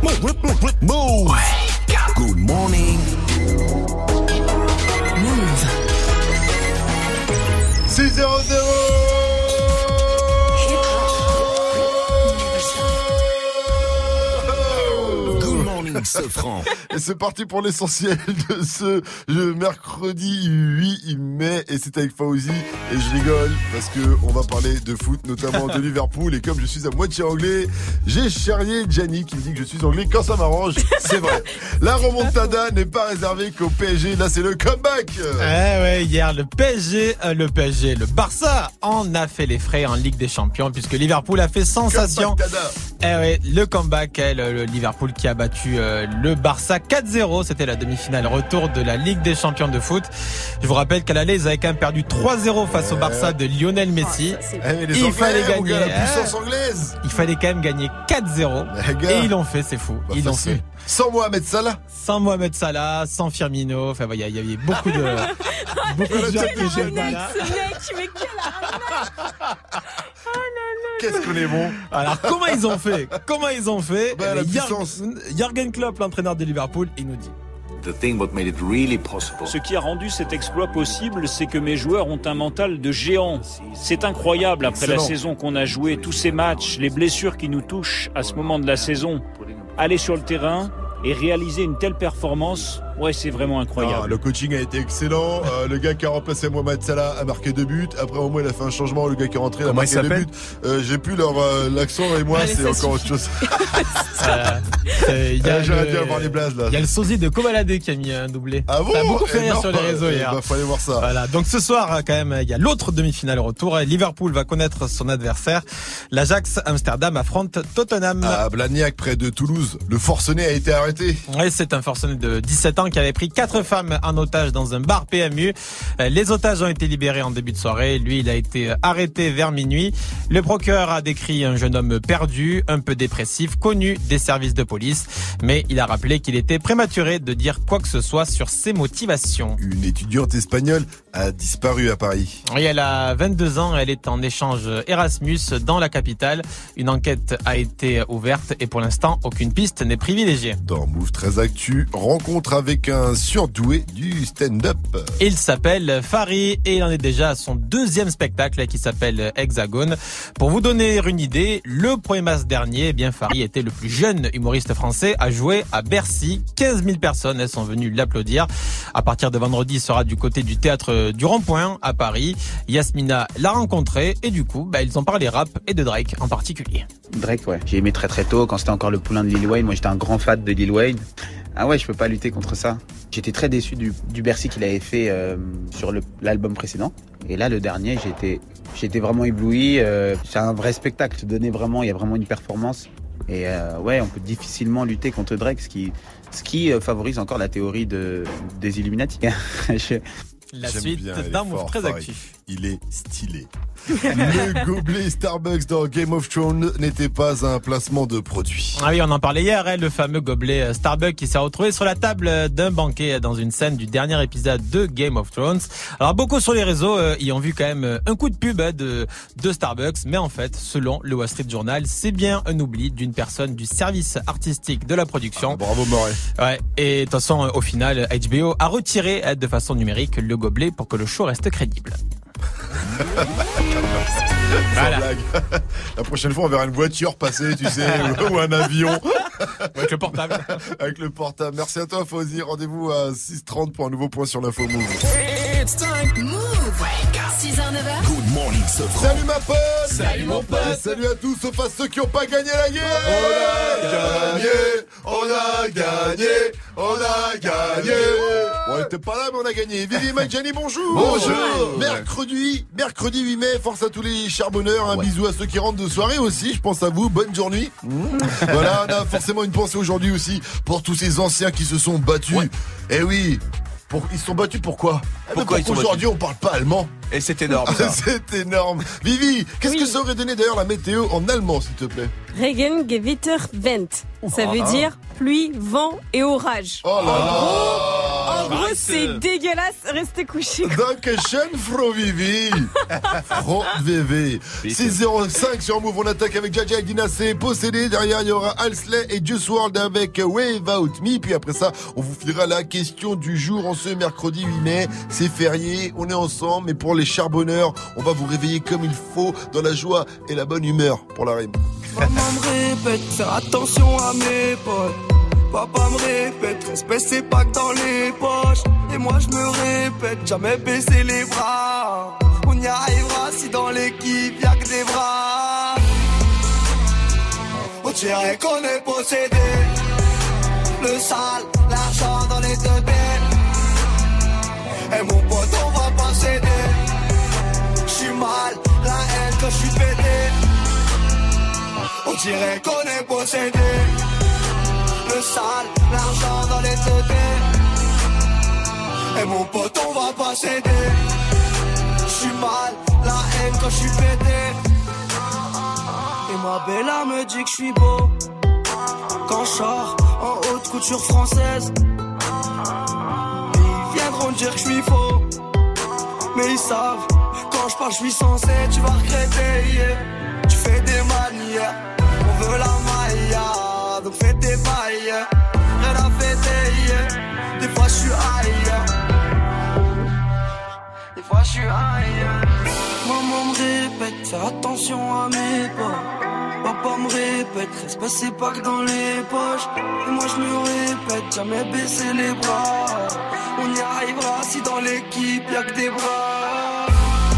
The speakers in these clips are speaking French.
Move. Good morning. Move. 6-0-0. Sofran. Et c'est parti pour l'essentiel de ce mercredi 8 mai et c'est avec Fauzi et je rigole parce que on va parler de foot, notamment de Liverpool, et comme je suis à moitié anglais, j'ai Charrier Gianni qui me dit que je suis anglais quand ça m'arrange. C'est vrai. La remontada n'est pas réservée qu'au PSG, là c'est le comeback. Hier le le Barça en a fait les frais en Ligue des Champions puisque Liverpool a fait sensation. Le comeback, le Liverpool qui a battu le Barça 4-0, c'était la demi-finale retour de la Ligue des Champions de foot. Je vous rappelle qu'à l'aller, ils avaient quand même perdu 3-0 face au Barça de Lionel Messi. Il fallait gagner. La puissance anglaise. Il fallait quand même gagner 4-0 et ils l'ont fait, c'est fou. Ils l'ont fait. Sans Mohamed Salah. Sans Mohamed Salah, sans Firmino. Enfin, il y avait beaucoup de gens qui étaient pas là. Qu'est-ce qu'on est bon. Alors comment ils ont fait La puissance. Jürgen Klopp, l'entraîneur de Liverpool, il nous dit: Ce qui a rendu cet exploit possible, c'est que mes joueurs ont un mental de géant. C'est incroyable après la saison qu'on a jouée, tous ces matchs, les blessures qui nous touchent à ce moment de la saison. Aller sur le terrain et réaliser une telle performance, c'est vraiment incroyable. Le coaching a été excellent. Le gars qui a remplacé Mohamed Salah a marqué 2 buts. Après, au moins, il a fait un changement. Le gars qui est rentré, il a marqué 2 buts. J'ai plus l'accent et moi, c'est encore autre chose. J'aurais dû avoir les blazes là. Il y a le sosie de Kobalade qui a mis un doublé. Ah bon? Ça a beaucoup fait rire sur les réseaux hier. Il fallait voir ça. Voilà. Donc ce soir, quand même, il y a l'autre demi-finale retour. Liverpool va connaître son adversaire. L'Ajax Amsterdam affronte Tottenham. À Blagnac, près de Toulouse, le forcené a été arrêté. Oui, c'est un forcené de 17 ans qui avait pris 4 femmes en otage dans un bar PMU. Les otages ont été libérés en début de soirée. Lui, il a été arrêté vers minuit. Le procureur a décrit un jeune homme perdu, un peu dépressif, connu des services de police. Mais il a rappelé qu'il était prématuré de dire quoi que ce soit sur ses motivations. Une étudiante espagnole a disparu à Paris. Oui, elle a 22 ans. Elle est en échange Erasmus dans la capitale. Une enquête a été ouverte et pour l'instant, aucune piste n'est privilégiée. Dans Move 13 Actu, rencontre avec un surdoué du stand-up. Il s'appelle Fari et il en est déjà à son 2e spectacle qui s'appelle Hexagone. Pour vous donner une idée, le 1er mars dernier, Fari était le plus jeune humoriste français à jouer à Bercy. 15 000 personnes, elles sont venues l'applaudir. À partir de vendredi, il sera du côté du théâtre du Rond-Point à Paris. Yasmina l'a rencontré et du coup, ils ont parlé rap et de Drake en particulier. Drake, j'ai aimé très très tôt quand c'était encore le poulain de Lil Wayne. Moi, j'étais un grand fan de Lil Wayne. Je peux pas lutter contre ça. J'étais très déçu du Bercy qu'il avait fait sur l'album précédent. Et là, le dernier, j'étais vraiment ébloui. C'est un vrai spectacle. Il y a vraiment une performance. Et on peut difficilement lutter contre Drake, ce qui favorise encore la théorie des Illuminati. La suite d'un Move très actif. Il est stylé. Le gobelet Starbucks dans Game of Thrones n'était pas un placement de produit. Ah oui, on en parlait hier, le fameux gobelet Starbucks qui s'est retrouvé sur la table d'un banquet dans une scène du dernier épisode de Game of Thrones. Alors beaucoup sur les réseaux y ont vu quand même un coup de pub de Starbucks, mais en fait, selon le Wall Street Journal, c'est bien un oubli d'une personne du service artistique de la production. Bravo Moret. Et de toute façon, au final, HBO a retiré de façon numérique le gobelet pour que le show reste crédible. Voilà. La prochaine fois, on verra une voiture passer, tu sais, ou un avion. Avec le portable. Avec le portable. Merci à toi, Fauzi. Rendez-vous à 6h30 pour un nouveau point sur l'info Move. It's time. Move. 6h-9h. Good morning, Sofran. Salut ma pote. Salut mon pote. Et salut à tous, sauf à ceux qui n'ont pas gagné la guerre. On a gagné. On était pas là, mais on a gagné. Vivi Maggiani, bonjour. Bonjour. Mercredi 8 mai, force à tous les charbonneurs. Un bisou à ceux qui rentrent de soirée aussi. Je pense à vous. Bonne journée. Voilà, on a forcément une pensée aujourd'hui aussi pour tous ces anciens qui se sont battus. Eh oui. Ils se sont battus pourquoi? Pourquoi ils sont aujourd'hui on parle pas allemand. Et c'est énorme ça. C'est énorme. Vivi, qu'est-ce que ça aurait donné d'ailleurs la météo en allemand s'il te plaît? Regen, Gewitter, Wind. Ça veut dire pluie, vent et orage. Oh là là. Gros, c'est dégueulasse. Restez couchés. Dankeschön, Frau Vivi. Frau Vivi. 605 sur Move, on attaque avec Jaja et Dina, c'est Possédé. Derrière, il y aura Halsley et Juice WRLD avec Without Me. Puis après ça, on vous filera la question du jour en ce mercredi 8 mai. C'est férié, on est ensemble, mais pour les charbonneurs, on va vous réveiller comme il faut, dans la joie et la bonne humeur, pour la rime. Maman me répète, faire attention à mes potes. Papa me répète, respect c'est pas que dans les poches. Et moi je me répète, jamais baisser les bras. On y arrivera si dans l'équipe y'a que des bras. On dirait qu'on est possédé. Le sale, l'argent dans les deux dés. Et mon pote on va pas céder. J'suis mal, la haine quand j'suis pété. On dirait qu'on est possédé. Le sale, l'argent dans les deux dés. Et mon pote on va pas céder. J'suis mal, la haine quand j'suis pété. Et ma bella me dit que j'suis beau quand j'sors en haute couture française. Et ils viendront dire que j'suis faux, mais ils savent, quand j'parle j'suis censé. Tu vas regretter, yeah. Tu fais des manières, on veut la maille, donc fais tes bails, yeah. Rien à fêter, yeah. Des fois j'suis ailleurs, des fois j'suis ailleurs. Maman me répète, fais attention à mes pas. Papa me répète, respect c'est pas que dans les poches. Et moi je me répète, jamais baisser les bras. On y arrivera si dans l'équipe y'a que des bras.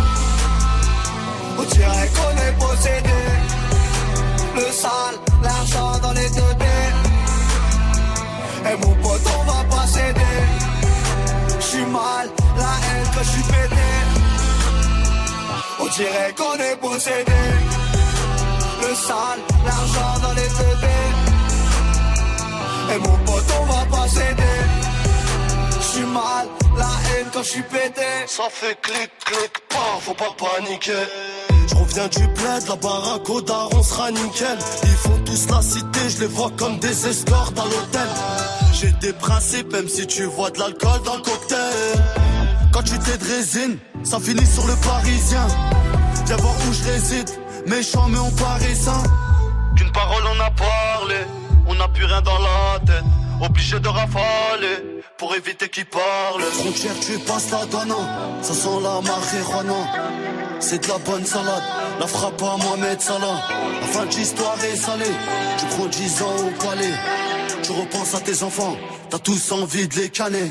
On dirait qu'on est possédé. Le sale, l'argent dans les deux dés. Et mon pote on va pas céder. J'suis mal, la haine quand j'suis pété. On dirait qu'on est possédé. Le sale, l'argent dans les deux dés. Et mon pote on va pas céder. J'suis mal, la haine quand j'suis pété. Ça fait clic, clic, pas, faut pas paniquer. J'reviens du bled, la baraque au daron sera nickel. Ils font tous la cité, je les vois comme des escortes à l'hôtel. J'ai des principes, même si tu vois de l'alcool dans le cocktail. Quand tu t'es de résine, ça finit sur le parisien. Viens voir où je réside, méchant mais on paraît sain. Qu'une parole on a parlé, on n'a plus rien dans la tête. Obligé de rafaler, pour éviter qu'ils parlent. Frontière tu passes la douane, ça sent la marijuana. C'est de la bonne salade, la frappe à Mohamed Salah. La fin de l'histoire est salée, tu prends 10 ans au palais. Tu repenses à tes enfants, t'as tous envie de les canner.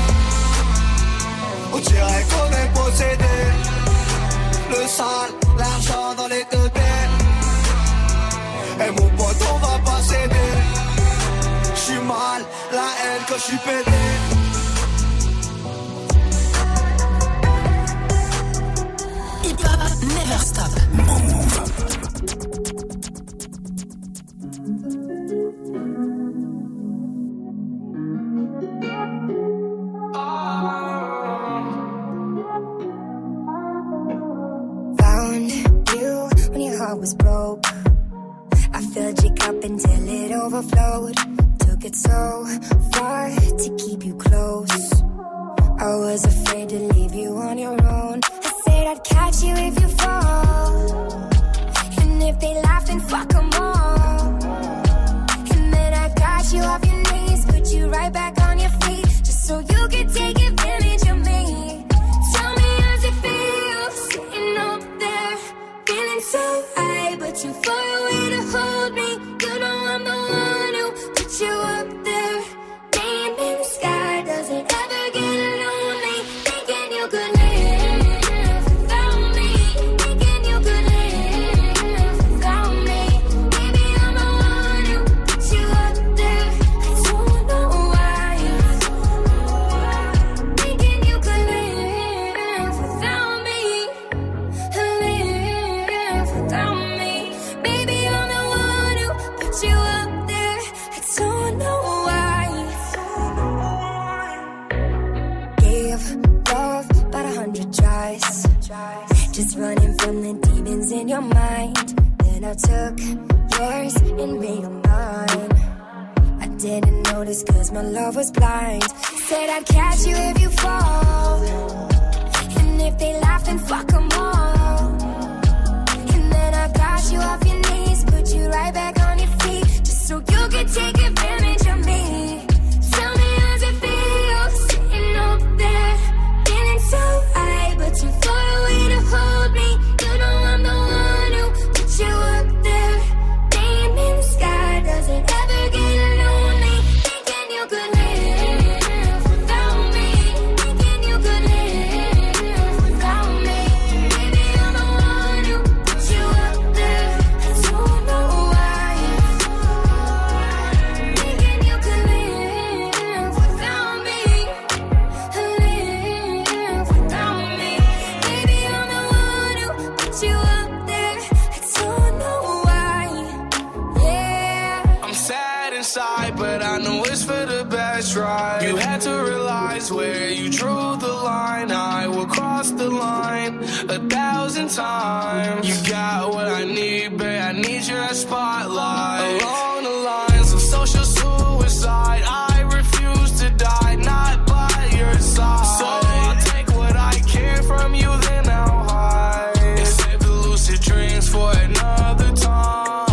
On dirait qu'on est possédé. Le sale, l'argent dans les deux dés. Et mon pote on va pas céder. J'suis mal, la haine quand j'suis pété. Hip Hop Never Stop. Found you when your heart was broke. I filled your cup until it overflowed. Took it so far to keep you close. I was afraid to leave you on your own. I said I'd catch you if you fall. And if they laugh, then fuck them all. And then I got you off your knees, put you right back on your feet, just so you could take advantage of me. Tell me how's it feel, sitting up there, feeling so high, but too far away to hold me. You know I'm the one who put you up there. Name in the sky doesn't ever get lonely. Thinking you could live without me. Thinking you could live without me. Maybe I'm the one who put you up there. I don't know why. Thinking you could live without me. Live without me. Baby, I'm the one who put you up there. I don't know why. Gave love about 100 tries, just running from the demons in your mind. Then I took yours and made them mine. I didn't notice cause my love was blind. Said I'd catch you if you fall, and if they laugh then fuck them all. And then I got you off your knees, put you right back on your feet, just so you could take advantage of me. Tell me how's it feel, sitting up there, feeling so high, but you're far away to hold me. You know I'm the one who put you up there. Name in the sky, does it ever get lonely? Thinking you could live without me. Thinking you could live without me. Maybe I'm the one who put you up there. I don't know why. Thinking you could live without me. Live without me. Maybe I'm the one who put you up there. I don't know why. Yeah. I'm sad inside, but I know it's for the best, right? You had to realize where you drew the line. I will cross the line 1,000 times. You got what I need, babe. I need your spotlight. Along the lines of social suicide, I refuse to die, not by your side. So I'll take what I can from you, then I'll hide. And save the lucid dreams for another time.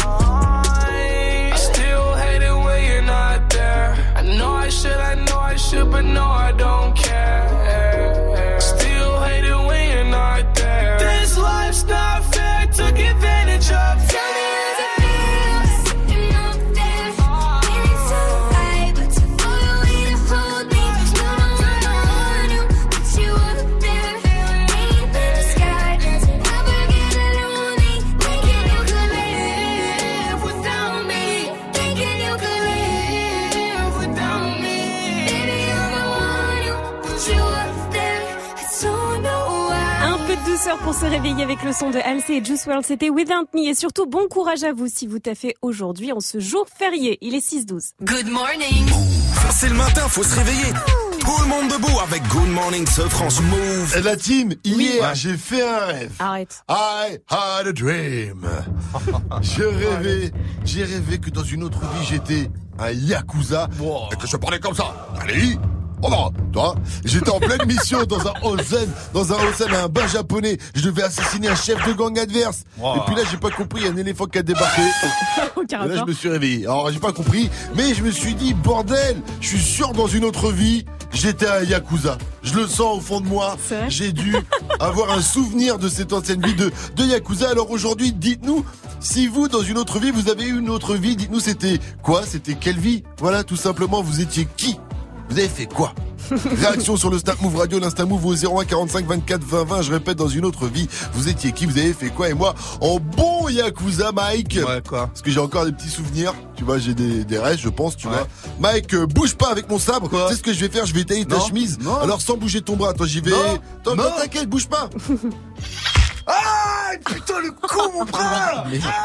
I still hate it when you're not there. I know I should, but no, I don't care. Still hate it when you're not there. This life's not fair, took advantage of. Tell me how's it feel, sitting up there, feeling so high, but you're far away to hold me. You know I'm the one who put you up there. Deep in the sky, does it ever get lonely? Thinking you could live without me. Thinking you could live without me. Baby, I'm the one who put you up there. I don't know why. Un peu de douceur pour se réveiller avec le son de Halsey et Juice WRLD, c'était Without Me. Et surtout, bon courage à vous si vous taffez aujourd'hui en ce jour férié. Il est 6-12. Good morning. C'est le matin, faut se réveiller. Tout le monde debout avec Good Morning France Move. Et la team, hier, j'ai fait un rêve. Arrête. I had a dream. J'ai rêvé que dans une autre vie, j'étais un Yakuza. Et que je parlais comme ça. Allez, oh non, toi. J'étais en pleine mission dans un onsen, un bar japonais. Je devais assassiner un chef de gang adverse. Et puis là, j'ai pas compris, il y a un éléphant qui a débarqué. Et là, je me suis réveillé. Alors, j'ai pas compris, mais je me suis dit, bordel, je suis sûr dans une autre vie, j'étais un Yakuza. Je le sens au fond de moi. J'ai dû avoir un souvenir de cette ancienne vie de Yakuza. Alors aujourd'hui, dites-nous, si vous, dans une autre vie, vous avez eu une autre vie, dites-nous c'était quoi? C'était quelle vie? Voilà, tout simplement, vous étiez qui? Vous avez fait quoi? Réaction sur le Snap Move Radio, l'Insta Move au 01 45 24 20 20. Je répète, dans une autre vie, vous étiez qui? Vous avez fait quoi? Et moi, en bon Yakuza, Mike. Ouais, quoi? Parce que j'ai encore des petits souvenirs. Tu vois, j'ai des restes, je pense, tu vois. Mike, bouge pas avec mon sabre. Tu sais ce que je vais faire? Je vais tailler ta chemise. Non. Alors, sans bouger ton bras. Toi, j'y vais. Toi, t'inquiète, bouge pas. Ah, putain, le con, mon bras.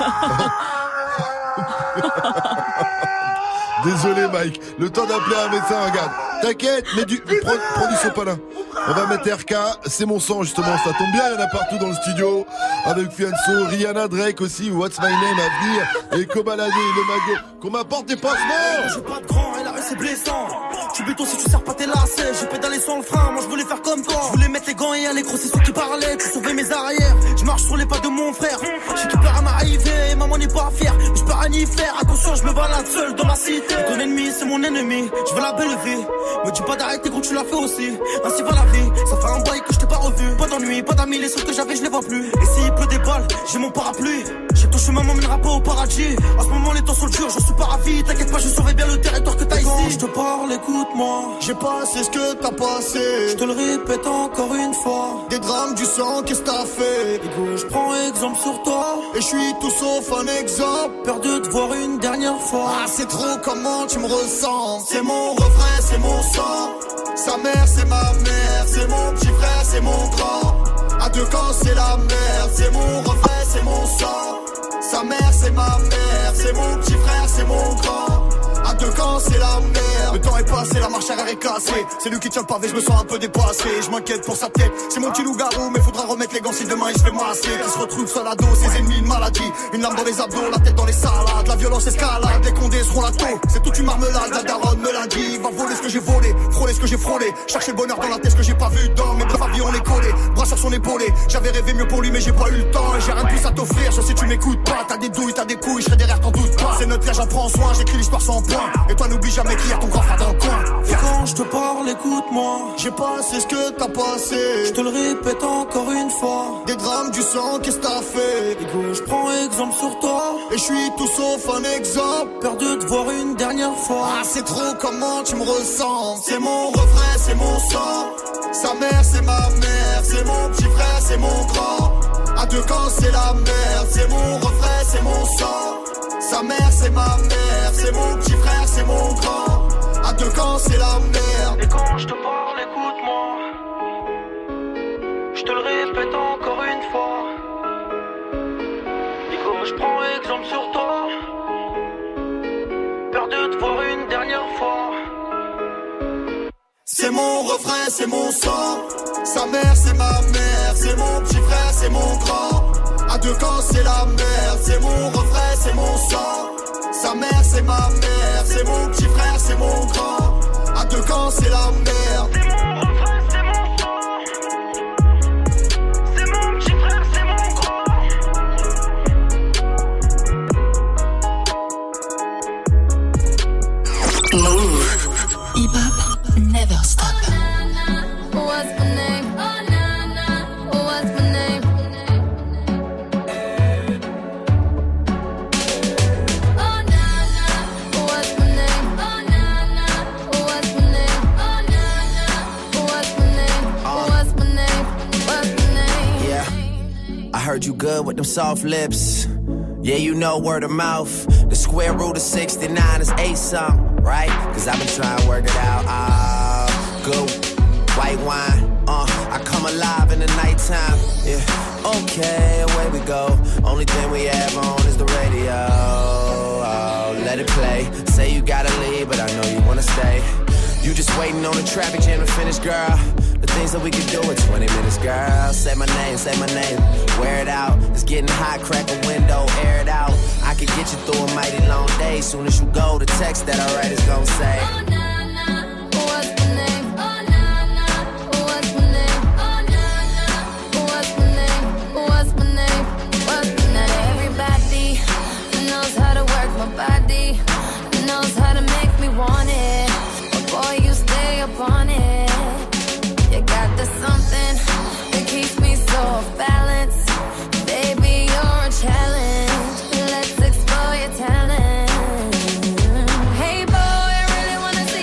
Désolé, Mike. Le temps d'appeler un médecin, regarde. T'inquiète, prends du sopalin. On va mettre RK, c'est mon sang justement, ça tombe bien, il y en a partout dans le studio. Avec Fianso, Rihanna, Drake aussi, What's My Name à venir. Et Kobalade, le mago, qu'on m'apporte des pansements. J'ai pas de grand et la rue c'est blessant. Tu béton si tu sers pas tes lacets. J'ai pédalé sans le frein, moi je voulais faire comme toi. Je voulais mettre les gants et aller gros, c'est ceux qui parlaient. Tu sauvais mes arrières, je marche sur les pas de mon frère. J'ai tout peur à m'arriver, maman n'est pas fière. Je peux rien y faire, attention je me balade seul dans ma cité. Ton ennemi c'est mon ennemi, je veux la belle vie. Me dis pas d'arrêter gros, tu l'as fait aussi. Ainsi va la vie, ça fait un bail que je t'ai pas revu. Pas d'ennui, pas d'amis, les seuls que j'avais je les vois plus. Et s'il pleut des balles, j'ai mon parapluie. J'ai ton chemin m'emmènera pas au paradis. À ce moment les temps sont durs, je suis pas ravi. T'inquiète pas, je saurais bien le territoire que t'as ici. Quand je te parle, écoute-moi. J'ai passé ce que t'as passé. Je te le répète encore une fois. Des drames, du sang, qu'est-ce que t'as fait? Écoute, je prends exemple sur toi. Et je suis tout sauf un exemple. Peur de te voir une dernière fois. Ah, c'est trop comment tu me ressens. C'est mon refrain, c'est mon sang. Sa mère, c'est ma mère. C'est mon petit frère, c'est mon grand. À deux camps, c'est la merde. C'est mon refrain, c'est mon sang. Sa mère, c'est ma mère. C'est mon petit frère, c'est mon grand. À deux camps, c'est la merde. Le temps est passé, la marche arrière est cassé. C'est lui qui tient le pavé, je me sens un peu dépassé. Je m'inquiète pour sa tête, c'est mon petit loup-garou. Mais faudra remettre les gants si demain il se fait masser. Qui se retrouve seul à dos, ses ennemis une maladie. Une lame dans les abdos, la tête dans les salades. La violence escalade, les condés seront la taux. C'est toute une marmelade, la daronne me l'a dit. Va voler ce que j'ai volé, frôler ce que j'ai frôlé. Chercher le bonheur dans la tête, ce que j'ai pas vu dans mes deux avions, on est collés. Bras sur son épaulé, j'avais rêvé mieux pour lui mais j'ai pas eu le temps. Et j'ai rien de plus à t'offrir, sauf si tu m'écoutes pas. T'as des douilles, t'as des couilles, je serai derrière, t'en doute pas. C'est notre cas, j'en prends soin, j'écris l'histoire sans point. Et toi n'oublie jamais qu'il y a ton grand frère dans le coin. Et quand je te parle, écoute-moi. J'ai passé ce que t'as passé. Je te le répète encore une fois. Des drames, du sang, qu'est-ce que t'as fait? Écoute, je prends exemple sur toi. Et je suis tout sauf un exemple. Peur de te voir une dernière fois. Ah c'est trop comment tu me ressens. C'est mon refrain, c'est mon sang. Sa mère c'est ma mère. C'est mon petit frère, c'est mon grand. À deux camps c'est la merde. C'est mon refrain, c'est mon sang. Sa mère c'est ma mère. C'est mon petit frère, c'est mon grand. À deux camps c'est la merde. Et quand je te parle, écoute-moi. Je te le répète encore une fois. Et comme je prends exemple sur toi. Peur de te voir une dernière fois. C'est mon refrain, c'est mon sang. Sa mère c'est ma mère. C'est mon petit frère, c'est mon grand. À deux camps c'est la merde. C'est mon refrain, c'est mon sang. Sa mère c'est ma mère. C'est mon petit frère, c'est mon grand. À deux camps c'est la merde. C'est mon refrain, c'est mon sang. C'est mon petit frère, c'est mon grand. Move. Hip-hop never stop. What's my name? Oh, na, na. What's my name? Oh, na, na. What's my name? Oh, na, na. What's my name? Oh, na, na. What's my name? What's my name? What's my name? Yeah, I heard you good with them soft lips. Yeah, you know word of mouth. The square root of 69 is 8-something, right? Cause I've been trying to work it out. Good white wine. I come alive in the nighttime. Yeah, okay, away we go. Only thing we have on is the radio. Oh, let it play. Say you gotta leave, but I know you wanna stay. You just waiting on the traffic jam to finish, girl. The things that we could do in 20 minutes, girl. Say my name, wear it out. It's getting hot, crack a window, air it out. I could get you through a mighty long day. Soon as you go, the text that I write is gonna say, Oh, na, na. What's my name? Oh, na, na. What's my name? Oh, na, na. What's my name? What's my name? What's my name? Everybody knows how to work my body. Knows how to make me want it. But boy, you stay up on it. You got the something that keeps me so off balance. Baby, you're a challenge. Let's explore your talent. Hey boy, I really wanna see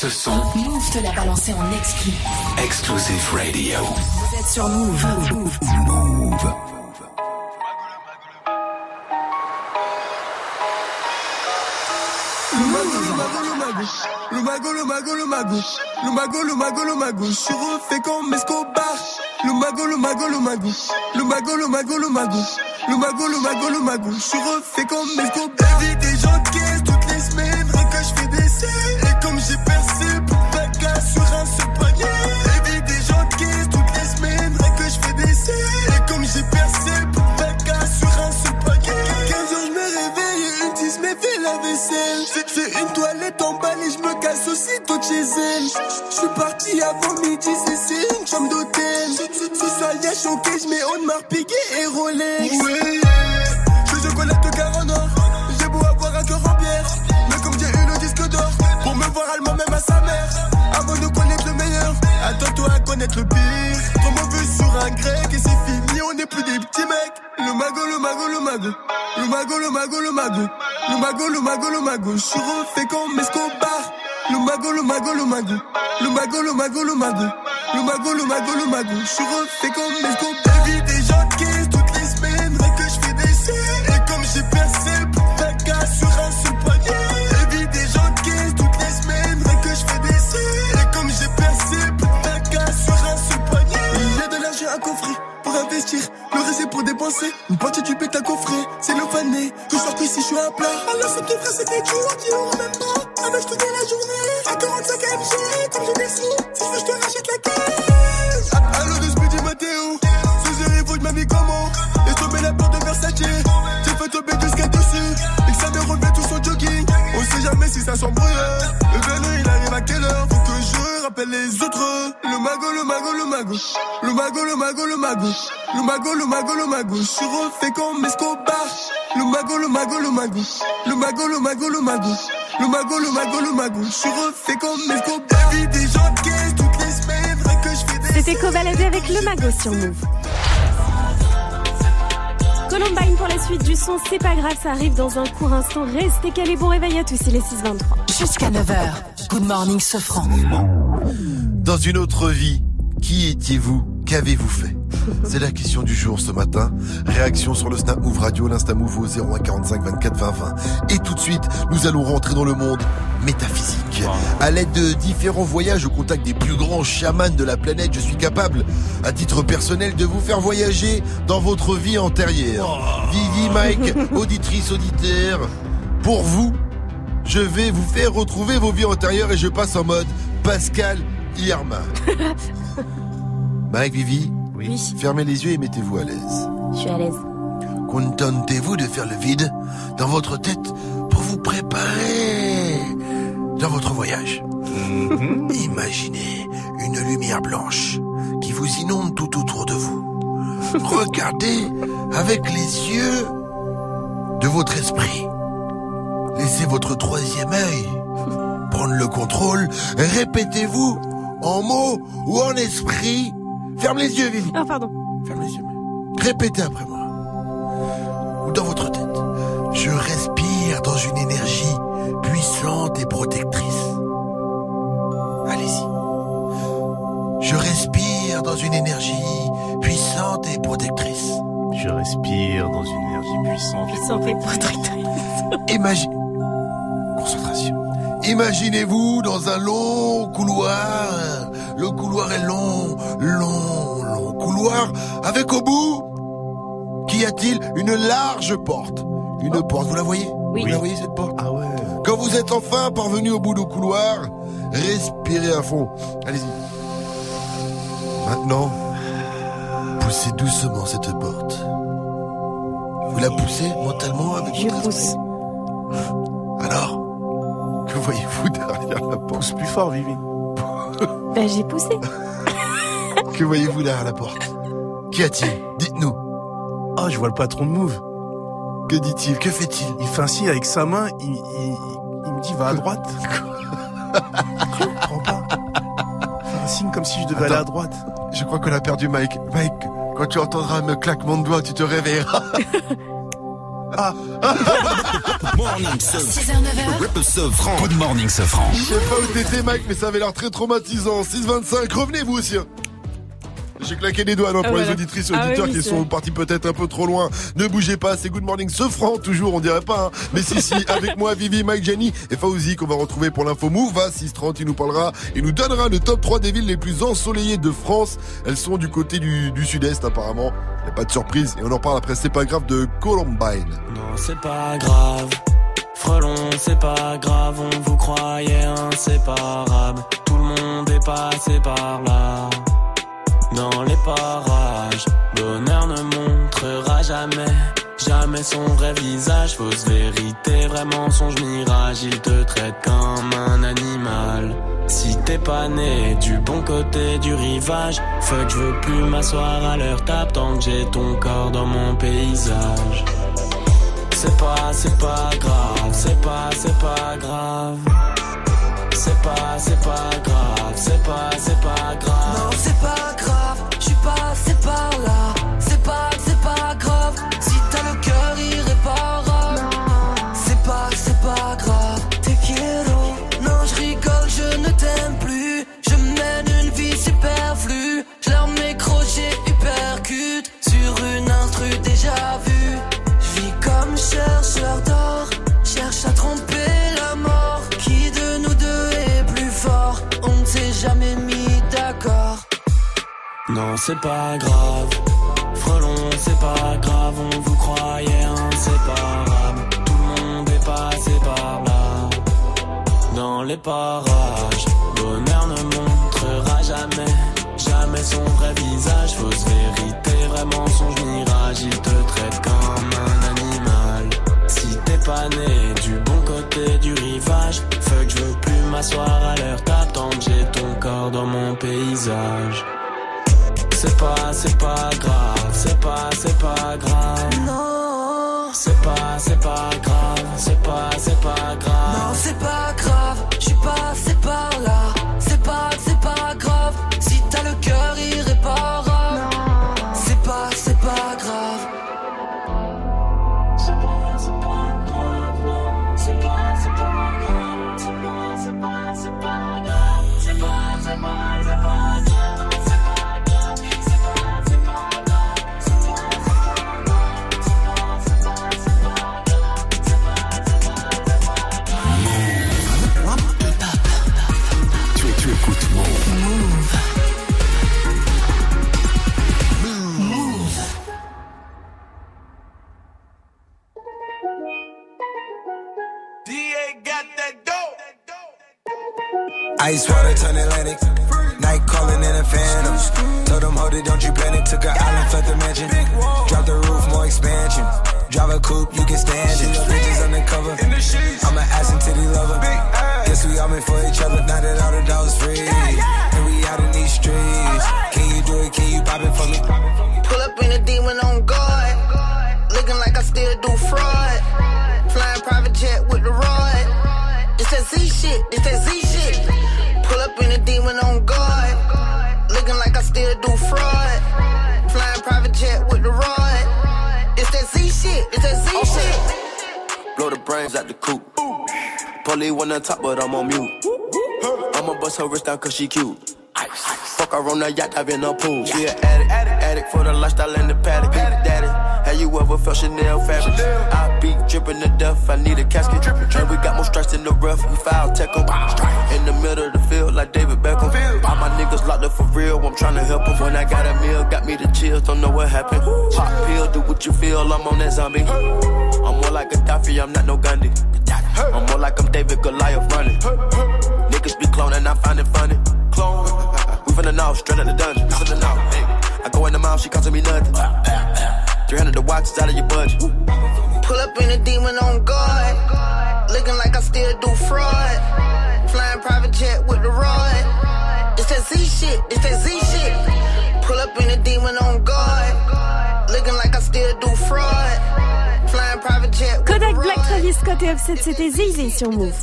Ce son, Move te l'a balancé en exclu. Exclusive Radio. Vous êtes sur Move. Move. Le mago, je suis refait comme Escobar. Le mago, je suis refait comme Escobar. Vie des gens de caisse toutes les semaines, rien que je fais des scènes. Et comme j'ai percé pour faire casse sur un seul panier. Vie des gens de caisse toutes les semaines, rien que je fais des scènes. Et comme j'ai percé pour faire casse sur un seul panier. 15 heures je me réveille et une 10 me fait la vaisselle. C'est une toilette en balle et je me casse aussitôt de chez elle. Je suis parti avant midi, c'est une chambre d'hôtel. Ce soir y'a choqué, je mets Audemars Piguet et Rolex. Oui, je suis chocolat de car en or. J'ai beau avoir un cœur en pierre, mais comme j'ai eu le disque d'or, pour me voir allemand même à sa mère. Avant de connaître le meilleur, attends-toi à connaître le pire. Comme on veut sur un grec et c'est fini, on n'est plus des petits mecs. Le mago. Je suis refait comme Escobar. Le mago. Je suis refait comme Escobar. Vie des gens de caisse toutes les semaines, rien que je fais des scènes. Et comme j'ai percé pour faire casse sur un seul panier. Vie des gens de caisse toutes les semaines, rien que je fais des scènes. Et comme j'ai percé pour faire casse sur un seul panier. Il y a de l'argent à coffrer pour investir, le reste c'est pour dépenser. Une partie du pète à coffrer, c'est le fané. Que je sors qu'ici je suis à plat. Alors c'est petit frère, c'est des jours qui auront même pas. Avec toute la journée, à 45 MG, comme je décide. Si je veux, je te rachète la caisse. Allô de Speedy Matteo, ce soir il faut que je m'habille comment. Et tomber la porte de Versace. J'ai fait tomber jusqu'à dessus. Et que ça me relevait tout son jogging. On sait jamais si ça s'embrouille. Le vélo il arrive à quelle heure? Faut que je rappelle les autres. Le mago. Je suis refait comme Escobar. Le mago. Je suis refait comme Escobar. Vie des gens de caisse toutes les semaines, rien que je fais des. C'était Cobaladé avec le mago sur Move. Columbine pour la suite du son, c'est pas grave, ça arrive dans un court instant. Restez calés, bon réveil à tous, il est 6h23. Jusqu'à 9h, Good Morning Sofran. Dans une autre vie, qui étiez-vous? Qu'avez-vous fait? C'est la question du jour ce matin. Réaction sur le Snap Move Radio, l'Insta Move au 01 45 24 20 20. Et tout de suite, nous allons rentrer dans le monde métaphysique. À l'aide de différents voyages au contact des plus grands chamans de la planète, je suis capable, à titre personnel, de vous faire voyager dans votre vie antérieure. Vivi, Mike, auditrice, auditeur, pour vous, je vais vous faire retrouver vos vies antérieures et je passe en mode Pascal Irma. Mike, Vivi, oui. Fermez les yeux et mettez-vous à l'aise. Je suis à l'aise. Contentez-vous de faire le vide dans votre tête pour vous préparer dans votre voyage. Imaginez une lumière blanche qui vous inonde tout autour de vous. Regardez avec les yeux de votre esprit. Laissez votre troisième œil prendre le contrôle. Répétez-vous en mots ou en esprit. Ferme les yeux, Vivi. Ah, pardon. Ferme les yeux. Répétez après moi. Ou dans votre tête. Je respire dans une énergie puissante et protectrice. Allez-y. Je respire dans une énergie puissante et protectrice. Je respire dans une énergie puissante et protectrice. Concentration. Imaginez-vous dans un long couloir. Le couloir est long couloir avec au bout, qu'y a-t-il? Une large porte. Une porte, vous la voyez? Oui. Vous la voyez cette porte? Ah ouais. Quand vous êtes enfin parvenu au bout du couloir, respirez à fond. Allez-y. Maintenant, poussez doucement cette porte. Vous la poussez mentalement avec votre esprit. pousse. Alors, que voyez-vous derrière la porte? Pousse plus fort, Vivi. Ben, j'ai poussé. Que voyez-vous derrière la porte? Qu'y a-t-il? Dites-nous. Oh, je vois le patron de Move. Que dit-il? Que fait-il? Il fait un signe avec sa main, il me dit va à droite. Je comprends pas. Il fait un signe comme si je devais aller à droite. Je crois qu'on a perdu Mike. Mike, quand tu entendras un claquement de doigts, tu te réveilleras. Morning Sofran. 6h-9h. Sofran. Good morning Sofran. Je sais pas où t'étais, Mike, mais ça avait l'air très traumatisant. 6h25, revenez vous aussi. J'ai claqué les doigts pour voilà. les auditrices et auditeurs oui, qui c'est sont vrai. partis peut-être un peu trop loin. Ne bougez pas, c'est Good Morning Sofran, toujours, on dirait pas. Mais si, avec moi, Vivi, Mike, Jenny et Fauzi qu'on va retrouver pour l'info Move. À 6h30, il nous parlera, il nous donnera le top 3 des villes les plus ensoleillées de France. Elles sont du côté du sud-est apparemment. Il n'y a pas de surprise et on en parle après, c'est pas grave, de Columbine. Non, c'est pas grave. Frelon, c'est pas grave, on vous croyait inséparables. Tout le monde est passé par là. Dans les parages, bonheur ne montrera jamais son vrai visage. Fausse vérité, vrai mensonge, mirage. Il te traite comme un animal. Si t'es pas né du bon côté du rivage, fuck, je veux plus m'asseoir à leur table tant que j'ai ton corps dans mon paysage. C'est pas grave, c'est pas grave. C'est pas grave, c'est pas grave. Non, c'est pas grave, je suis passé par là. C'est pas grave, si t'as le cœur irréparable. C'est pas grave, te quiero. Non, je rigole, je ne t'aime plus. Je mène une vie superflue. Je leur mets crochet hypercute sur une instru déjà vue. Je vis comme chercheur d'or, cherche à tromper la mort. Qui de nous deux est plus fort? On ne s'est jamais mis d'accord. Non, c'est pas grave. Frelon, c'est pas grave. On vous croyait inséparables. Tout le monde est passé par là. Dans les parages, bonheur ne montrera jamais son vrai visage. Fausse vérité, vrai mensonge, mirage. Il te traite comme un animal. Si t'es pas né du bon côté du rivage, fuck, je veux plus m'asseoir à leur table tant que j'ai ton corps dans mon paysage. C'est pas grave, c'est pas grave. Non, c'est pas grave, c'est pas grave. Non, c'est pas grave, je suis passé par là. C'est pas grave, si t'as le cœur irréparable. C'est pas grave. C'est pas grave, non. C'est pas Tu écoutes Move. Ice water turn Atlantic. Night calling in a phantom. Told them, hold it, don't you panic. Took an island, left the mansion. Drop the roof, more expansion. Drive a coupe, you can stand it. Bridges undercover. I'm an ass and titty lover. Guess we all meant for each other. Now that all the dogs free. And we out in these streets. Can you do it? Can you pop it for me? pull up in a demon on guard. Looking like I still do fraud. Flying private jet with the rod. It's that Z shit, it's that Z shit. Pull up in a demon on guard. Looking like I still do fraud. Flying private jet with the rod. It's that Z shit, it's that Z shit. Blow the brains out the coop. Polly one on top, but I'm on mute. I'ma bust her wrist down cause she cute. Fuck her on the yacht, I've been a pool. She an addict for the lifestyle and the paddock. Daddy, have you ever felt Chanel fabric? I be dripping to death, I need a casket. And we got more strikes in the rough, we foul tech em. In the middle of the field like David Beckham. All my niggas locked up for real, I'm tryna help them. When I got a meal, got me the chills, don't know what happened. Pop pill, do what you feel, I'm on that zombie. I'm more like Gaddafi, I'm not no Gandhi. I'm more like I'm David Goliath running. Niggas be cloning, I find it funny. Clone. We finna know, straight out the dungeon. Listen to now. I go in the mouth, she costing me nothing. 300 the watch, it's out of your budget. Pull up in a demon on guard. Looking like I still do fraud. Flying private jet with the rod. It's that Z shit, it's that Z shit. Pull up in a demon on guard. Looking like I still do fraud. Flying private jet with Kodak the rod. Black, Travis Scott et Offset, c'était Zay sur Move.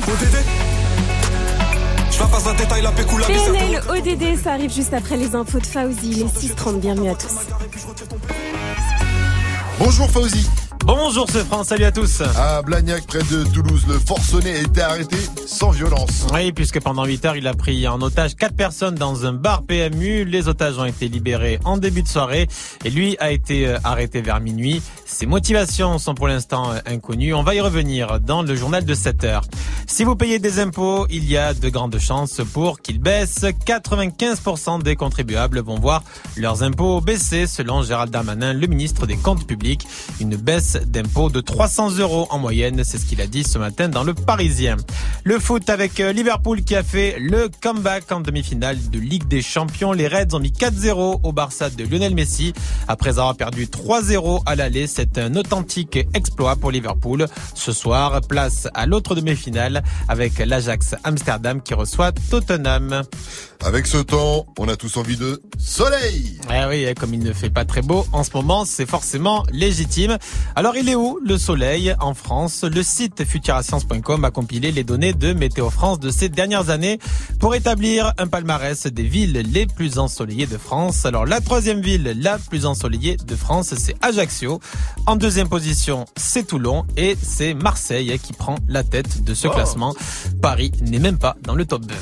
PNL, ODD, ça arrive juste après les infos de Fauzi, les 6h30, bienvenue à tous. Bonjour Fauzi. Bonjour ce France, salut à tous. À Blagnac, près de Toulouse, le forcené a été arrêté sans violence. Oui, puisque pendant 8 heures, il a pris en otage 4 personnes dans un bar PMU. Les otages ont été libérés en début de soirée et lui a été arrêté vers minuit. Ses motivations sont pour l'instant inconnues. On va y revenir dans le journal de 7 heures. Si vous payez des impôts, il y a de grandes chances pour qu'ils baissent. 95% des contribuables vont voir leurs impôts baisser, selon Gérald Darmanin, le ministre des Comptes publics. Une baisse d'impôts de 300 € en moyenne, c'est ce qu'il a dit ce matin dans le Parisien. Le foot avec Liverpool qui a fait le comeback en demi-finale de Ligue des Champions. Les Reds ont mis 4-0 au Barça de Lionel Messi après avoir perdu 3-0 à l'aller. C'est un authentique exploit pour Liverpool. Ce soir, place à l'autre demi-finale avec l'Ajax Amsterdam qui reçoit Tottenham. Avec ce temps, on a tous envie de soleil. Eh oui, comme il ne fait pas très beau en ce moment, c'est forcément légitime. Alors il est où le soleil en France? Le site futurascience.com a compilé les données de Météo France de ces dernières années pour établir un palmarès des villes les plus ensoleillées de France. Alors la troisième ville la plus ensoleillée de France, c'est Ajaccio. En deuxième position, c'est Toulon et c'est Marseille qui prend la tête de ce classement. Paris n'est même pas dans le top 2.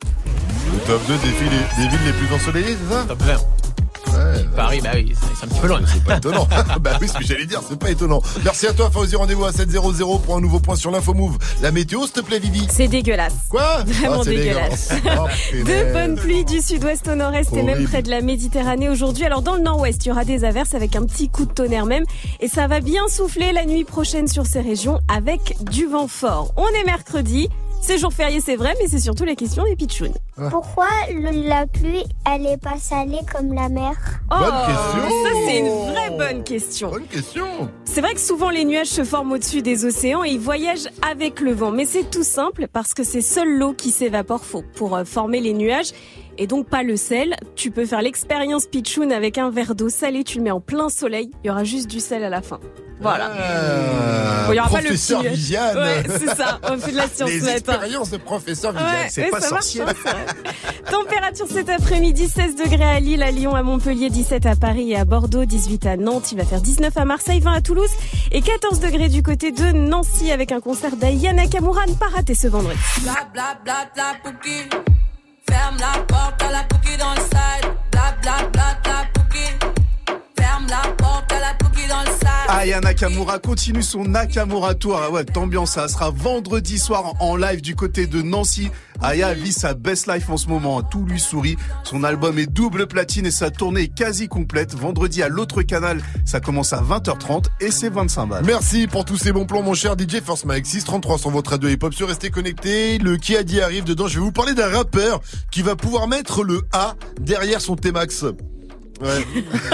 Le top 2 des villes les plus ensoleillées, c'est ça? Top 20. Ouais, Paris, bah oui, c'est un petit peu loin. C'est pas étonnant. Bah oui, ce que j'allais dire, c'est pas étonnant. Merci à toi, Fauzi. Rendez-vous à 7:00 pour un nouveau point sur l'info Move. La météo, s'il te plaît, Vivi. C'est dégueulasse. Quoi? Vraiment dégueulasse. De bonnes pluies du sud-ouest au nord-est et même près de la Méditerranée aujourd'hui. Alors dans le nord-ouest, il y aura des averses avec un petit coup de tonnerre même. Et ça va bien souffler la nuit prochaine sur ces régions avec du vent fort. On est mercredi. C'est jour férié, c'est vrai, mais c'est surtout la question des pitchounes. Pourquoi la pluie, elle est pas salée comme la mer? Bonne question. Ça, c'est une vraie bonne question. Bonne question. C'est vrai que souvent les nuages se forment au-dessus des océans et ils voyagent avec le vent. Mais c'est tout simple parce que c'est seule l'eau qui s'évapore pour former les nuages. Et donc pas le sel. Tu peux faire l'expérience pitchoun avec un verre d'eau salée, tu le mets en plein soleil, il y aura juste du sel à la fin. Voilà. Bon, il y aura professeur pas le petit Viviane. Ouais, c'est ça. On fait de la science les ce matin. expériences de professeur Viviane. Ouais, c'est pas sorcier. Température cet après-midi, 16 degrés à Lille, à Lyon, à Montpellier, 17 à Paris et à Bordeaux, 18 à Nantes. Il va faire 19 à Marseille, 20 à Toulouse et 14 degrés du côté de Nancy avec un concert d'Aya Nakamura. Ne pas rater ce vendredi. Bla bla bla bla pouki. Ferme la porte à la pouki dans le side. Bla bla bla bla pouki. Ferme la porte à la pouki dans le side. Aya Nakamura continue son Nakamura Tour. Ah ouais, t'ambiance, ça sera vendredi soir en live du côté de Nancy. Aya vit sa best life en ce moment, tout lui sourit. Son album est double platine et sa tournée est quasi complète. Vendredi à l'autre canal, ça commence à 20h30 et c'est 25 balles. Merci pour tous ces bons plans, mon cher DJ First Mike. 633 sur votre radio hip-hop sur Restez Connectés. Le qui a dit arrive dedans. Je vais vous parler d'un rappeur qui va pouvoir mettre le A derrière son T-Max. Ouais.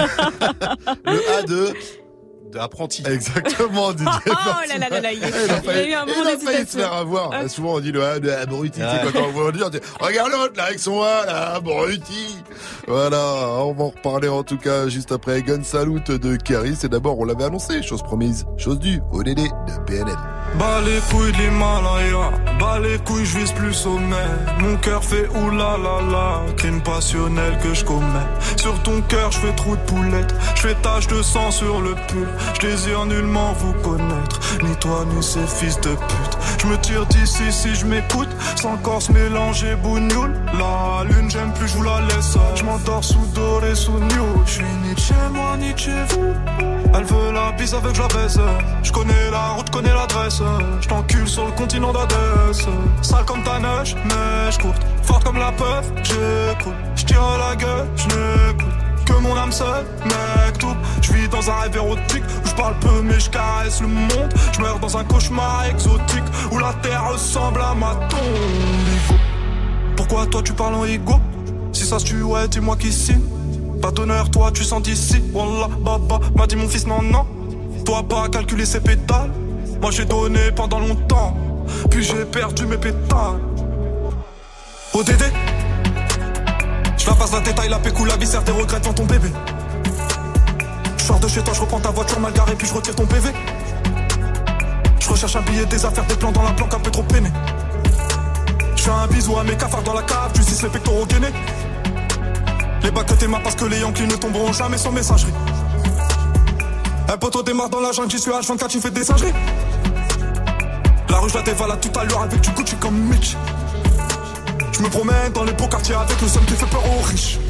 Le A de apprenti. Exactement, DJ. Oh là là là là, il a eu un moment d'hésitation. Il a failli se faire avoir. Souvent on dit le A de abruti. C'est quand on voit dire, regarde l'autre là avec son A là, abruti. Voilà, on va en reparler en tout cas juste après Gun Salute de Kerry. C'est d'abord, on l'avait annoncé, chose promise, chose due, ODD de PNL. Bas les couilles de l'Himalaya, bas les couilles, je vise plus sommet. Mon cœur fait oulala, crime passionnel que je commets. Sur ton cœur, je fais trou de poulette, je fais tache de sang sur le pull. Je désire nullement vous connaître, ni toi ni ces fils de pute. Je me tire d'ici si je m'écoute, sans corps mélanger bougnoule. La lune, j'aime plus, je vous la laisse. Je m'endors sous doré, sous new. Je suis ni de chez moi, ni de chez vous. Elle veut la bise avec je la baisse. Je connais la route, connais l'adresse. Je t'encule sur le continent d'Adès. Sale comme ta neige, neige courte. Forte comme la peur, j'écoute. Je tire à la gueule, je n'écoute que mon âme seule, mec tout. Je vis dans un rêve érotique où je parle peu mais je caresse le monde. Je meurs dans un cauchemar exotique où la terre ressemble à ma tombe. Pourquoi toi tu parles en ego? Si ça se tue, ouais, dis-moi qui signe. Pas d'honneur, toi tu sens d'ici. Wallah, baba, m'a dit mon fils, non, non. Toi pas calculer ses pétales. Moi j'ai donné pendant longtemps, puis j'ai perdu mes pétales. ODD, je la passe la détail, la pécou, la viscère, tes regrets devant ton bébé. Je sors de chez toi, je reprends ta voiture mal garée, puis je retire ton PV. Je recherche un billet, des affaires, des plans dans la planque, un peu trop peiné. Je fais un bisou à mes cafards dans la cave, tu cises les pectoraux gainés. Les bacs que t'es ma parce que les Yankees ne tomberont jamais sans messagerie. Un poteau démarre dans la jungle, j'y suis H24, tu fais des singeries. La rue, je la dévalade tout à l'heure avec du Gucci comme Mitch. Je me promène dans les beaux quartiers avec le somme qui fait peur aux riches.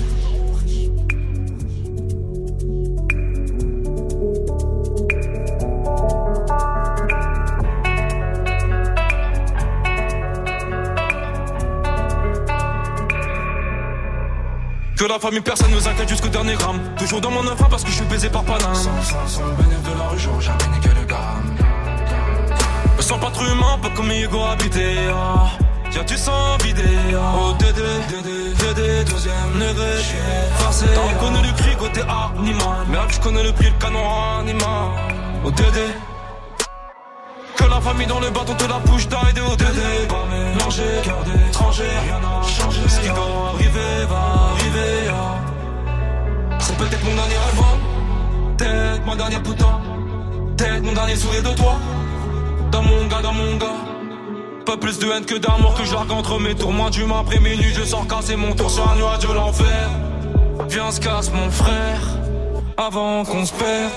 Que la famille, personne nous inquiète jusqu'au dernier gramme. Toujours dans mon enfant parce que je suis baisé par Paname. Sans le bénéfice de la rue, j'aurais jamais niqué le gamme. Me sens pas trop humain, pas comme Hugo habité. Y'a du sang vidé. Oh Dédé, deuxième degré. Forcé. T'en connais le cri côté animal. Merde, je connais le prix, le canon animal. Oh Dédé. Que la famille dans le bâton te la push d'aider au Dédé. Pas mélangé, cœur d'étranger, rien n'a changé. Ce qui doit arriver va arriver. C'est peut-être mon dernier album, peut-être ma dernière putain, peut-être mon dernier sourire de toi. Dans mon gars. Pas plus de haine que d'amour que je largue entre mes tours. Moins d'humain après minuit, je sors casser mon tour sur un nuage de l'enfer. Viens se casse mon frère, avant qu'on se perde.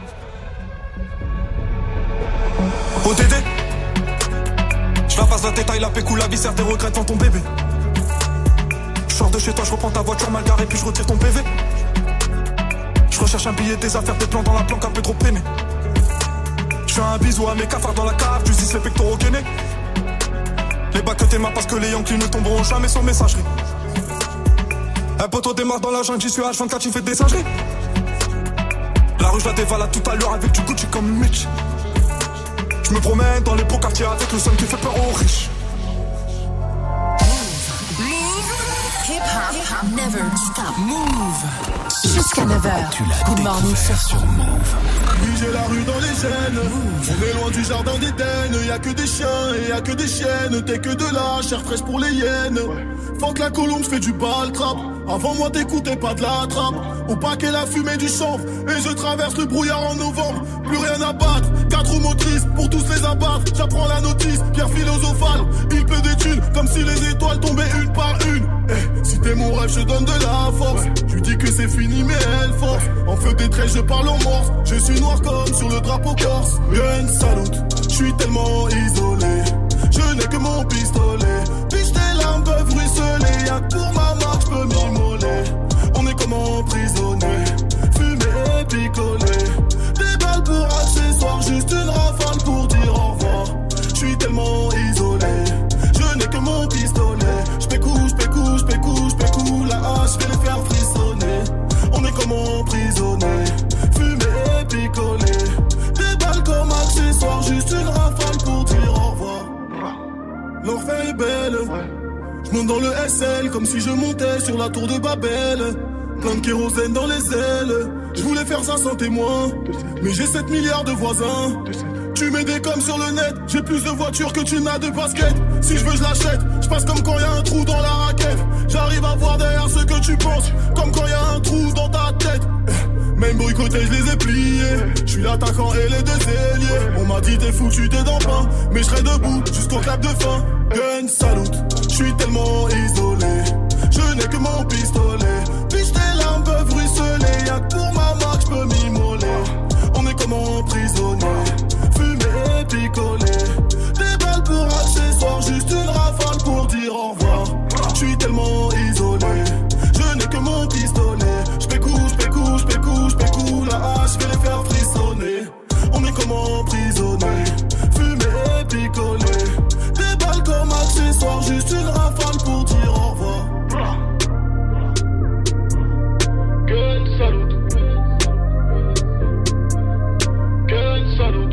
Oh Dédé, je la passe la détail, la pécou, la viscère, tes regrets devant ton bébé. Je sors de chez toi, je reprends ta voiture mal garée, puis je retire ton PV. Je recherche un billet, des affaires, des plans dans la planque, un peu trop peiné. Je fais un bisou à mes cafards dans la cave, tu dis les pectoraux gainés. Les bacs que tes mains parce que les Yankees ne tomberont jamais sur messagerie. Un poteau démarre dans la jungle, j'y suis H24, tu fais des singeries. La rue, je la dévalade tout à l'heure avec du Gucci comme Mitch. Je me promène dans les beaux quartiers avec le somme qui fait peur aux riches. Hip hop never stop. Move. Jusqu'à 9h. Good morning, sur Move. J'ai la rue dans les gènes. On est loin du jardin d'Éden. Y'a que des chiens et y'a que des chiennes. T'es que de la chair fraîche pour les hyènes. Faut que la colombe, j'fais du bal trap. Avant moi t'écoutais pas de la trappe. Au paquet la fumée du chanvre. Et je traverse le brouillard en novembre. Plus rien à battre. 4 roues motrices pour tous les abattre. J'apprends la notice, pierre philosophale. Il pleut des thunes comme si les étoiles tombaient une par une. Si t'es mon rêve, je donne de la force. Tu dis que c'est fini, mais elle force. En feu des traits, je parle en morse. Je suis noir comme sur le drapeau corse. Gun salute, je suis tellement isolé. Je n'ai que mon pistolet. Biche, tes larmes peuvent ruisseler. Y'a que pour ma marque, je peux m'immoler. On est comme emprisonnés. Fumé et picolé. Des balles pour accessoires, juste une rafale pour dire au revoir. Je suis tellement isolé. Je n'ai que mon pistolet. J'pécou, la hache, je vais les faire frissonner. On est comme emprisonnés, fumé et picolé. Des balles comme accessoires, juste une rafale pour dire au revoir. L'enfer est belle, je monte dans le SL comme si je montais sur la tour de Babel. Plein de kérosène dans les ailes, je voulais faire ça sans témoin. Mais j'ai 7 milliards de voisins. Tu mets des coms sur le net, j'ai plus de voitures que tu n'as de baskets. Si je veux, je l'achète, je passe comme quand y'a un trou dans la raquette. J'arrive à voir derrière ce que tu penses, comme quand y'a un trou dans ta tête. Même boycotté, je les ai pliés. Je suis l'attaquant et les deux ailiers. On m'a dit t'es foutu, t'es dans le pain. Mais je serai debout jusqu'au clap de fin. Gun salute, je suis tellement isolé. Je n'ai que mon pistolet. Biche, tes larmes peuvent ruisseler. Y'a que pour ma marque, je peux m'immoler. On est comme emprisonnés. Picolé. Des balles pour accessoires, juste une rafale pour dire au revoir. Je suis tellement isolé, je n'ai que mon pistolet. J'pécou, la hache, je vais les faire frissonner. On est comme emprisonnés, fumé et picolé. Des balles comme accessoires, juste une rafale pour dire au revoir. Gun salute, gun salute.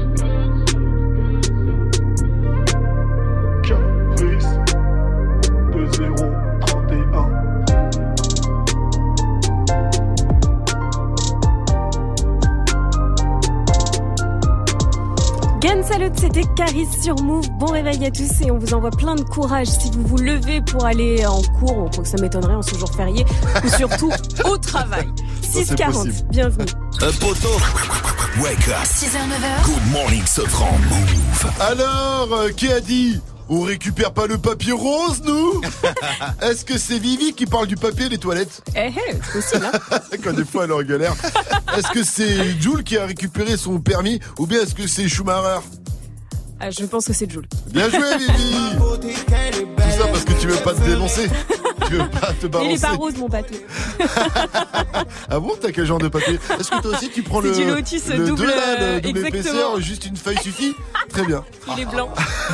Gun Salute, c'était Caris sur Move. Bon réveil à tous et on vous envoie plein de courage si vous vous levez pour aller en cours. Faut que ça m'étonnerait en ce jour férié ou surtout au travail. 6h40, bienvenue. Un poteau. Wake up. 6h, 9h. Good morning, Sofran. Move. Alors, qui a dit on récupère pas le papier rose, nous? Est-ce que c'est Vivi qui parle du papier des toilettes? C'est possible, hein. Quand des fois elle est en galère. Est-ce que c'est Jules qui a récupéré son permis ou bien est-ce que c'est Schumacher? Je pense que c'est Jules. Bien joué, Vivi. Tout ça parce que tu veux pas te dénoncer. Tu veux pas te balancer. Il est pas rose, mon papier. Ah bon, t'as quel genre de papier? Est-ce que toi aussi tu prends le du Lotus le double, 2 là, double exactement. épaisseur, juste une feuille suffit? Très bien. Il est blanc.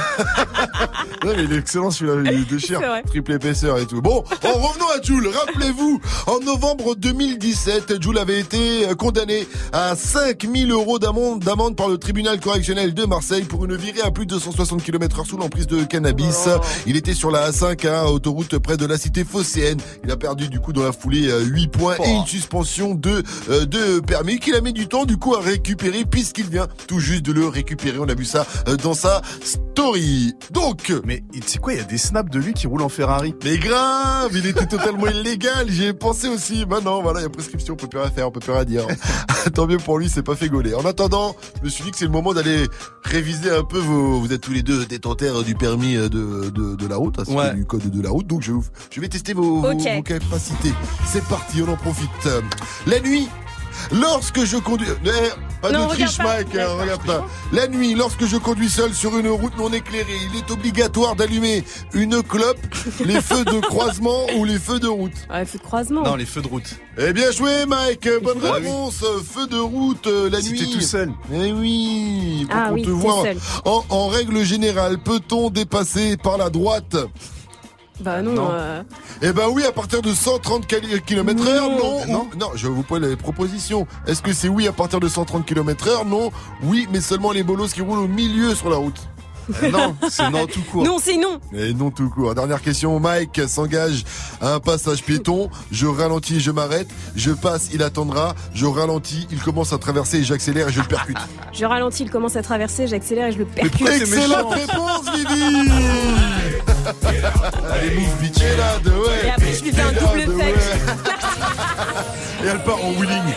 Non mais il est excellent celui-là, il déchire. C'est vrai. Triple épaisseur et tout. Bon, revenons à Jules. Rappelez-vous, en novembre 2017, Jules avait été condamné à 5 000 € d'amende par le tribunal correctionnel de Marseille pour une virée à plus de 160 km/h sous l'emprise de cannabis. Il était sur la A5, autoroute près de la cité phocéenne. Il a perdu du coup dans la foulée 8 points et une suspension de permis qu'il a mis du temps du coup à récupérer puisqu'il vient tout juste de le récupérer. On a vu ça dans sa story. Donc, mais tu sais quoi, il y a des snaps de lui qui roule en Ferrari. Mais grave, il était totalement illégal. J'y ai pensé aussi. Maintenant, voilà, il y a prescription, on peut plus rien faire, on peut plus rien dire. Tant mieux pour lui, c'est pas fait gauler. En attendant, je me suis dit que c'est le moment d'aller réviser un peu vous êtes tous les deux détenteurs du permis de la route, c'est du code de la route. Donc je vais tester vos capacités. C'est parti, on en profite. La nuit, lorsque je conduis... Pas de triche, Mike, regarde pas. La nuit, lorsque je conduis seul sur une route non éclairée, il est obligatoire d'allumer une clope, les feux de croisement ou les feux de route. Les feux de croisement. Non, les feux de route. Eh bien joué, Mike. Bonne réponse. Oui. Feu de route la nuit. Si t'es tout seul. Eh oui. Pour te voit. En règle générale, peut-on dépasser par la droite? Bah non. Eh ben oui, à partir de 130 km/h, non. Je vous pose les propositions. Est-ce que c'est oui à partir de 130 km/h? Non. Oui, mais seulement les bolos qui roulent au milieu sur la route. Non, c'est non tout court. Non, c'est non. Et non tout court. Dernière question. Mike s'engage à un passage piéton. Je ralentis, je m'arrête. Je passe, il attendra. Je ralentis, il commence à traverser et j'accélère et je le percute. Je ralentis, il commence à traverser, j'accélère et je le percute. Excellente réponse, Vivi. Allez, move bitché là, Et après, je lui fais un double fake. Et elle part en wheeling.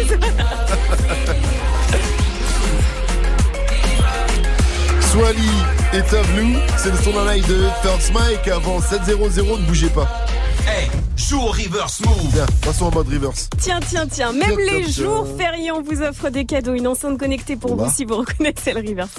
Swally et Tavlou, c'est le son d'un live de First Mike avant 7-0-0, ne bougez pas. Hey, joue au reverse move. Bien, passons en mode reverse. Tiens. Même les jours fériés, on vous offre des cadeaux. Une enceinte connectée pour vous si vous reconnaissez le reverse.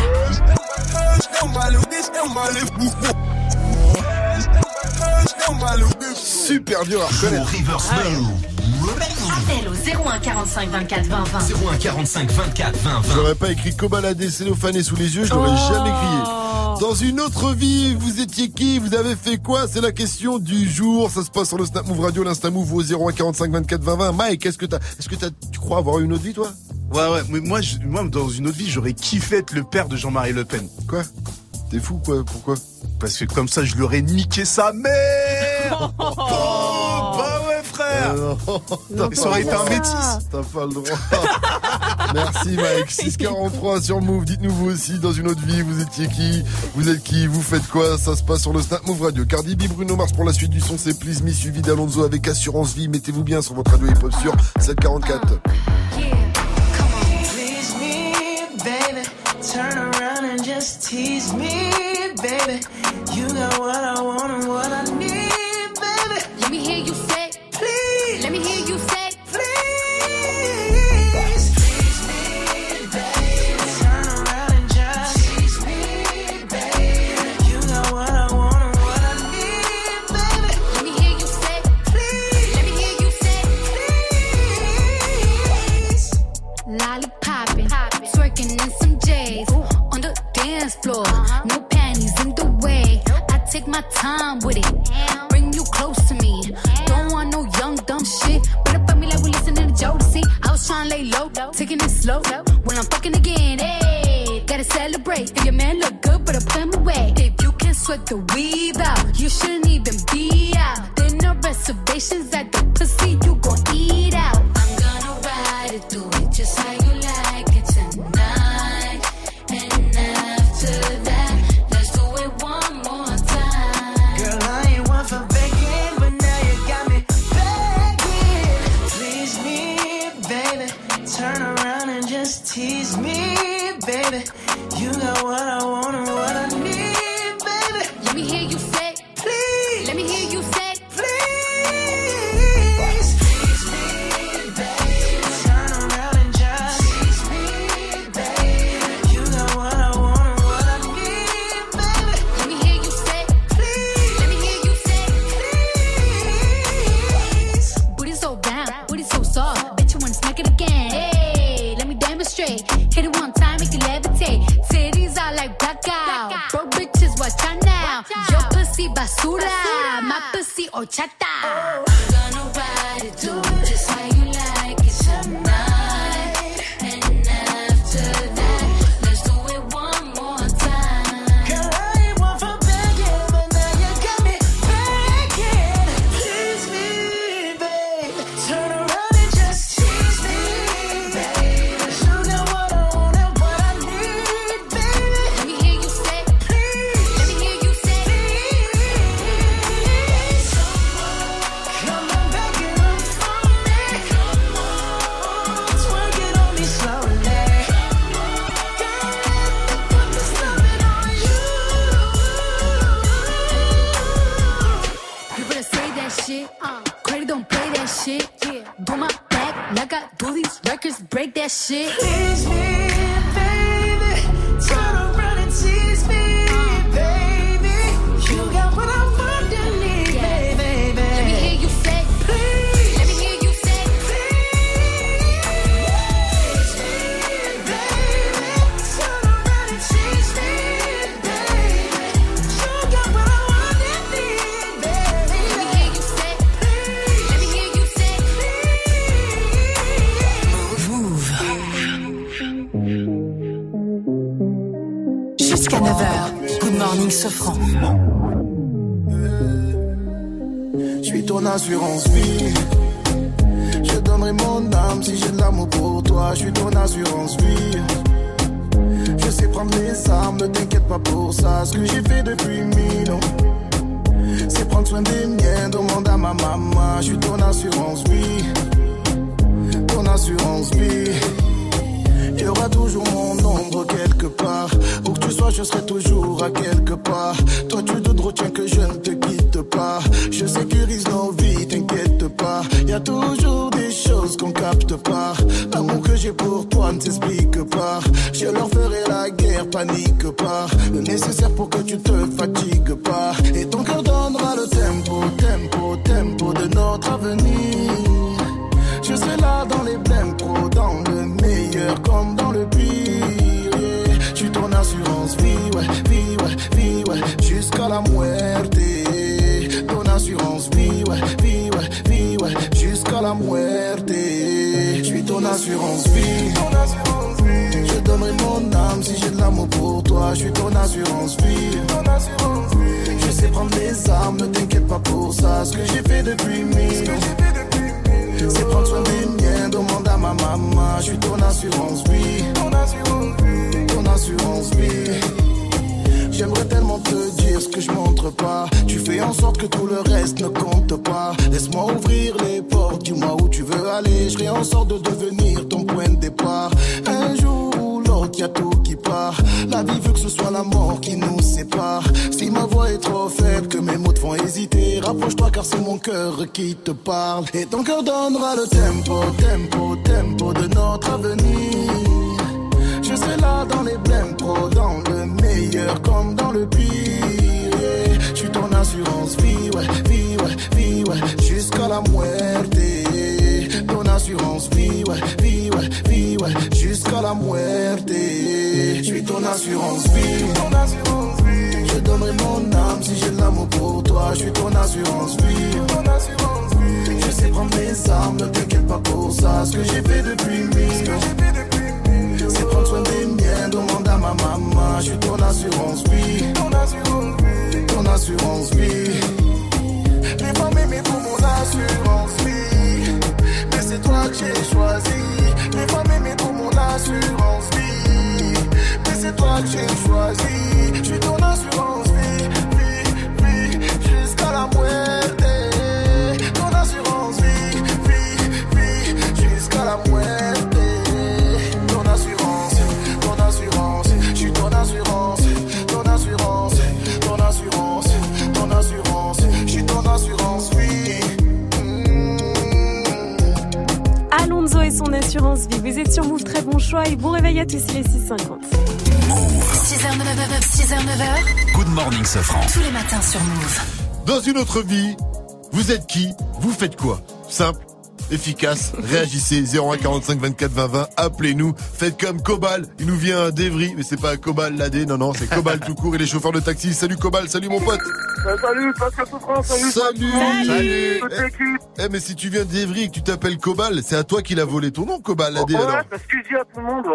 Super dur à reconnaître. Reverse move. Appel au 01 45 24 20 20. 01 45 24 20 20. J'aurais pas écrit Cobaladé cellophané sous les yeux, je l'aurais jamais crié. Dans une autre vie, vous étiez qui? Vous avez fait quoi? C'est la question du jour. Ça se passe sur le Snap Move Radio, l'Insta Move au 01 45 24 20 20. Mike, est-ce que tu crois avoir une autre vie, toi? Ouais, mais moi, dans une autre vie, j'aurais kiffé être le père de Jean-Marie Le Pen. Quoi? T'es fou, quoi? Pourquoi? Parce que comme ça, je lui aurais niqué sa mère. Bah ouais, frère. Ça aurait été un métis. T'as pas le droit. Merci, Mike. 643 sur Move. Dites-nous vous aussi, dans une autre vie, vous étiez qui? Vous êtes qui? Vous faites quoi? Ça se passe sur le Snap Move Radio. Cardi B, Bruno Mars pour la suite du son, c'est Please Me, suivi d'Alonso avec Assurance Vie. Mettez-vous bien sur votre radio hip-hop sur 744. Turn around and just tease me, baby. You got what I want and what I need, baby. Let me hear you say, please. Let me hear you say, please. Tease me, baby. Turn around and just tease me, baby. You got what I want and what I need, baby. Let me hear you say, please. Let me hear you say, please. Lollipopping, twerking in some J's on the dance floor. No panties in the way. I take my time with it. Bring you close to me. Don't want no young dumb shit. Better fuck me like we listening to Jodeci. I was trying to lay low, taking it slow. When I'm fucking again, hey, gotta celebrate. If your man look good, better put him away. If you can sweat the weave out, you shouldn't even be out. There no reservations at the pussy, you gon' eat out. I'm gonna ride it, do it just how you like it tonight. And after that, let's do it one more time. Girl, I ain't one for begging, but now you got me begging. Please me, baby. Turn around and just tease me, baby. You got what I want and what I need, baby. Let me hear you say, please. Let me hear you say, please. Please me, baby. Turn basura. My pussy horchata. Gonna ride it, do it just how you like it tonight. And after that, let's do it one more time. Girl, I ain't one for begging, but now you got me begging. Please me, babe. Turn around and just tease me, babe. You know what I want and what I need, baby. Let me hear you say, please. Let me hear you say, please. Come on back and up for me. Twerk it on me slowly. Put this loving on you. You better say that shit. Credit don't play that shit. Do my back like I do these records, break that shit. Tease me, baby. Turn around and tease me, baby. You got what I want and need, baby. Let me hear you say, Please. let me hear you say, Tease me, baby. Turn around and tease me, baby. You got what I want and need, baby. let me hear you say, let me hear you say. Jusqu'à 9h, Good Morning Sofran. Je suis ton assurance vie. Je donnerai mon âme si j'ai de l'amour pour toi. Je suis ton assurance vie. Je sais prendre les armes, ne t'inquiète pas pour ça. Ce que j'ai fait depuis 1000 ans, c'est prendre soin des miens. Demande à ma maman. Je suis ton assurance vie. Ton assurance vie. Il y aura toujours mon ombre quelque part. Où que tu sois, je serai toujours à quelque part. Toi, tu te retiens que je ne te quitte pas. Je sécurise nos vies, t'inquiète pas. Y a toujours des choses qu'on capte pas. L'amour que j'ai pour toi ne s'explique pas. Je leur ferai la guerre, panique pas. Le nécessaire pour que tu te fatigues pas. Et ton cœur donnera le tempo, tempo, tempo de notre avenir. Je serai là dans les blèmes pro, dans le meilleur comme dans le pire. Yeah. Je suis ton assurance vie, ouais, vie, ouais, vie, ouais, jusqu'à la muerte. Ton assurance vie, ouais, vie, ouais, vie, ouais, jusqu'à la muerte. Je suis ton assurance vie. Je donnerai mon âme si j'ai de l'amour pour toi. Je suis ton assurance vie. Je sais prendre les armes, ne t'inquiète pas pour ça. Ce que j'ai fait depuis 1000 ans, c'est prendre soin des miens, demande à ma maman. Je suis ton assurance vie. Ton assurance vie. J'aimerais tellement te dire ce que je montre pas. Tu fais en sorte que tout le reste ne compte pas. Laisse-moi ouvrir les portes, dis-moi où tu veux aller. Je ferai en sorte de devenir ton point de départ. Un jour ou l'autre, y'a tout qui part. La vie veut que ce soit la mort qui nous sépare. Si ma voix est trop faible, que mes mots te font hésiter, rapproche-toi car c'est mon cœur qui te parle. Et ton cœur donnera le tempo, tempo, tempo de notre avenir. Je serai là dans les blèmes pro, dans le meilleur comme dans le pire. Yeah. Je suis ton assurance vie, ouais, vie, ouais, vie, ouais, jusqu'à la muerte. Ton assurance vie, ouais, vie, ouais, vie, ouais, jusqu'à la muerte. Je suis ton assurance vie. Je donnerai mon âme si j'ai de l'amour pour toi. Je suis ton assurance vie. Je sais prendre les armes, ne t'inquiète pas pour ça. Ce que j'ai fait depuis 1000 ans, c'est prendre soin des miens, demande à ma maman. Je suis ton assurance vie. Ton assurance vie. Les femmes aimées pour mon assurance vie. Mais c'est toi que j'ai choisi. Les femmes aimées pour mon assurance vie. Mais c'est toi que j'ai choisi. Je suis ton assurance vie, vie, vie, jusqu'à la muerte. Ton assurance vie, vie, vie, jusqu'à la muerte. Ton assurance, je suis ton assurance, ton assurance, ton assurance, ton assurance, je suis ton assurance vie. Alonso et son assurance vie. Vous êtes sur Move, très bon choix et bon réveil à tous, il est 6h50. 6h, 9h. Good Morning Sofran. Tous les matins sur Move. Dans une autre vie, vous êtes qui? Vous faites quoi? Simple. efficace. Réagissez 01 45 24 20 20. Appelez-nous. Faites comme Cobal. Il nous vient d'Evry, mais c'est pas Cobal Ladé. Non, c'est Cobal tout court. Il est chauffeur de taxi. Salut Cobal. Salut mon pote. Salut Pascal Souffrance. Salut. Mais si tu viens d'Evry et que tu t'appelles Cobal, c'est à toi qu'il a volé ton nom, Cobal Ladé. Ouais, alors. parce que je dis à tout le monde.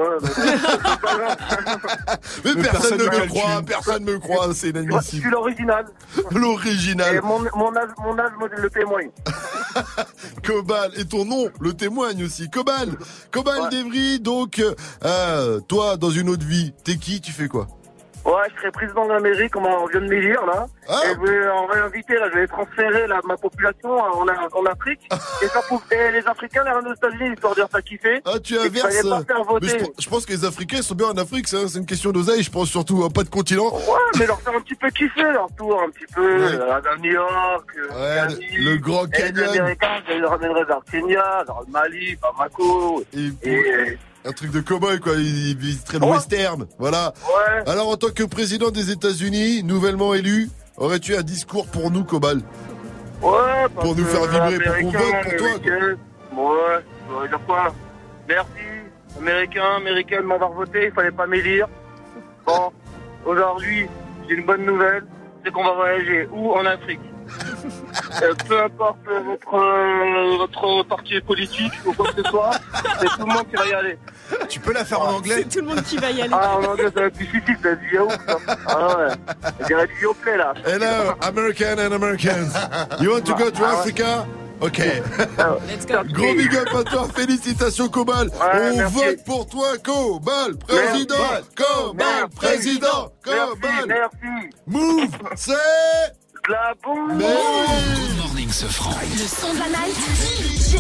Mais personne ne me croit. Personne me croit. C'est inadmissible. Je suis l'original. L'original. Et mon âge le témoigne. Cobal. Et ton nom le témoigne aussi. Cobal d'Evry. Donc, toi, dans une autre vie, t'es qui? Tu fais quoi? Ouais, je serai président de la mairie, comme on vient de m'élire, là. Ah. Et je vais en réinviter, là, je vais transférer ma population en Afrique. Et les Africains, les reines aux États-Unis, histoire de faire kiffer. Ah, tu inverses. Mais je pense que les Africains sont bien en Afrique, c'est une question d'oseille, je pense surtout, pas de continent. Ouais, mais leur faire un petit peu kiffer, leur tour, un petit peu, à New York, le Grand Canyon. Les Américains, je les ramènerai vers Kenya, vers le Mali, Bamako. Et un truc de cowboy, quoi. Il visiterait le western. Voilà. Ouais. Alors, en tant que président des États-Unis, nouvellement élu, aurais-tu un discours pour nous, Cobal? Ouais, pour nous faire vibrer, pour qu'on vote pour toi, quoi. Ouais, je vais dire quoi? Merci, Américains de m'avoir voté, il fallait pas m'élire. Bon, aujourd'hui, j'ai une bonne nouvelle, c'est qu'on va voyager où? En Afrique. Peu importe votre parti politique ou quoi que ce soit, c'est tout le monde qui va y aller. Tu peux la faire en anglais? C'est tout le monde qui va y aller. Ah, en anglais, ça va être difficile, ça va être du yaourt, ça. Ah ouais, je dirais du Yoplait, là. Hello, American and Americans. You want to go to Africa? Ok. Let's go. Gros big up à toi, félicitations Cobal. On merci. vote pour toi, Cobal, président. Cobal, président. Cobal. Merci. Move, c'est la boum. Good morning, ce franc. Le son de la night. DJ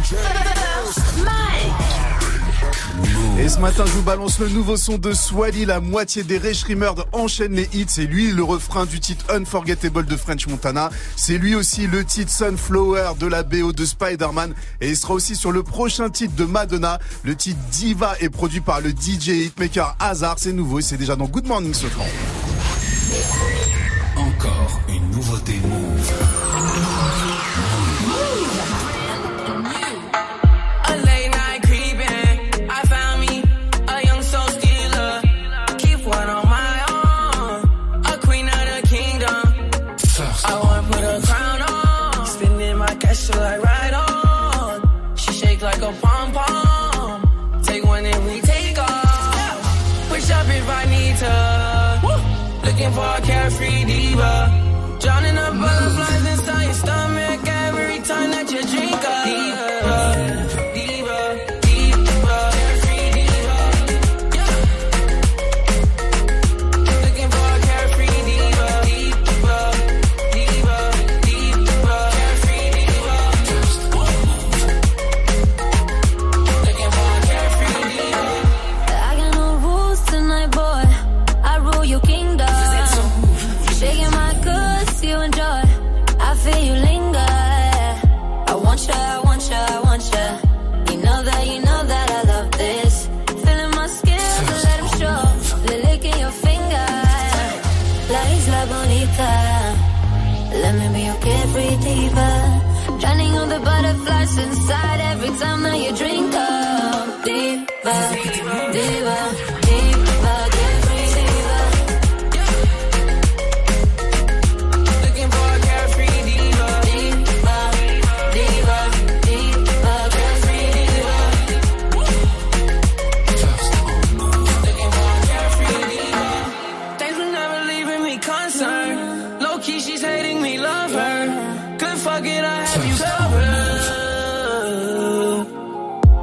Mike. Et ce matin, je vous balance le nouveau son de Swally. La moitié des Reshrimerd enchaînent les hits. C'est lui le refrain du titre Unforgettable de French Montana. C'est lui aussi le titre Sunflower de la BO de Spider-Man. Et il sera aussi sur le prochain titre de Madonna. Le titre Diva est produit par le DJ hitmaker Hazard. C'est nouveau et c'est déjà dans Good Morning ce franc. Encore une nouveauté Move. Like right on, she shake like a pom pom. Take one and we take off. Push up if I need to. Looking for a carefree diva. Drowning the butterflies inside your stomach every time that you drink up. Diva, diva, diva, carefree diva. Looking for a carefree diva, diva, diva, diva, carefree diva. Looking for a carefree diva. I got no rules tonight, boy. I rule your kingdom. Shaking my goods, you enjoy. I feel you linger. I want ya, I want ya, I want ya. You know that I love this. Feeling my skin, so let him show. The lick in your finger. La isla bonita. Let me be your carefree diva. Drowning on the butterflies inside every time that you drink up. Diva, diva, diva, carefree diva. Looking for a carefree diva. Diva, diva, diva, carefree diva. Looking for a carefree diva. Things were never leaving me concerned. Low key, she's hating me, love her. Good fuck it, I have you covered.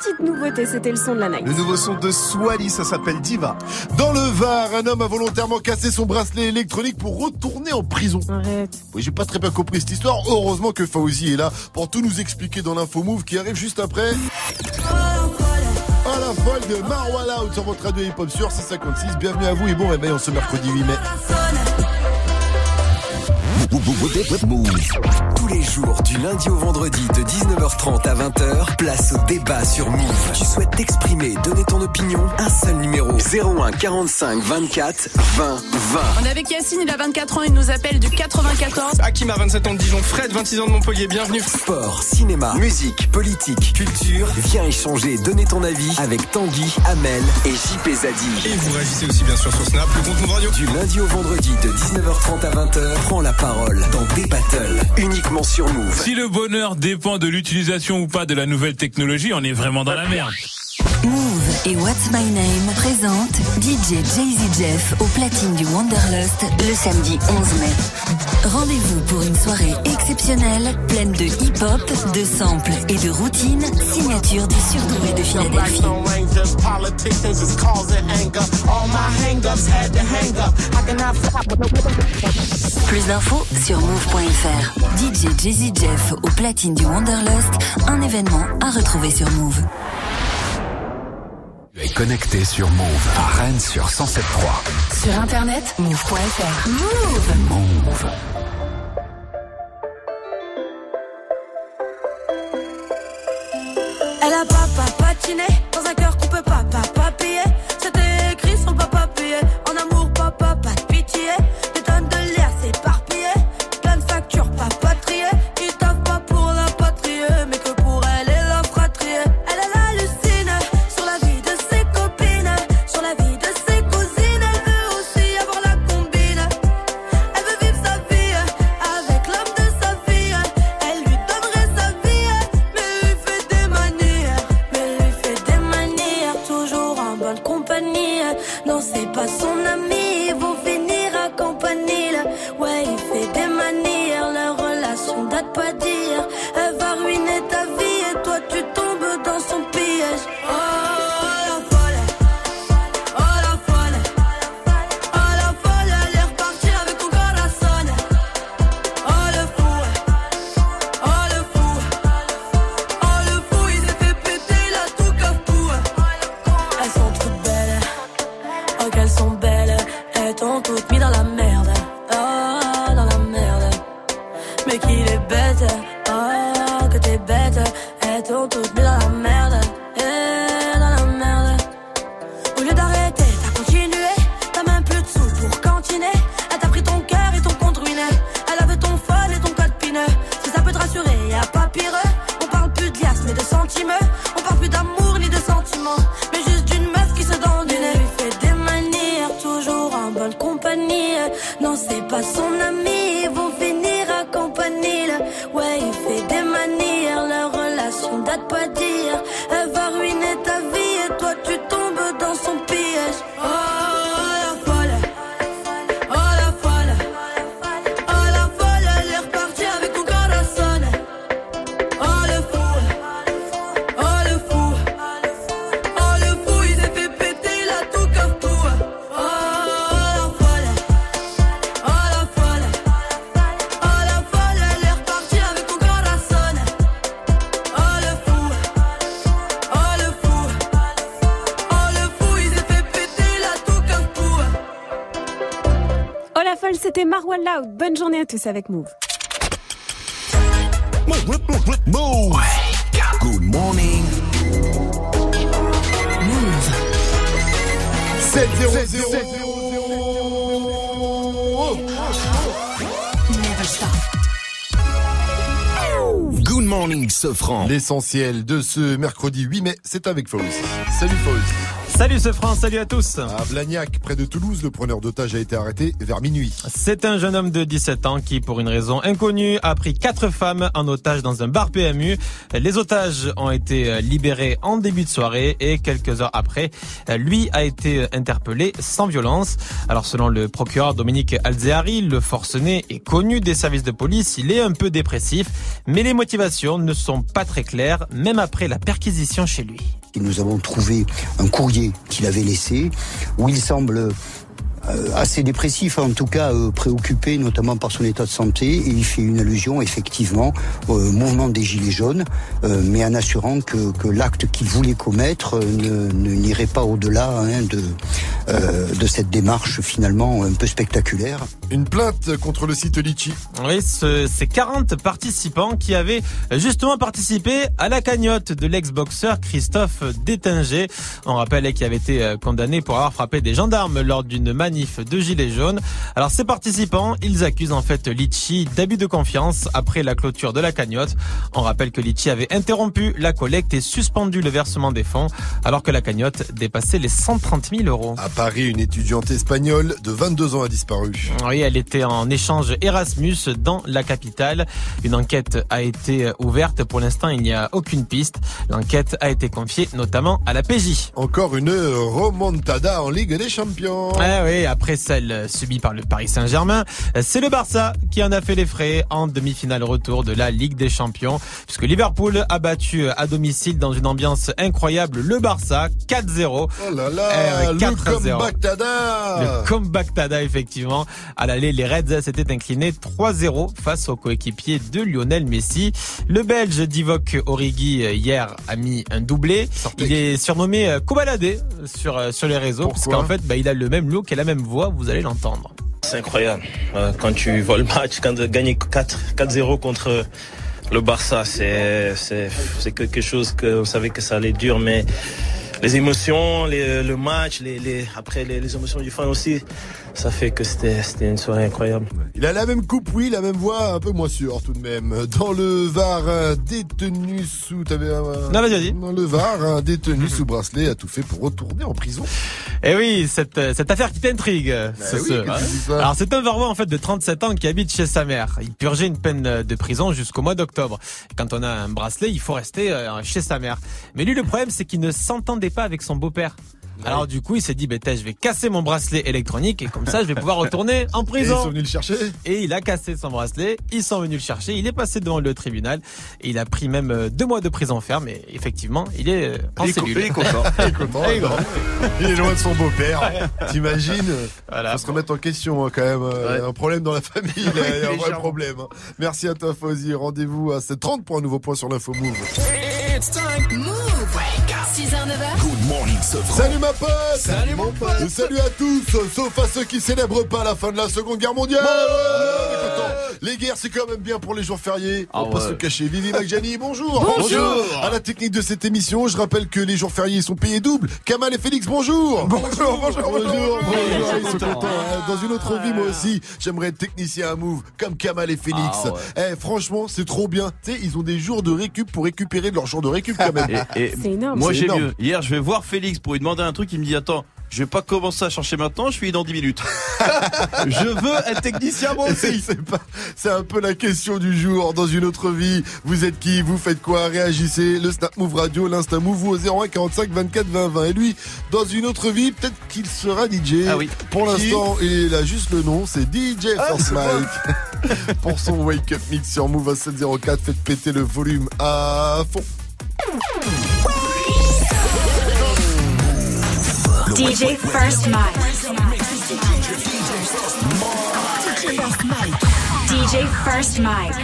petite nouveauté, c'était le son de la night. Le nouveau son de Swally, ça s'appelle Diva. Dans le Var, un homme a volontairement cassé son bracelet électronique pour retourner en prison. Arrête. Oui, j'ai pas très bien compris cette histoire. Heureusement que Fauzi est là pour tout nous expliquer dans l'info Move qui arrive juste après. À la folle de Marwa Loud sur votre radio hip-hop sur C56. Bienvenue à vous et bon réveil en ce mercredi 8 mai. Tous les jours, du lundi au vendredi, de 19h30 à 20h, place au débat sur Move. Tu souhaites t'exprimer, donner ton opinion? Un seul numéro, 01 45 24 20 20. On est avec Yacine, il a 24 ans, il nous appelle du 94. Hakim a 27 ans de Dijon, Fred, 26 ans de Montpellier, bienvenue. Sport, cinéma, musique, politique, culture, viens échanger, donner ton avis avec Tanguy, Amel et JP Zadi. Et vous réagissez aussi bien sûr sur Snap, le compte Move Radio. Du lundi au vendredi, de 19h30 à 20h, prends la parole dans des battles, uniquement sur Move. Si le bonheur dépend de l'utilisation ou pas de la nouvelle technologie, on est vraiment dans la merde. Move et What's My Name présentent DJ Jay-Z Jeff au platine du Wanderlust le samedi 11 mai. Rendez-vous pour une soirée exceptionnelle, pleine de hip-hop, de samples et de routines, signature du surdoué de Philadelphie. Plus d'infos sur move.fr. DJ Jay-Z Jeff au platine du Wanderlust, un événement à retrouver sur Move. Tu es connecté sur Move à Rennes sur 107.3. Sur internet, move.fr. Move. Move. Elle a pas patiné dans un cœur qu'on peut pas payer. C'était écrit son papa payé. En amour, papa, pas de pitié. Des tonnes de liasses éparpillées. Plein de factures pas patriées. Qui taffent pas pour la patrie, mais que pour elle et la fratrie. Elle hallucine sur la vie de ses copines, sur la vie de ses cousines. Elle veut aussi avoir la combine. Elle veut vivre sa vie avec l'homme de sa vie. Elle lui donnerait sa vie, mais lui fait des manières. Toujours en bonne compagnie. Non, c'est pas son ami, ils vont finir à campanile. Ouais, il fait des manières, leur relation date pas d'hier. Elle va ruiner ta vie et toi tu tombes dans son piège. Oh la folle, oh la folle, oh la folle, elle est repartie avec ton corazon. Oh le fou, oh le fou, oh le fou, il s'est fait péter la tout cafou. Elles sont toutes belles, oh qu'elles sont belles, elles t'ont toutes mis dans la merde, oh dans la merde. Mais qu'il est bête, oh que t'es bête, elles t'ont toutes mis dans la merde, dans la merde. Au lieu d'arrêter, t'as continué, t'as même plus de sous pour cantiner. Elle t'a pris ton cœur et ton compte ruiné, elle avait ton folle et ton code pineux. Si ça peut te rassurer, y'a pas pire. On parle plus de liasses mais de sentiments. On parle plus d'amour ni de sentiments, mais juste d'une meuf qui se donne du nez. Il fait des manières, toujours en bonne compagnie. Non, c'est pas son ami, ils vont finir à campanile. Ouais, il fait des manières, leur relation date pas d'hier. Elle va ruiner ta vie et toi tu tombes dans son piège. Oh la folle, oh la folle, oh la folle, elle est repartie avec ton corazon. Oh le fou, oh le fou, oh le fou, il s'est fait péter la tout cafou. Oh la folle, oh la folle, oh la folle, elle est repartie avec ton corazon. Oh le fou, oh le fou, oh le fou, il s'est fait péter la tout cafou. Oh la folle, c'était Marwa Loud. Bonne journée à tous avec Move. Move. Good morning. Move. 7-0-0. Never stop. Good morning, Sofran. L'essentiel de ce mercredi 8 mai, c'est avec Fauzi. Salut Fauzi. Salut ce France, salut à tous. À Blagnac, près de Toulouse, le preneur d'otages a été arrêté vers minuit. C'est un jeune homme de 17 ans qui, pour une raison inconnue, a pris 4 femmes en otage dans un bar PMU. Les otages ont été libérés en début de soirée et quelques heures après, lui a été interpellé sans violence. Alors selon le procureur Dominique Alzehari, le forcené est connu des services de police, il est un peu dépressif, mais les motivations ne sont pas très claires, même après la perquisition chez lui. Nous avons trouvé un courrier qu'il avait laissé où il semble assez dépressif, en tout cas préoccupé notamment par son état de santé, et il fait une allusion effectivement au mouvement des Gilets jaunes, mais en assurant que l'acte qu'il voulait commettre n'irait pas au-delà de cette démarche finalement un peu spectaculaire. Une plainte contre le site Litchi. Oui, c'est 40 participants qui avaient justement participé à la cagnotte de l'ex-boxeur Christophe Détinger. On rappelle qu'il avait été condamné pour avoir frappé des gendarmes lors d'une manif de Gilets jaunes. Alors ces participants, ils accusent en fait Litchi d'abus de confiance après la clôture de la cagnotte. On rappelle que Litchi avait interrompu la collecte et suspendu le versement des fonds alors que la cagnotte dépassait les 130 000 euros. À Paris, une étudiante espagnole de 22 ans a disparu. Oui, elle était en échange Erasmus dans la capitale. Une enquête a été ouverte. Pour l'instant, il n'y a aucune piste. L'enquête a été confiée notamment à la PJ. Encore une remontada en Ligue des Champions. Ah oui, après celle subie par le Paris Saint-Germain, c'est le Barça qui en a fait les frais en demi-finale retour de la Ligue des Champions, puisque Liverpool a battu à domicile dans une ambiance incroyable le Barça 4-0. Oh là là, 4-0. Le comeback Tada. Le comeback Tada, effectivement. À l'aller, les Reds s'étaient inclinés 3-0 face au coéquipier de Lionel Messi. Le Belge Divock Origi hier a mis un doublé. Il est surnommé Kobalade sur les réseaux. Pourquoi? Parce qu'en fait, il a le même look et la même voix, vous allez l'entendre. C'est incroyable. Quand tu vois le match, quand tu gagnes 4-0 contre le Barça, c'est quelque chose que on savait que ça allait dur, mais les émotions, le match, après les émotions du fan aussi, ça fait que c'était une soirée incroyable. Il a la même coupe, oui, la même voix, un peu moins sûr tout de même. Dans le Var, un détenu sous... Non, vas-y. Dans le Var, un détenu sous bracelet a tout fait pour retourner en prison. Eh oui, cette affaire qui t'intrigue. Alors c'est un Varois en fait de 37 ans qui habite chez sa mère. Il purgeait une peine de prison jusqu'au mois d'octobre. Quand on a un bracelet, il faut rester chez sa mère. Mais lui, le problème, c'est qu'il ne s'entendait pas avec son beau-père. Alors du coup il s'est dit je vais casser mon bracelet électronique et comme ça je vais pouvoir retourner en prison. Et ils sont venus le chercher. Et il a cassé son bracelet, ils sont venus le chercher, il est passé devant le tribunal et il a pris même 2 mois de prison ferme et effectivement il est en cellule. Il est content. Il est loin de son beau-père. T'imagines? Faut se remettre en question quand même. Un problème dans la famille, il y a un vrai problème. Merci à toi Fauzi. Rendez-vous à 7h30 pour un nouveau point sur l'info Move. It's time. Move. 6h, 9h. Good morning, Sofran. Salut ma pote. Salut mon pote. Et salut à tous, sauf à ceux qui célèbrent pas la fin de la Seconde Guerre mondiale. Les guerres, c'est quand même bien pour les jours fériés. On peut se cacher. Vivi Magjani, bonjour. Bonjour. À la technique de cette émission, je rappelle que les jours fériés sont payés double. Kamal et Félix, bonjour. Bonjour. Ils sont contents. Dans une autre vie, moi aussi, j'aimerais être technicien à Move, comme Kamal et Félix. Franchement, c'est trop bien. Tu sais, ils ont des jours de récup pour récupérer de leurs jours de récup quand même. C'est énorme. Moi, j'ai mieux. Hier, je vais voir Félix pour lui demander un truc. Il me dit, attends, je vais pas commencer à chercher maintenant, je suis dans 10 minutes. Je veux être technicien moi aussi. C'est un peu la question du jour. Dans une autre vie, vous êtes qui? Vous faites quoi? Réagissez. Le Snap Move Radio, l'Insta Move au 01 45 24 20 20. Et lui, dans une autre vie, peut-être qu'il sera DJ. Ah oui. Pour l'instant, il a juste le nom, c'est DJ First Mike. Pour son Wake Up Mix sur Move à 704, faites péter le volume à fond. DJ First Mike. DJ First Mike.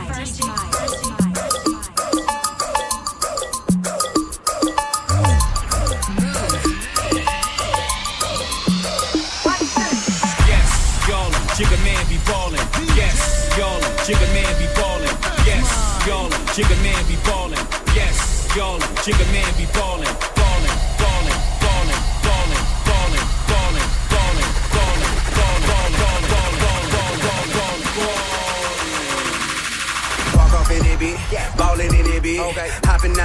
Jigga man be ballin', yes, y'all. Jigga man be ballin', yes, y'all. Jigga man be ballin', yes, y'all. Jigga man be ballin', ballin', ballin', ballin', ballin', ballin', ballin', ballin', ballin', ballin', ballin'. Walk off in it, bitch, ballin' in it, bitch. Hoppin' out the Lambo,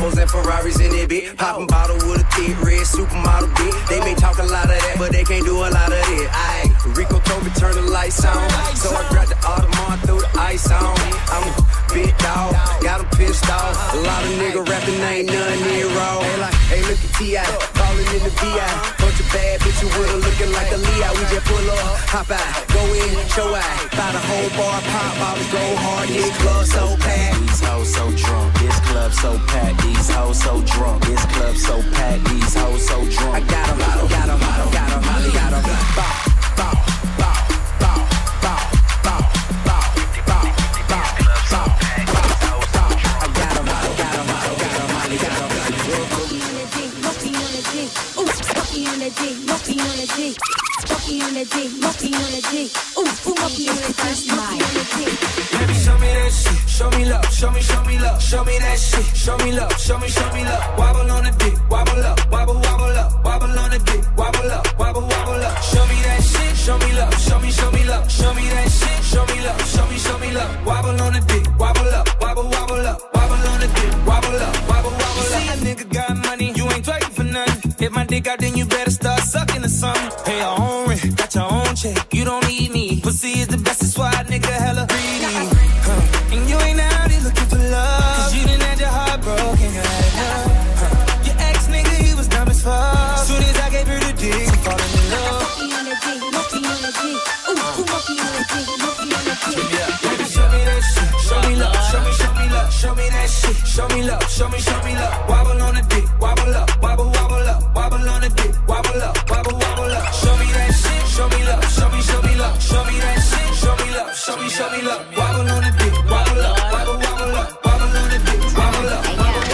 Lambos and Ferraris in it, bitch. Poppin' bottle with a thick red supermodel, bitch. They may talk a lot of that, but they can't do a lot of it. Aight, Rico told me turn the lights on, so I grabbed the Audemars, threw the ice on. I'm a big dog, got him pissed off. A lot of nigga rapping, ain't none near raw. Hey, look at T.I., ballin' in the V.I. Bunch of bad bitches with her looking like a Leo. We just pull up, hop out, go in, show out. Buy the whole bar, pop bottles, go hard. This club so packed. These hoes so drunk. This club so packed. These hoes so drunk. This club so packed. These hoes so drunk. I got 'em, got 'em, got 'em, got 'em, got 'em. Bow, bow, bow, bow, bow, bow, bow, bow, bow, bow. I got 'em, got 'em, got 'em, got 'em, got 'em. Monkey on the dick, monkey on the dick, monkey on the dick, monkey on the dick, monkey on the dick, monkey on the dick. Baby, show me that shit, show me love, show me love, show me that shit, show me love, show me love. Wobble on the dick, wobble up, wobble up, wobble on the dick, wobble up, wobble up. Show me that shit, show me love, show me love, show me that shit, show me love, show me love. Wobble on the dick, wobble up, wobble up, wobble on the dick, wobble up, wobble up. You see a nigga got money, you ain't twerking for nothing. If my dick out, then you better start sucking or something. Pay your own rent, got your own check, you don't need me. Pussy is the best, that's why a nigga hella greedy. And you ain't out here looking for love, cause you done had your heart broken, you had enough. Your ex nigga, he was dumb as fuck. Soon as I gave her the dick, he falling in love. Monkey on the dick, monkey on the dick, monkey on the dick, monkey on the dick. Baby, show me that shit, show me love, show me love, show me that shit, show me love, show me love. Wobble on the dick, wobble up, wobble up, wobble on the dick, wobble up, wobble up. Show me that shit, show me love, show me love, show me that shit, show me love, show me love. Wobble on the dick, wobble up, wobble up, wobble on the dick, wobble up, wobble up.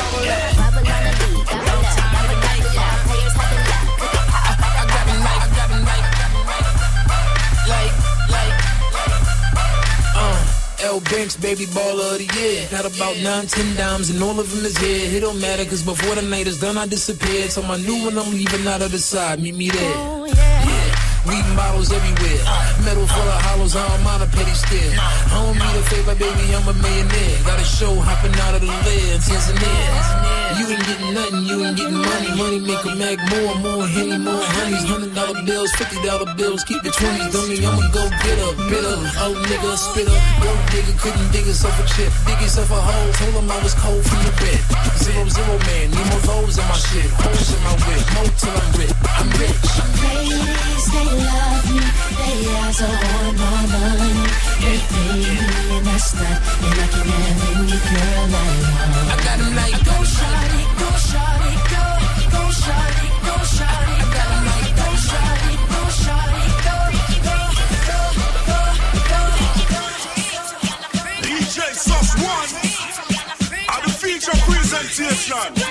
L Banks, baby baller of the year. Got about 9-10 dimes and all of them is here. It don't matter cause before the night is done I disappeared. So my new one I'm leaving out of the side. Meet me there. Weed bottles everywhere. Metal full of hollows, I don't mind a petty stare. I don't need a favor, baby, I'm a millionaire. Got a show hopping out of the lid, Tanzania. You ain't getting nothing, you ain't getting money. Money make a mag more Henny, more honeys. $100 bills, $50 bills, keep the 20s. Dummy, I'ma go get up, bitter. Old nigga, spitter. Old nigga couldn't dig himself a chip. Dig himself a hole, told him I was cold from the bed. 0-0 man, need more holes in my shit. Holes in my whip, more till I'm rich. I'm rich. Ladies, they love me, they also want more money. They pay me and that's not, and I can have any girl I want. I got them like, go shawty, go shawty, go, go shawty, go shawty. I got them like, go shawty, go shawty, go, go, go, go, go. DJ Sus One, at the feature presentation.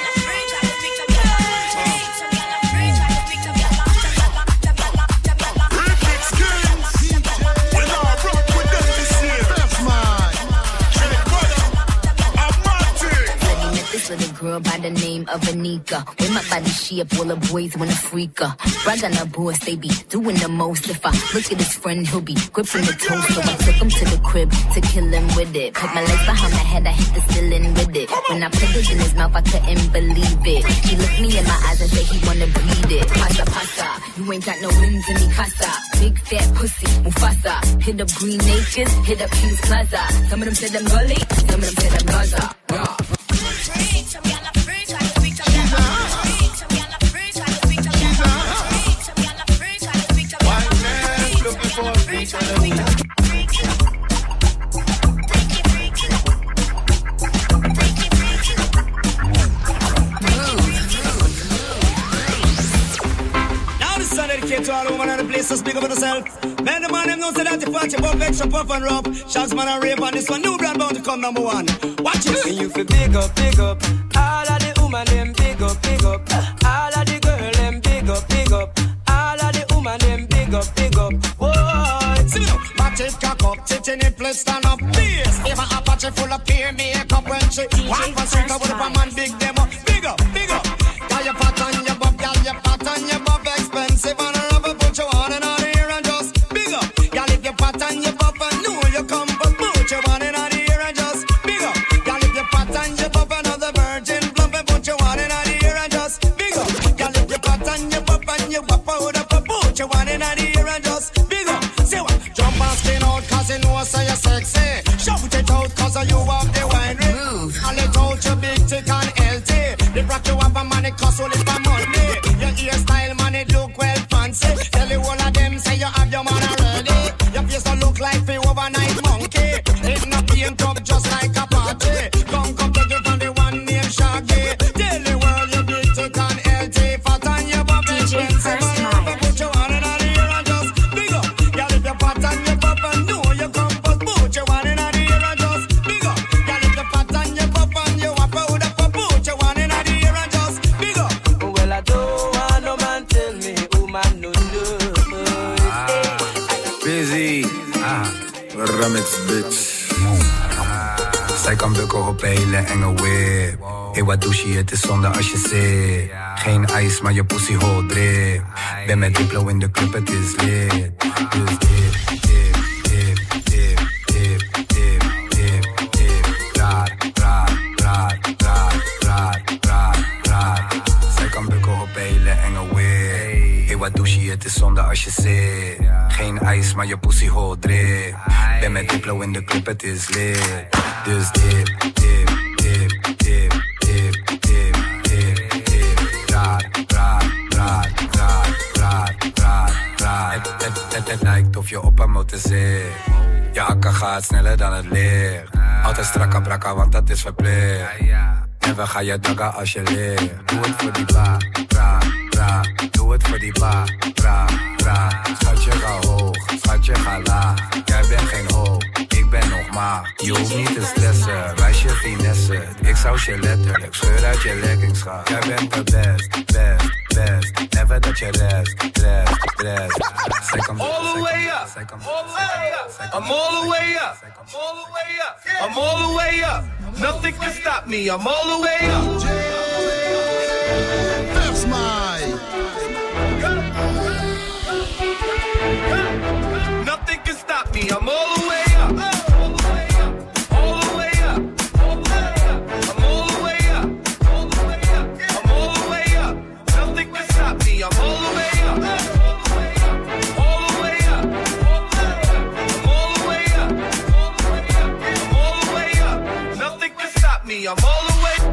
Little girl by the name of Anika. With my body shape, all the boys wanna freak her. Brag on her boss, they be doing the most. If I look at his friend, he'll be gripping the toast. So I took him to the crib to kill him with it. Put my legs behind my head, I hit the ceiling with it. When I put it in his mouth, I couldn't believe it. He looked me in my eyes and said he wanna breathe it. Pasa, pasa, you ain't got no wings in me casa. Big fat pussy, Mufasa. Hit up Green Acres, hit up King's Plaza. Some of them said I'm gully, some of them said I'm Gaza. Yeah. To all women and the place to speak up for yourself. Man, the man them know say that if watch your buff extra puff and rough. Shots man and rape on this one, new brand bound to come number one. Watch it. And you feel big up, all of the woman them big up, all of the girl them big up, all of the woman them big up. Whoa, see me now, match it, cock up, titty nipple stand up, please. If a Apache full of peer makeup when she walk for street, I would have a man big them up, big up. Got your pot on your buff, got your pot on your buff, expensive and put your one in the ear and just big up. Y'all if your pot and your pop and know you come, but put your one in the ear and just big up. Y'all if your pot and your pop another virgin plump and put Remix, bitch. Zij kan bukken op een hele enge whip. Hey, wat douche, het is zonde als je zit. Geen ijs, maar je pussy hol drip. Ben met Diplo in de club, het is lit. Dus dip, dip, dip, dip, dip, dip, dip, dip. Raar, raar, raar, raar, raar, raar, raar. Zij kan bukken op een hele enge whip. Hey, wat douche, het is zonde als je zit. Geen ijs, maar je pussy hol drip. Ben met Diplo in de club, het is lit. Dus dip, dip, dip, dip, dip, dip, dip, dip. Raar, raar, raar, raar, raar, raar, raar. Het lijkt of je op een motor zit. Je akka gaat sneller dan het licht. Altijd strakka brakka, want dat is verplicht. En we gaan je daggen als je ligt. Doe het voor die ba, bra, bra. Doe het voor die ba, bra, bra. Schatje ga hoog, schatje ga laag. Jij bent geen hoog, ik ben nog maar. Je hoeft niet te stressen, wijs je finesse. Ik zou je letterlijk scheur uit je leggings gaan. Jij bent de best, best, best. Never dat je rest. All the way up, all the way up. I'm all the way up, all the way up. I'm all the way up. Nothing can stop me. I'm all the way up. That's my. Nothing can stop me. I'm all the way up. All the way up. All the way up. All the way up. I'm all the way up. All the way up. I'm all the way up. Nothing can stop me. I'm all the way up. All the way up. I'm all the way up. I'm all the way up. Nothing can stop me. I'm all the way.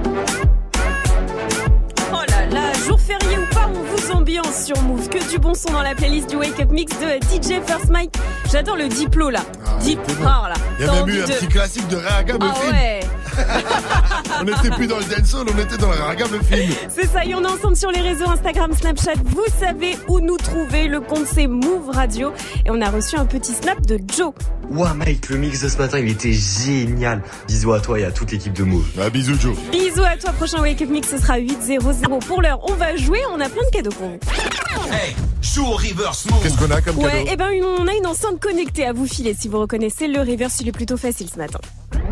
Oh là là, jour férié ou pas, on vous ambiance sur Move. Que du bon son dans la playlist du Wake Up Mix de DJ First Mike. J'adore le Diplo là. Diplo là. Il y a même eu un petit classique de Raga Muffin. Ouais. On n'était plus dans le dancehall, on était dans le Raga Muffin. C'est ça, et on est ensemble sur les réseaux Instagram, Snapchat. Vous savez où nous trouver. Le compte c'est Move Radio. Et on a reçu un petit snap de Joe. Ouah mec, le mix de ce matin il était génial. Bisous à toi et à toute l'équipe de Move. Bisous Joe. Bisous à toi, prochain Wake Up Mix ce sera 8-0-0. Pour l'heure on va jouer, on a plein de cadeaux pour vous. Hey, joue au reverse move. Qu'est-ce qu'on a comme cadeau? Ouais, et ben on a une enceinte connectée à vous filer. Si vous reconnaissez le reverse, il est plutôt facile ce matin.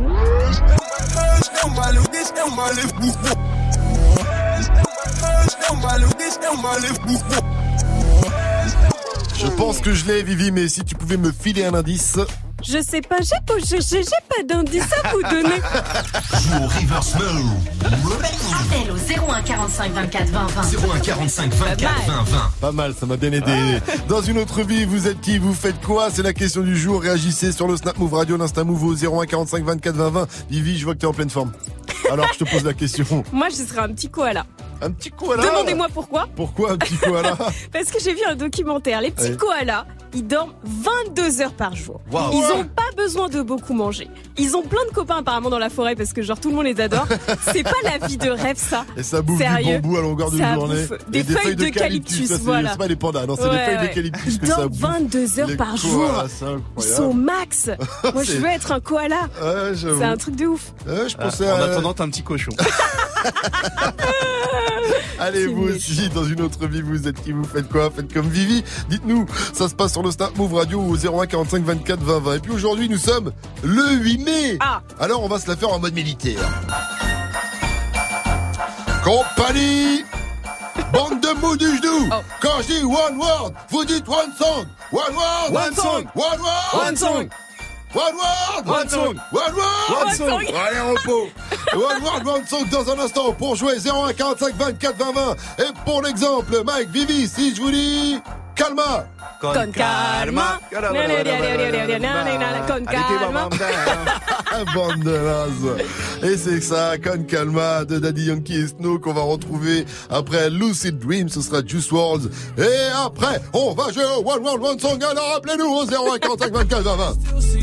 Je pense que je l'ai, Vivi, mais si tu pouvais me filer un indice. Je sais pas, j'ai pas d'indice à vous donner. Joue au reverse move. Appel au 01 45 24 20 20. 01 45 24 20 20. Pas mal, ça m'a bien aidé. Dans une autre vie, vous êtes qui? Vous faites quoi? C'est la question du jour. Réagissez sur le Snap Move Radio, l'Insta Move au 01 45 24 20 20. Vivi, je vois que t'es en pleine forme. Alors, je te pose la question. Moi, je serais un petit koala. Un petit koala? Demandez-moi pourquoi. Pourquoi un petit koala? Parce que j'ai vu un documentaire. Les petits koalas, ils dorment 22 heures par jour. Wow. Ils ont pas besoin de beaucoup manger. Ils ont plein de copains apparemment dans la forêt parce que genre tout le monde les adore. C'est pas la vie de rêve ça. Et ça bouffe Sérieux. du bambou à longueur de journée. Des feuilles d'eucalyptus, voilà. C'est pas les pandas, non, c'est les feuilles d'eucalyptus que ça bouffe. Ils dorment 22 heures par jour. Ils sont max. Moi je veux être un koala. C'est un truc de ouf. Je pensais en attendant, t'es un petit cochon. Allez, vous aussi, dans une autre vie, vous êtes qui? Vous faites quoi? Faites comme Vivi. Dites-nous, ça se passe sur le Snap Move Radio au 01 45 24 20 20. Et puis aujourd'hui, nous sommes le 8 mai. Alors, on va se la faire en mode militaire. Compagnie, bande de mous du genou. Quand je dis one word, vous dites one song. One word, One song. One word, One song. One word, One song. One word, One song. Allez, repos. One word, one song dans un instant pour jouer 01 45 24 20 20. Et pour l'exemple, Mike, Vivi, si je vous dis calma. Con calma. Con calma. Bande de naze. Et c'est ça, Con calma de Daddy Yankee et Snow qu'on va retrouver après Lucid Dream, ce sera Juice WRLD. Et après, on va jouer au One World One Song. Alors appelez-nous au 01 45 24 20 20.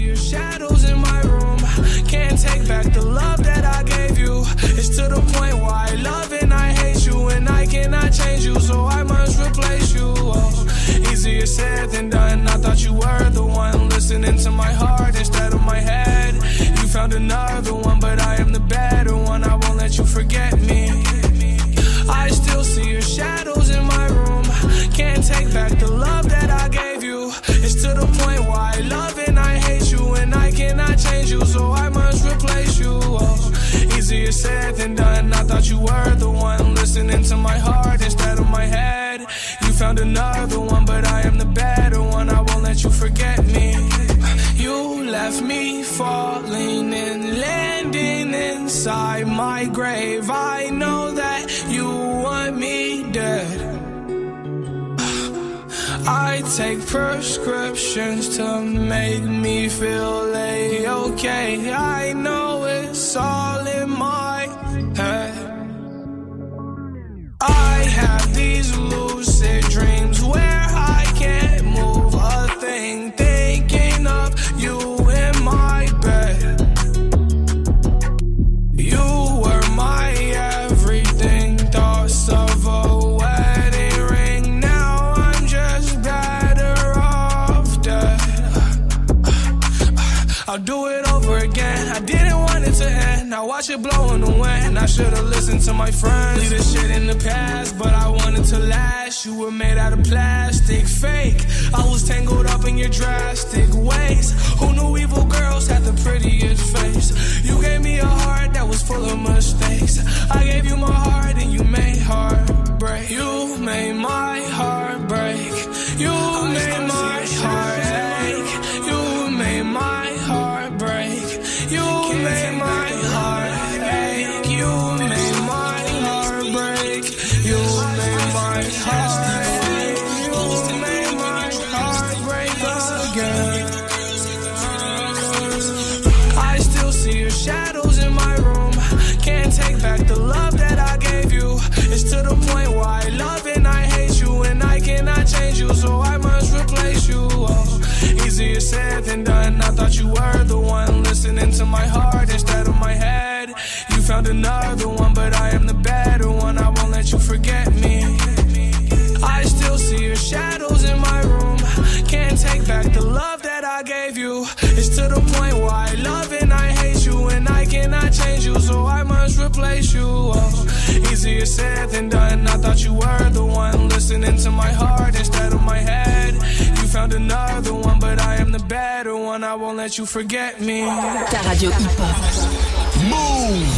Can't take back the love that I gave you. It's to the point where I love and I hate you, and I cannot change you, so I must replace you. Oh, easier said than done. I thought you were the one listening to my heart instead of my head. You found another one, but I am the better one. I won't let you forget me. I still see your shadows in my room. Can't take back the love that I gave you. It's to the point where I love and I hate you, and said and done. I thought you were the one listening to my heart instead of my head. You found another one, but I am the better one. I won't let you forget me. You left me falling and landing inside my grave. I know that you want me dead. I take prescriptions to make me feel A-okay. I know it's all in my head. I have these lucid dreams where I can't move a thing, thinking of you in my bed. You were my everything, thoughts of a wedding ring. Now I'm just better off dead. I'll do it over again. I didn't want it to end. Now watch it blow in the wind. I should've listened to my friends. Leave this shit in the past, but I wanted to last. You were made out of plastic, fake. I was tangled up in your drastic ways. Who knew evil girls had the prettiest face? You gave me a heart that was full of mistakes. I gave you my heart and you made heartbreak. You made my heart break. You made my heart ache. You made my heart break. You made my heart ache. You made my heart break. You made my heart ache. You made my heart break again. I still see your shadows in my room. Can't take back the love that I gave you. It's to the point where I love and I hate you, and I cannot change you, so I must replace you. Oh, easier said than done. I thought you were the one listening to my heart instead of my head. You found another one, but I am the better one. I won't let you forget me. I still see your shadows in my room. Can't take back the love that I gave you. It's to the point where I love and I hate you, and I cannot change you, so I must replace you. Oh, easier said than done. I thought you were the one listening to my heart instead of my head. You found another one, but I am the better one. I won't let you forget me. Ta radio hip-hop. Move!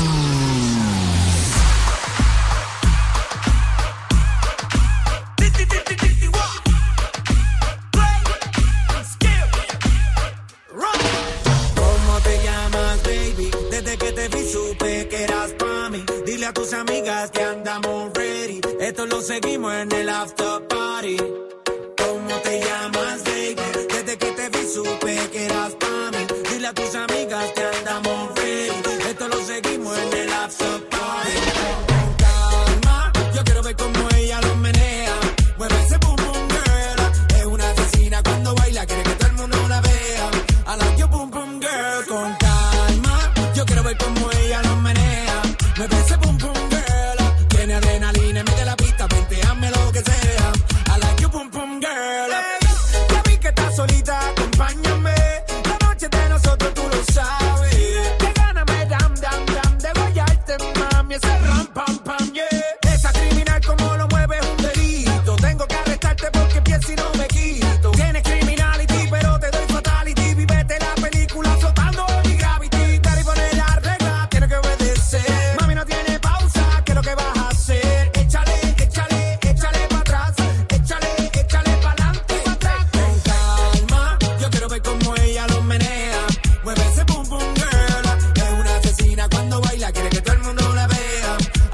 Supe que eras pa' mí. Dile a tus amigas que andamos ready. Esto lo seguimos en el after party. ¿Cómo te llamas, baby? Desde que te vi supe que eras pa' mí. Dile a tus amigas que andamos ready. Esto lo seguimos en el after party. Con calma, yo quiero ver cómo ella lo menea. Mueve ese boom boom girl. Es una asesina cuando baila, quiere que todo el mundo la vea. I like your boom boom girl. Con calma, yo quiero ver cómo mueve ese pum pum girl. Tiene adrenalina en medio de la pista, venteame lo que sea. I like you pum pum girl. Hey, ya vi que estás solita, acompáñame. La noche de nosotros tú lo sabes. Que gana me dam dam dam de guayarte, mami. Ese ram pam pam yeah. Esa criminal como lo mueve es un delito. Tengo que arrestarte porque pienso y no me quito. Tienes criminality pero te doy fatality. Vivete la película flotando en mi gravity. Dale y poner la regla, tienes que obedecer. ¿Qué es lo que vas a hacer? Échale, échale, échale para atrás. Échale, échale para adelante y para atrás. Con calma, yo quiero ver cómo ella lo menea. Mueve ese pum pum girl. Es una asesina cuando baila, quiere que todo el mundo la vea.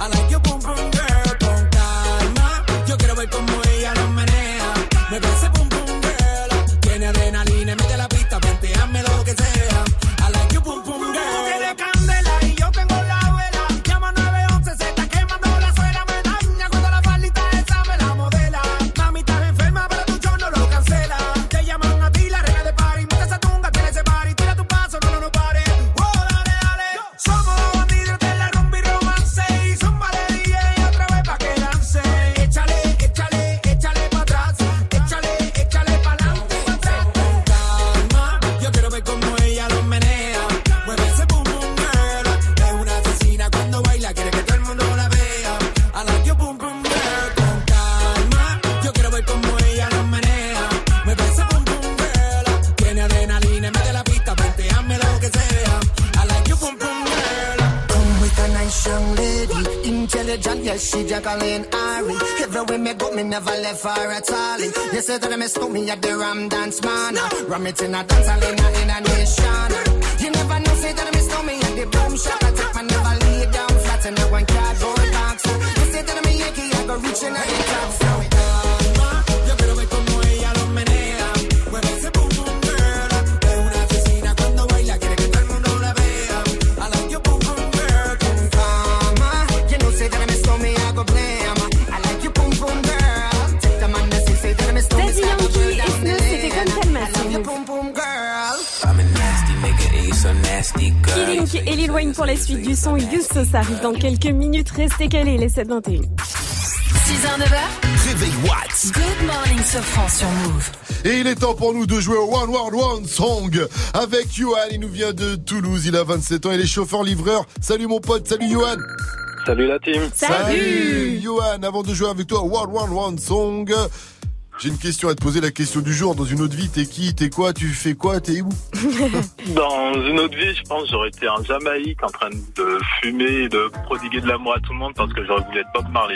yes, she Jacqueline Ari. Everywhere me go, me never left her at all. You say that I miss me at the Ram Dance Man. Ram it in a dance hall in a nation. You never know, say that I miss me at the Boom Shop. I take my never lay down flat in a one cardboard box. You say that I'm a Yankee, I go reaching out the top. So yo quiero ver como ella lo menea. Mueve ese boom boom girl. Es una asesina cuando baila, quiere que todo el mundo la vea. I like your boom boom girl. Con fama, you know say that I miss me, I go blame. I like your boom boom girl. Take the man that say that I miss me, I go blame. C'était comme tellement. I love your boom boom girl. I'm a nasty nigga and you so nasty girl. Killing et Lil Wayne pour la suite du son Youssou, ça arrive dans quelques minutes. Restez calés, les 7h21. 6h, 9h. Réveil Watts. Good morning, Sofran sur Move. Et il est temps pour nous de jouer au One World One Song avec Yohan. Il nous vient de Toulouse, il a 27 ans, il est chauffeur-livreur. Salut mon pote, salut Yohan. Salut la team. Salut Yohan, avant de jouer avec toi au One World One Song, j'ai une question à te poser, la question du jour. Dans une autre vie, t'es qui, t'es quoi, tu fais quoi, t'es où? Dans une autre vie, je pense que j'aurais été en Jamaïque en train de fumer et de prodiguer de l'amour à tout le monde parce que j'aurais voulu être Bob Marley.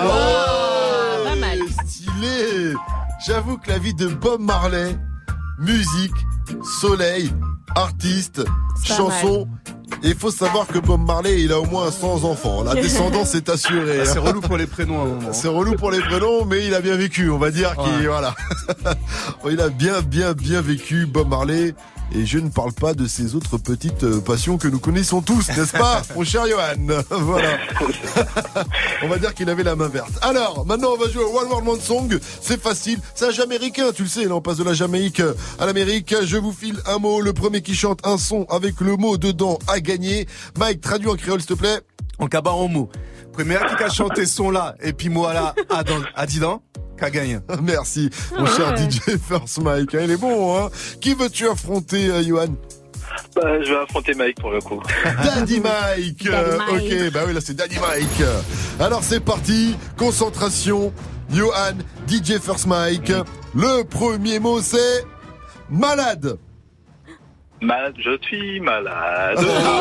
Pas mal. Stylé. J'avoue que la vie de Bob Marley, musique, soleil, artiste, chanson. Et il faut savoir que Bob Marley, il a au moins 100 enfants. La descendance est assurée. C'est relou pour les prénoms à un moment. C'est relou pour les prénoms, mais il a bien vécu, on va dire qu'il, voilà. Il a bien vécu, Bob Marley. Et je ne parle pas de ces autres petites passions que nous connaissons tous, n'est-ce pas, mon cher Yohan? Voilà. On va dire qu'il avait la main verte. Alors, maintenant, on va jouer au One World One Song. C'est facile. C'est un Jamaïcain, tu le sais. Là, on passe de la Jamaïque à l'Amérique. Je vous file un mot. Le premier qui chante un son avec le mot dedans a gagné. Mike, traduis en créole, s'il te plaît. En cabaromo. Premier qui a chanté ce son-là, et puis moi là, à Didan. Qu'a gagné. Merci, mon cher DJ First Mike. Il est bon, hein. Qui veux-tu affronter, Yohan? Je vais affronter Mike pour le coup. Daddy Mike. Ok, bah oui, là c'est Daddy Mike. Alors c'est parti, concentration. Yohan, DJ First Mike. Le premier mot c'est malade. Je suis malade.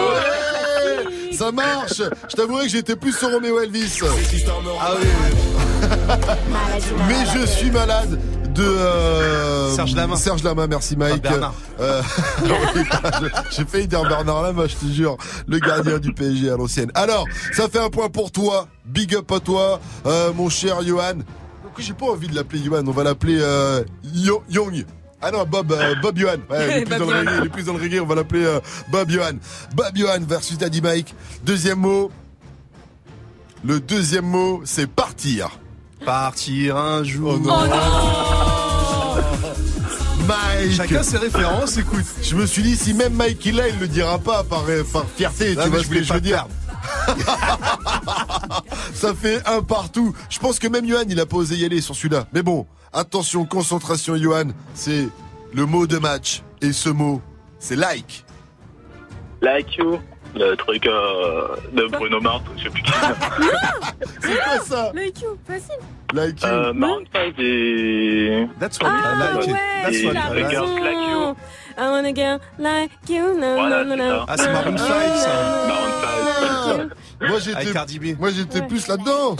Ça marche. Je t'avouerai que j'étais plus sur Roméo Elvis. Ah oui. Mais je suis malade de Serge Lama, merci Mike. Bernard. J'ai failli dire Bernard Lama, je te jure, le gardien du PSG à l'ancienne. Alors, ça fait un point pour toi. Big up à toi, mon cher Yohan. J'ai pas envie de l'appeler Yohan, on va l'appeler Young. Ah non, Bob Yohan. Ouais, il est plus dans le reggae, on va l'appeler Bob Yohan. Bob Yohan versus Daddy Mike. Deuxième mot. Le deuxième mot, c'est partir. Partir un jour. Oh non. Mike. Chacun ses références, écoute. Je me suis dit, si même Mike il l'a, il le dira pas par fierté. Là, tu vois ce que je veux dire. Ça fait un partout. Je pense que même Yohan, il a pas osé y aller sur celui-là. Mais bon, attention, concentration, Yohan. C'est le mot de match. Et ce mot, c'est like. Like you. Le truc de Bruno Mars, je sais plus qui. C'est quoi ça? Like you, facile. Like you. Maroon 5 et... That's what I like it. That's what I like. Girls Like You. I wanna girl like you. Voilà, c'est ça. Ah, c'est Maroon 5, ça. Maroon 5. Moi j'étais plus là-dedans.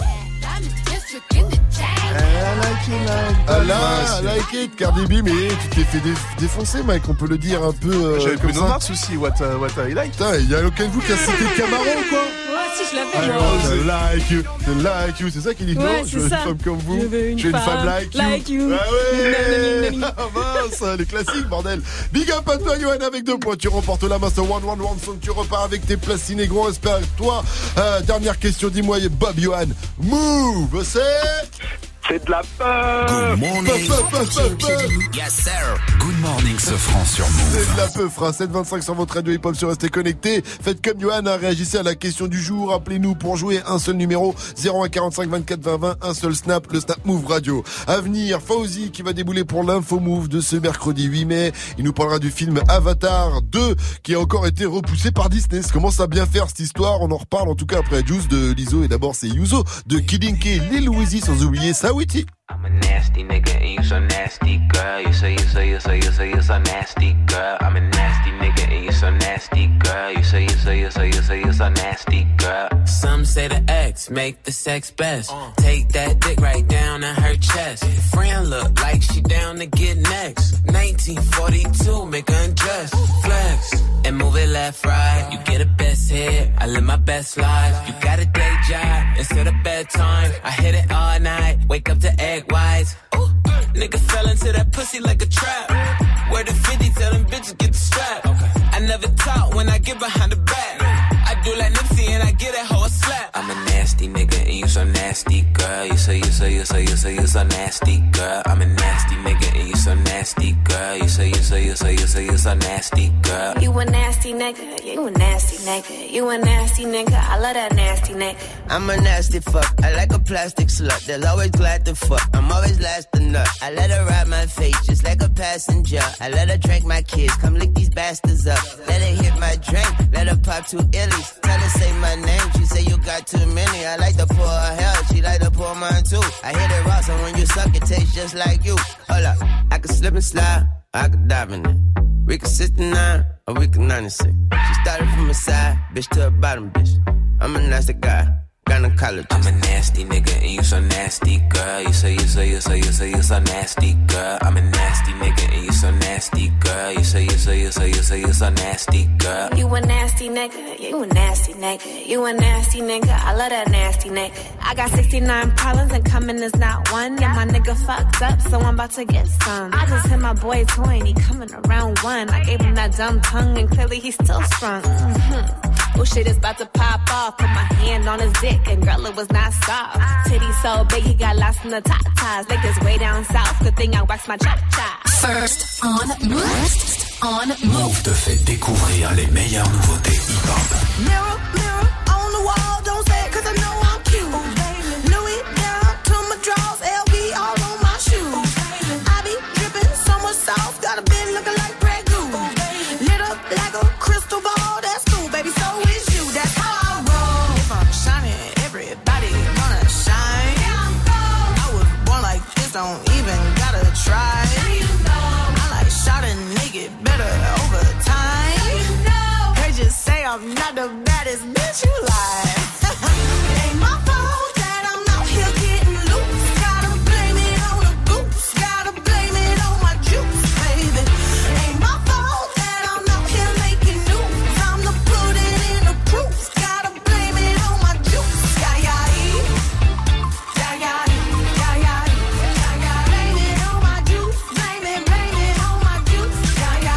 Ah là, like it, Cardi B, mais tu t'es fait défoncer, Mike, on peut le dire un peu. J'avais comme Bruno ça. Mars aussi, what I like. Putain, il y a aucun de vous qui a cité Camaro, quoi. Ouais, si, je l'avais. Like you, c'est ça qu'il dit, ouais, non? Je veux une femme comme vous. Je veux une femme like you. Ah ouais. Mince, les classiques, bordel. Big up à toi, Yohan, avec 2 points. Tu remportes la Master One Song. Tu repars avec tes platines, gros. Espère toi. Dernière question, dis-moi, Bob Yohan. Move, c'est de la peur. Good morning. Yes sir. Good morning, Sofran sur Move. C'est de la peu, 725 sur votre radio hip-hop sur Restez Connectés. Faites comme Yohan, réagissez à la question du jour. Appelez-nous pour jouer un seul numéro 01 45 24 20 20. Un seul snap, le Snap Move Radio. À venir, Fauzi qui va débouler pour l'info Move de ce mercredi 8 mai. Il nous parlera du film Avatar 2 qui a encore été repoussé par Disney. Ça commence à bien faire cette histoire. On en reparle en tout cas après Juice de Lizzo. Et d'abord c'est Yuzo de Killing et Lil Weezy, sans oublier Sawiti. I'm a nasty nigga and you so nasty, girl. You so nasty, girl. I'm a nasty nigga and you so so nasty, girl. You so nasty, girl. Some say the X make the sex best. Take that dick right down in her chest. Friend look like she down to get next. 1942, make her undress. Flex and move it left, right. You get a best hit, I live my best life. You got a day job instead of bedtime. I hit it all night, wake up to egg whites. Ooh, nigga fell into that pussy like a trap. Where the 50, tell them bitches get the strap. I never talk when I get behind the back. I do like Nipsey and I get that hoe a slap. I'm a nasty nigga and you so nasty, girl. You so nasty, girl. I'm a nasty nigga and you so nasty, girl. You so nasty, girl. You a nasty nigga, you a nasty nigga, you a nasty nigga, I love that nasty nigga. I'm a nasty fuck, I like a plastic slut. They'll always glad to fuck, I'm always last to nut. I let her ride my face just like a passenger. I let her drink my kids, come lick these bastards up. Let her hit my drink, let her pop 2 illies. Tell her say my name, she say you got too many. I like to pour her hell, she like to pour mine too. I hit it raw, so when you suck it tastes just like you. Hold up, I can slip and slide, I can dive in it. We can 69 or we can 96. She started from a side, bitch to a bottom, bitch. I'm a nasty guy, gynecologist. I'm a nasty nigga and you so nasty, girl. You so nasty, girl. I'm a nasty nigga and you so nasty, girl. You so nasty, girl. You a nasty nigga, you a nasty nigga, you a nasty nigga, I love that nasty nigga. I got 69 problems and coming is not one. Yeah, my nigga fucked up, so I'm about to get some. I just hit my boy toy and he coming around 1. I gave him that dumb tongue and clearly he's still sprung. Oh shit is about to pop off. Put my hand on his dick and girl it was not soft. Titty so big he got lost in the top ties. Like this way down south. Good thing I waxed my cha-cha. First on Move te fait découvrir les meilleures nouveautés hip-hop. Mirror, mirror on the wall, don't say it 'cause I know I'm cute. Louis down to my drawers, LV all on my shoes. I be dripping so much sauce, got a bit looking like Greg Goose. Lit up like a crystal ball, that's cool, baby, so is you, that's how I roll. If I'm shining, everybody wanna shine. I was born like this, don't even gotta try. I like shot a nigga better over time. They just say I'm not the baddest bitch you like. It ain't my fault that I'm out here getting loose. Gotta blame it on the goose. Gotta blame it on my juice, baby. Ain't my fault that I'm out here making news. I'm the put it in the proof. Gotta blame it on my juice. Blame it on my juice. Blame it on my juice. Blame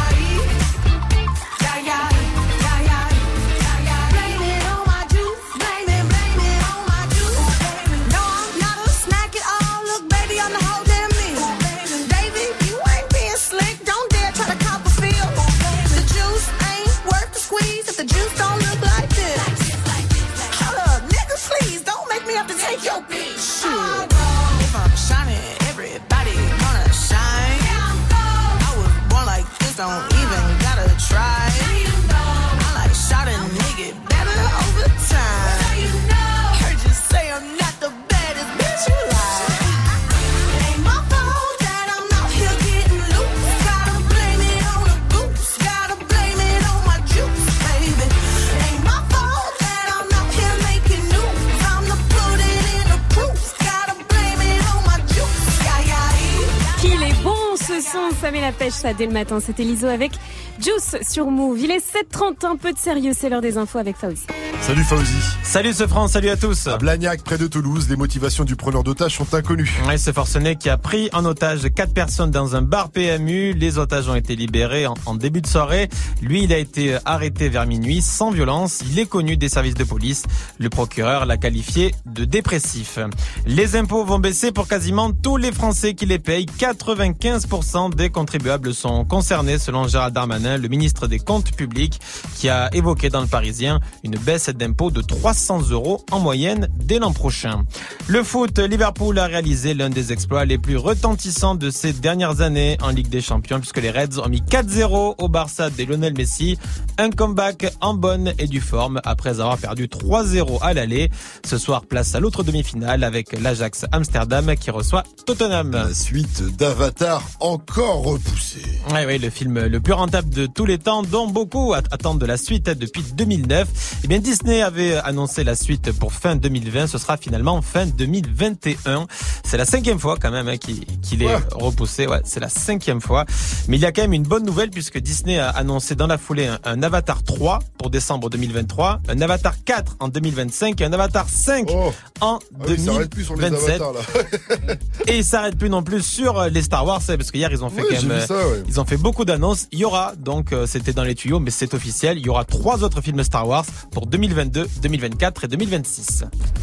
it on my juice. Blame it on my juice. No, I'm not a snack at all. Look, baby, I'm the whole damn meal. Baby, you ain't being slick. Don't dare try to cop a feel. The juice ain't worth the squeeze if the juice don't look like this. Hold up, nigga, please don't make me have to take your bitch. Shit. If I'm shining, everybody wanna shine. I was born like this, don't even gotta try. I like shot a nigga better over time. Heard you say I'm not the baddest bitch you like. It ain't my fault that I'm out here getting loose. Gotta blame it on the goose. Gotta blame it on my juice, baby. It ain't my fault that I'm out here making news. I'm the put it in the proof. Gotta blame it on my juice. Qu'il est bon ce son, ça met la pêche ça dès le matin. C'était l'ISO avec Juice sur Move. Il est 7h30, un peu de sérieux, c'est l'heure des infos avec Fauzi. Salut Fauzi. Salut ce France, salut à tous. À Blagnac, près de Toulouse, les motivations du preneur d'otages sont inconnues. Ouais, ce forcené qui a pris en otage 4 personnes dans un bar PMU. Les otages ont été libérés en début de soirée. Lui, il a été arrêté vers minuit sans violence. Il est connu des services de police. Le procureur l'a qualifié de dépressif. Les impôts vont baisser pour quasiment tous les Français qui les payent. 95% des contribuables sont concernés selon Gérald Darmanin, le ministre des Comptes publics, qui a évoqué dans le Parisien une baisse recette d'impôt de 300 € en moyenne dès l'an prochain. Le foot, Liverpool a réalisé l'un des exploits les plus retentissants de ces dernières années en Ligue des Champions, puisque les Reds ont mis 4-0 au Barça de Lionel Messi. Un comeback en bonne et due forme après avoir perdu 3-0 à l'aller. Ce soir, place à l'autre demi-finale avec l'Ajax Amsterdam qui reçoit Tottenham. La suite d'Avatar encore repoussée. Oui, le film le plus rentable de tous les temps, dont beaucoup attendent de la suite depuis 2009. Eh bien, Disney avait annoncé la suite pour fin 2020. Ce sera finalement fin 2021. C'est la 5e fois quand même qu'il est repoussé. Ouais, c'est la 5e fois. Mais il y a quand même une bonne nouvelle puisque Disney a annoncé dans la foulée un Avatar 3 pour décembre 2023, un Avatar 4 en 2025 et un Avatar 5 en 2027. Ça s'arrête plus sur les avatars, là. Et il s'arrête plus non plus sur les Star Wars, parce qu'hier ils ont fait ils ont fait beaucoup d'annonces. Il y aura donc, c'était dans les tuyaux, mais c'est officiel, il y aura 3 autres films Star Wars pour 2022, 2024 et 2026.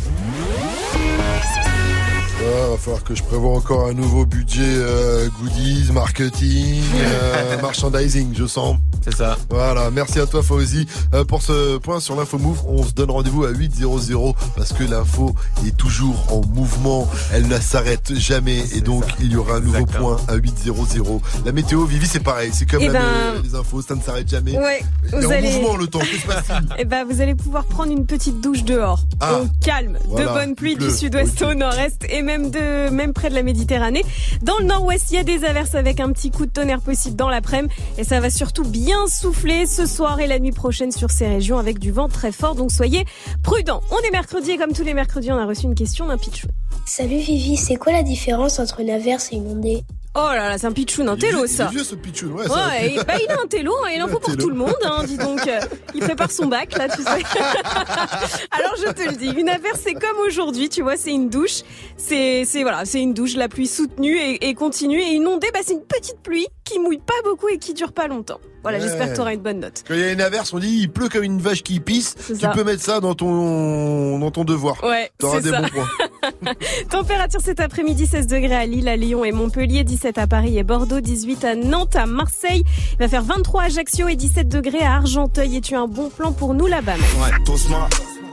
Va falloir que je prévoie encore un nouveau budget goodies, marketing, merchandising, je sens. C'est ça. Voilà, merci à toi Fauzi. Pour ce point sur l'info Move, on se donne rendez-vous à 8:00 parce que l'info est toujours en mouvement, elle ne s'arrête jamais et donc il y aura un nouveau point à 8:00. La météo, Vivi, c'est pareil, c'est comme les infos, ça ne s'arrête jamais. Ouais, mouvement le temps, que se passe-t-il? Eh ben, vous allez pouvoir prendre une petite douche dehors. Au calme, voilà, de bonne pluie du sud-ouest au nord-est et même près de la Méditerranée. Dans le nord-ouest, il y a des averses avec un petit coup de tonnerre possible dans l'après-midi et ça va surtout bien souffler ce soir et la nuit prochaine sur ces régions avec du vent très fort, donc soyez prudents. On est mercredi et comme tous les mercredis, on a reçu une question d'un pitchoun. Salut Vivi, c'est quoi la différence entre une averse et une ondée? Oh là là, c'est un pitchoun, un télo ça. Il est vieux ce pitchoun, ouais. Il a un télo, il en faut pour tout le monde, dis donc. Il prépare son bac là, tu sais. Alors je te le dis, une averse c'est comme aujourd'hui, tu vois, c'est une douche. C'est une douche, la pluie soutenue et continue. Et une ondée, c'est une petite pluie qui mouille pas beaucoup et qui dure pas longtemps. Voilà, j'espère que tu auras une bonne note. Quand il y a une averse, on dit il pleut comme une vache qui pisse. Tu peux mettre ça dans ton devoir. Ouais, t'auras des bons points. Température cet après-midi, 16 degrés à Lille, à Lyon et Montpellier, 17 à Paris et Bordeaux, 18 à Nantes, à Marseille. Il va faire 23 à Ajaccio et 17 degrés à Argenteuil. Et tu as un bon plan pour nous là-bas, mec. Ouais, Tosma.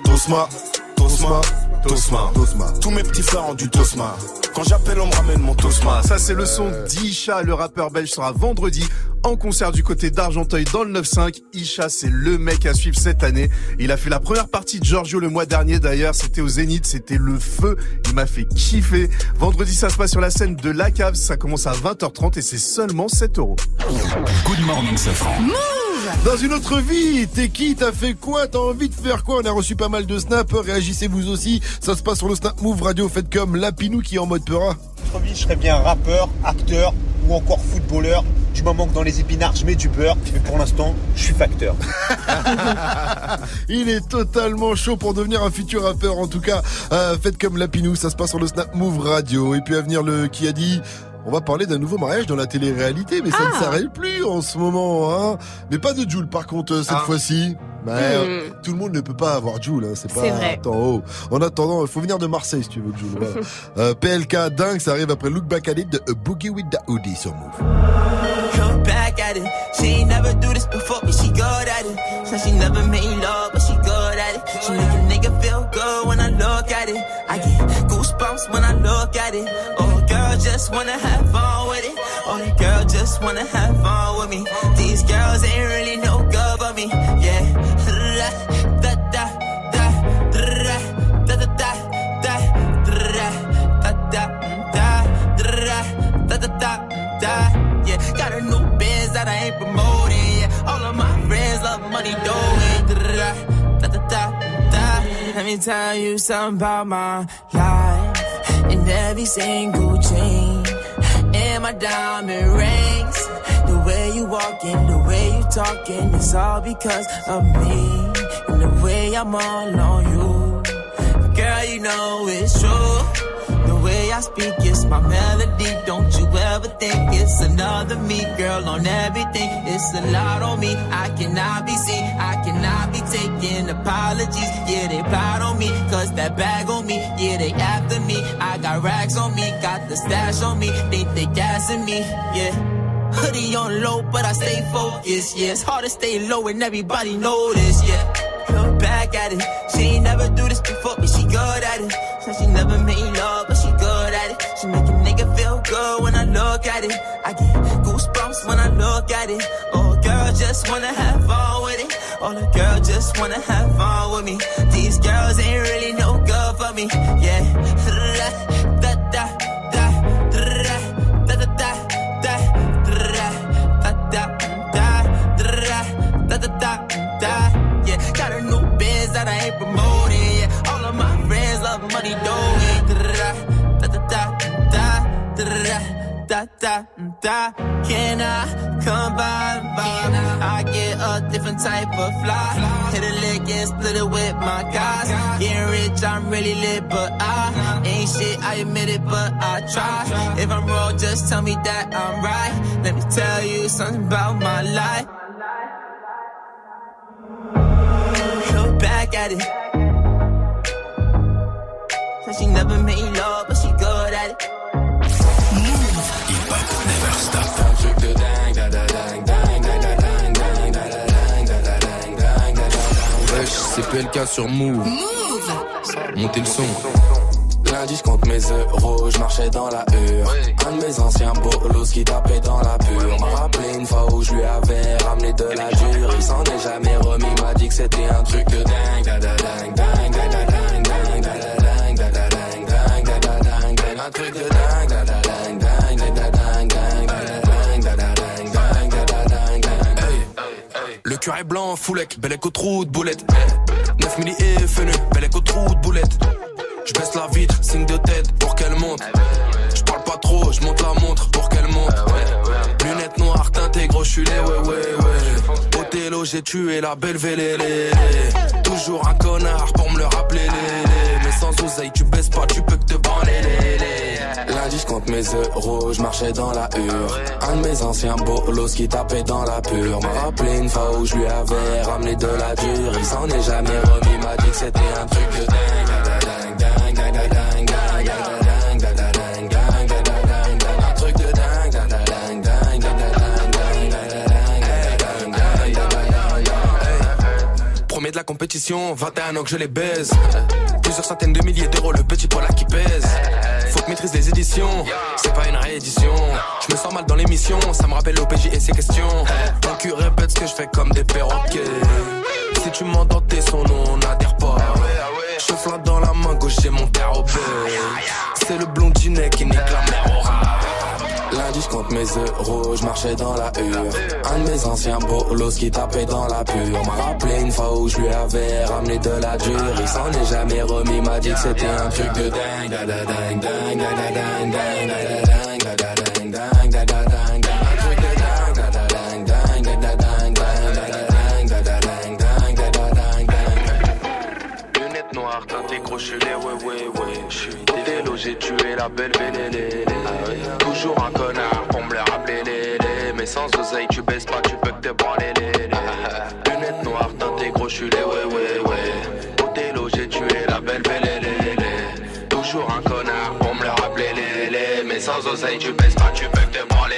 Tous mes petits frères ont du Tosma. Quand j'appelle, on me ramène mon Tosma. Ça, c'est le son d'Isha, le rappeur belge sera vendredi en concert du côté d'Argenteuil dans le 9-5. Isha, c'est le mec à suivre cette année. Il a fait la première partie de Giorgio le mois dernier d'ailleurs. C'était au Zénith, c'était le feu. Il m'a fait kiffer. Vendredi, ça se passe sur la scène de La Cave. Ça commence à 20h30 et c'est seulement 7 €. Good morning, Safran. Dans une autre vie, t'es qui? T'as fait quoi? T'as envie de faire quoi? On a reçu pas mal de snaps. Réagissez vous aussi. Ça se passe sur le Snap Move Radio. Faites comme Lapinou qui est en mode Peura. Je serais bien rappeur, acteur ou encore footballeur. Tu m'en manques dans les épinards, je mets du beurre. Mais pour l'instant, je suis facteur. Il est totalement chaud pour devenir un futur rappeur. En tout cas, faites comme Lapinou. Ça se passe sur le Snap Move Radio. Et puis à venir le qui a dit... On va parler d'un nouveau mariage dans la télé-réalité, mais ça ne s'arrête plus en ce moment, hein. Mais pas de Jul, par contre, cette fois-ci. Tout le monde ne peut pas avoir Jul, hein. C'est pas vrai. En attendant, il faut venir de Marseille si tu veux Jul. Voilà. PLK dingue, ça arrive après Look Back at It de A Boogie with the Hoodie sur Move. Look back at it. She ain't never do this before, but she good at it. So she never made love, but she good at it. She make a nigga feel good when I look at it. I get goosebumps when I look at it. Oh, girl just wanna have fun with it. Oh, the girl just wanna have fun with me. These girls ain't really no good for me. Yeah. Da da da da da da da da da da da da. Yeah, got a new biz that I ain't promoting. Yeah, all of my friends love money doing. Da da da da. Let me tell you something about my life. In every single chain, in my diamond rings, the way you walking, the way you talking, it's all because of me. And the way I'm all on you, girl, you know it's true. The way I speak, it's my melody. Don't you ever think it's another me, girl, on everything. It's a lot on me. I cannot be seen. I cannot be taking apologies. Yeah, they proud on me, cause that bag on me. Yeah, they after me. I got racks on me, got the stash on me. Think they gassing me, yeah. Hoodie on low, but I stay focused, yeah. It's hard to stay low and everybody know this, yeah. back at it. She ain't never do this before, but she good at it. Said she never made love, but she good at it. She make a nigga feel good when I look at it. I get goosebumps when I look at it. Oh, girl, just wanna have fun with it. Oh, the girl just wanna have fun with me. These girls ain't really no good for me. Yeah. Da da da da da da da da da da da da da. Yeah, got a new biz that I ain't promoting. Yeah, all of my friends love money, dough. Da da da da da da da da. Can I come by? I get a different type of fly. Hit a lick and split it with my guys. Getting rich, I'm really lit, but I ain't shit, I admit it, but I try. If I'm wrong, just tell me that I'm right. Let me tell you something about my life. Look back at it. Said she never made love, but she good at it. Hip-hop never stop. Un truc de dingue, da da dingue, dingue, da da dingue, dingue, da da dingue, da da dingue, dingue, da da dingue. Wesh, c'est PLK sur Move. Montez le son. Lundi, je compte mes euros, je marchais dans la hure. Un de mes anciens bolos qui tapait dans la pure m'a rappelé une fois où je lui avais ramené de la dure. Il s'en est jamais remis, m'a dit que c'était un truc de dingue, da da dingue, dingue, da da dingue, dingue, da da dingue, da da dingue, dingue, da da dingue, dingue. Un truc de dingue, da da dingue, dingue, da da dingue, dingue, da da dingue, da da dingue, dingue, da da dingue, dingue. Le cœur est blanc, foulec, bel écho trou de boulette. 9 milli et fenu, bel écho trou de boulette. Je baisse la vitre, signe de tête pour qu'elle monte. Je parle pas trop, je monte la montre pour qu'elle monte. Lunettes noires teintées, gros j'suis les ouais. Othello, j'ai tué la belle vélélé. Toujours un connard pour me le rappeler. Mais sans oseille, tu baisses pas, tu peux que te branler. Lundi, je compte mes euros, je marchais dans la hure. Un de mes anciens bolos qui tapait dans la pure m'a rappelé une fois où je lui avais ramené de la dure. Il s'en est jamais remis, m'a dit que c'était un truc de dingue. Premier de la compétition, 21 ans que je les baise. Plusieurs centaines de milliers d'euros, le petit poil qui pèse. Faut que maîtrise les éditions, c'est pas une réédition. Je me sens mal dans l'émission, ça me rappelle l'OPJ et ses questions. Mon cul répète ce que je fais comme des perroquets. Si tu m'entends tes sons, non, on n'adhère pas. Je flatte dans la main gauche, j'ai mon carreau. C'est le blondinet qui nique la mer au rat. Lundi, je compte mes euros, je marchais dans la hure. Un de mes anciens bolos qui tapait dans la pure m'a rappelé une fois où je lui avais ramené de la dure. Il s'en est jamais remis, m'a dit que c'était un truc de dingue. Da da dingue, dingue, da da dingue, dingue, da da dingue, da da dingue, dingue, da da dingue. Un truc de dingue, da da dingue, dingue, da da dingue, dingue, da da dingue, da da dingue, dingue. Lunettes noires, teintées, gros, j'suis les ouais. J'suis délo, j'ai tué la belle vélélé. Toujours un connard pour me le rappeler, mais sans oseille tu baisses pas, tu peux que te branler, lunettes noires teintées, gros j'suis les ouais. Othello, j'ai tué la belle vélélé. Toujours un connard pour me le rappeler, mais sans oseille tu baisses pas, tu peux que te branler.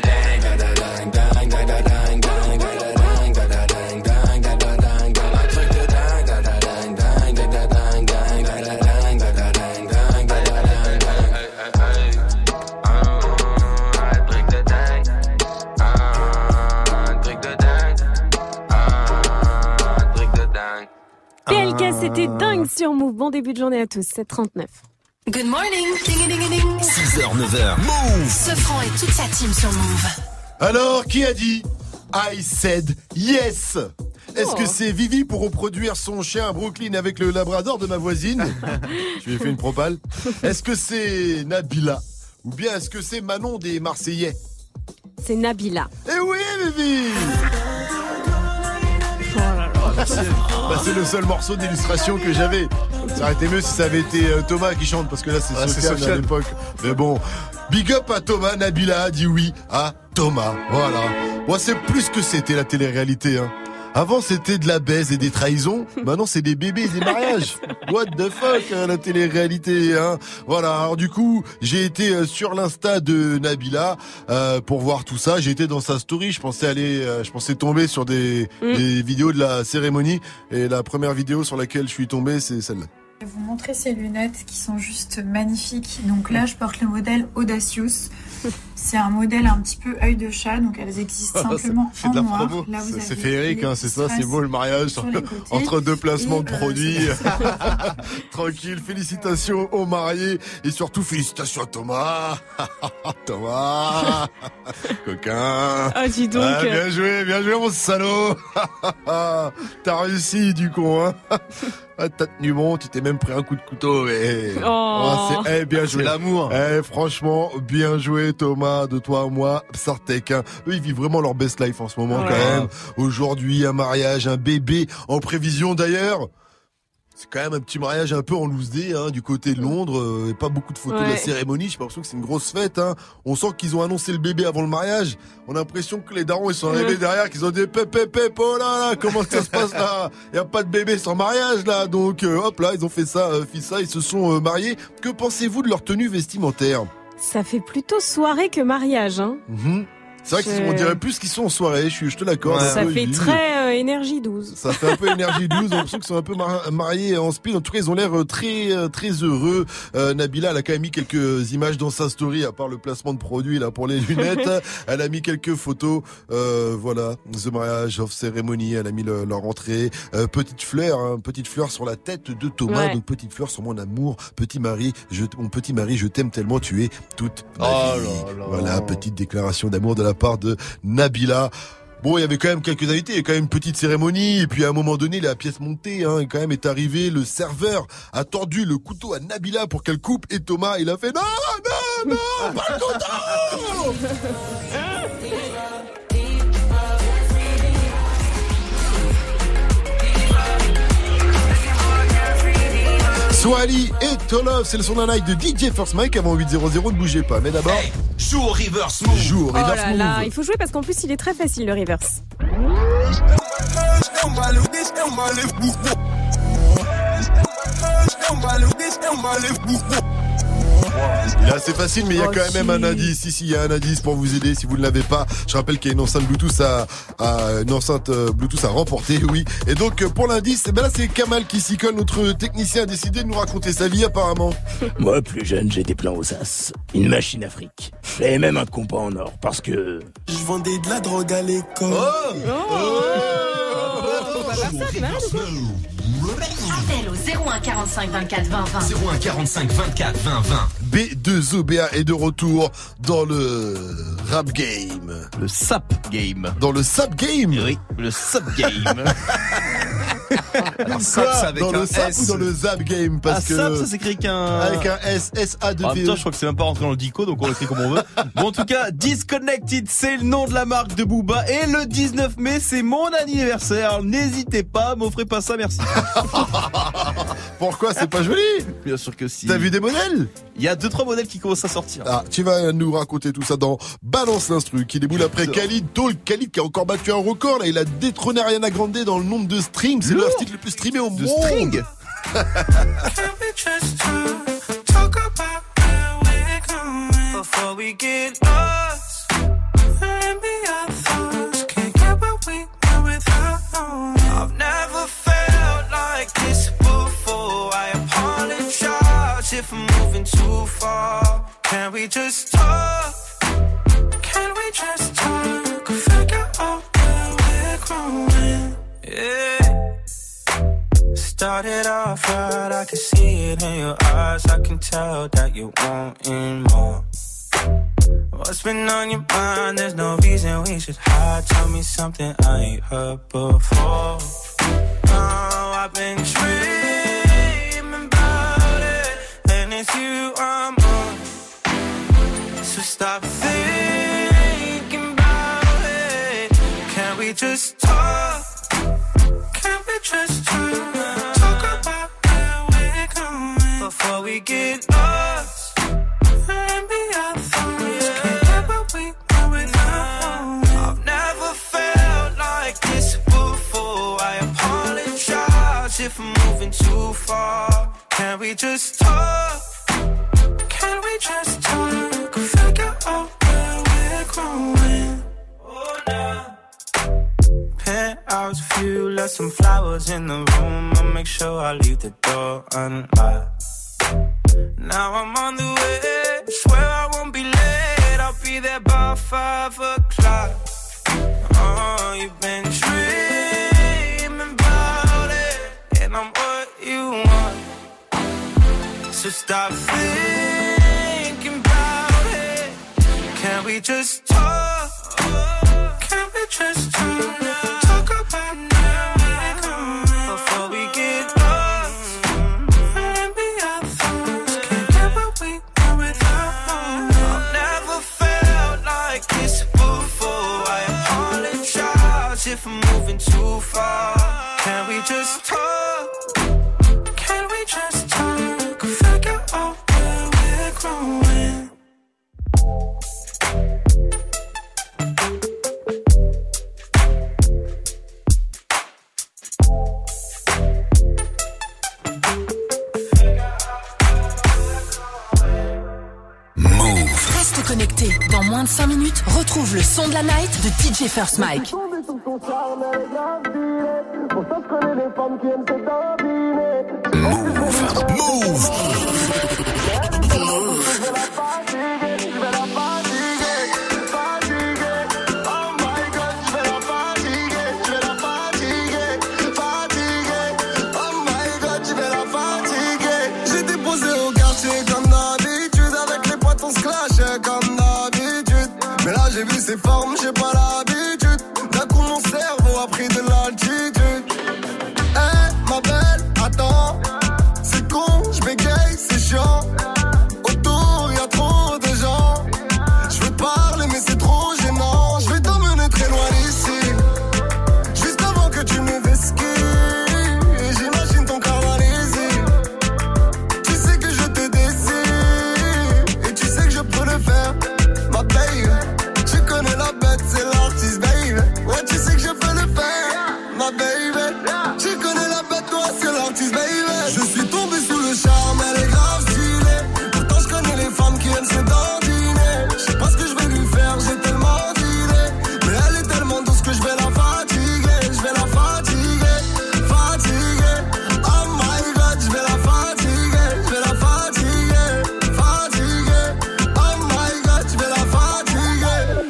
PLK, c'était dingue sur Move. Bon début de journée à tous, 7h39. Good morning, ding ding ding. 6h, 9h, Move. Sofran et toute sa team sur Move. Alors, qui a dit I said yes? Est-ce que c'est Vivi pour reproduire son chien à Brooklyn avec le labrador de ma voisine? Je lui ai fait une propale. Est-ce que c'est Nabila? Ou bien est-ce que c'est Manon des Marseillais? C'est Nabila. Eh oui, Vivi! C'est le seul morceau d'illustration que j'avais. Ça aurait été mieux si ça avait été Thomas qui chante, parce que là c'est Sofiane à l'époque. Mais bon, big up à Thomas. Nabila a dit oui à Thomas. Voilà. Moi, c'est plus que c'était la télé-réalité. Hein. Avant, c'était de la baise et des trahisons. Maintenant, c'est des bébés et des mariages. What the fuck, la télé-réalité, hein. Voilà. Alors, du coup, j'ai été sur l'Insta de Nabila, pour voir tout ça. J'ai été dans sa story. Je pensais tomber sur des vidéos de la cérémonie. Et la première vidéo sur laquelle je suis tombé, c'est celle-là. Je vais vous montrer ces lunettes qui sont juste magnifiques. Donc là, je porte le modèle Audacious. C'est un modèle un petit peu œil de chat, donc elles existent simplement c'est en de la noir. promo. Là, vous c'est avez féerique, hein, c'est ça, c'est beau le mariage entre deux placements de produits. Tranquille, félicitations aux mariés et surtout félicitations à Thomas. Thomas, coquin. Ah, dis donc. Ah, bien joué mon salaud. T'as réussi du con, hein. Ah, t'as tenu bon, tu t'es même pris un coup de couteau, mais bien joué. C'est l'amour. Franchement, bien joué Thomas, de toi à moi, Sartek. Hein. Eux, ils vivent vraiment leur best life en ce moment quand même. Aujourd'hui, un mariage, un bébé en prévision d'ailleurs. C'est quand même un petit mariage un peu en loose day, hein, du côté de Londres. Pas beaucoup de photos de la cérémonie. J'ai l'impression que c'est une grosse fête. Hein. On sent qu'ils ont annoncé le bébé avant le mariage. On a l'impression que les darons ils sont arrivés derrière, qu'ils ont dit pep, oh là, comment ça se passe là? Y a pas de bébé sans mariage là. Donc hop là, ils ont fait ça, ils se sont mariés. Que pensez-vous de leur tenue vestimentaire? Ça fait plutôt soirée que mariage, hein. C'est vrai qu'on dirait plus qu'ils sont en soirée, je te l'accorde. Ça fait très énergie 12. Ça fait un peu énergie 12, on a l'impression qu'ils sont un peu mariés en speed. En tout cas, ils ont l'air très heureux. Nabila, elle a quand même mis quelques images dans sa story, à part le placement de produits là pour les lunettes. Elle a mis quelques photos, voilà, The Marriage of Ceremony, elle a mis leur entrée. Petite fleur sur la tête de Thomas, donc petite fleur sur mon amour, mon petit mari, je t'aime tellement, tu es toute ma vie. Voilà, petite déclaration d'amour de la part de Nabila. Bon, il y avait quand même quelques invités, il y a quand même une petite cérémonie, et puis à un moment donné, la pièce montée, hein, quand même est arrivé, le serveur a tordu le couteau à Nabila pour qu'elle coupe, et Thomas, il a fait non, pas le couteau. Swally et Tolov, c'est le son d'un night de DJ First Mike avant 8.00, ne bougez pas. Mais d'abord, joue au reverse move. Oh là là, il faut jouer parce qu'en plus il est très facile le reverse. Il est assez facile, mais il y a quand même un indice. Ici, il y a un indice pour vous aider si vous ne l'avez pas. Je rappelle qu'il y a une enceinte Bluetooth à remporter, oui. Et donc, pour l'indice, là, c'est Kamal qui s'y colle. Notre technicien a décidé de nous raconter sa vie, apparemment. Moi, plus jeune, j'étais plein aux as. Une machine à fric. J'avais même un compas en or, parce que... Je vendais de la drogue à l'école. Appel au 01 45 24 20 20. 01 45 24 20 20. B2OBA est de retour dans le rap game. Le sap game. Dans le sap game? Oui, le sap game. Alors, ça, dans le sap ou dans le zap game? Parce que sap, ça s'écrit avec un S, S-A-2-P-E. En même temps, je crois que c'est même pas rentré dans le dico, donc on l'écrit comme on veut. Bon, en tout cas, Disconnected, c'est le nom de la marque de Booba. Et le 19 mai, c'est mon anniversaire. Alors, n'hésitez pas, m'offrez pas ça, merci. Pourquoi? C'est pas joli? Bien sûr que si. T'as vu des modèles? Il y a 2-3 modèles qui commencent à sortir. Ah, tu vas nous raconter tout ça dans Balance l'instru, qui déboule après Khalid. Khalid qui a encore battu un record, là, il a détrôné Ariana Grande dans le nombre de streams. C'est l'artiste le plus streamé au monde. String. If I'm moving too far, can we just talk? Can we just talk? Figure out where we're growing. Yeah. Started off right, I can see it in your eyes. I can tell that you're wanting more. What's been on your mind? There's no reason we should hide. Tell me something I ain't heard before. Oh, I've been dreaming about it, and it's you I'm on. So stop thinking about it. Can we just talk? Can we just talk? Talk about where we're going before we get lost and be our thoughts. Can't get what we want without. I've never felt like this before. we just talk? Can we just talk? Figure out where we're growing. Oh, nah. Penthouse view, left some flowers in the room. I'll make sure I leave the door unlocked. Now I'm on the way, swear I won't be late. I'll be there by 5 o'clock. Oh, you've been dreaming about it, and I'm what you want. So stop thinking about it. Can we just talk? Can we just talk? Talk about now before we get lost and be our thoughts. Can't get what we want without one. I've never felt like this before. I apologize if I'm moving too far. Can we just talk? Can we just talk? Figure out where we're growing. Reste connecté. Dans moins de 5 minutes, retrouve le son de la night de DJ First Mike. Move. J'ai vu ses formes, j'ai pas l'habitude. D'un coup mon cerveau a pris de l'altitude. Eh ma belle, attends. C'est con, j'bégaye, c'est chiant. Autour y'a trop de gens. J'veux te parler mais c'est trop gênant. J'vais t'emmener très loin d'ici, juste avant que tu me vesquilles. Et j'imagine ton carnalisie. Tu sais que je te désire, et tu sais que je peux le faire, ma baby. La bête, c'est l'artiste, baby. Ouais, tu sais que je peux le faire, ma baby. Tu connais la bête, toi, c'est l'artiste, baby. Je suis tombé sous le charme, elle est grave stylée. Pourtant, je connais les femmes qui aiment se dandiner. Je sais pas ce que je vais lui faire, j'ai tellement d'idées. Mais elle est tellement douce que je vais la fatiguer. Je vais la fatiguer, fatiguer. Oh my god, je vais la fatiguer. Je vais la fatiguer, fatiguer. Oh my god, je vais la fatiguer.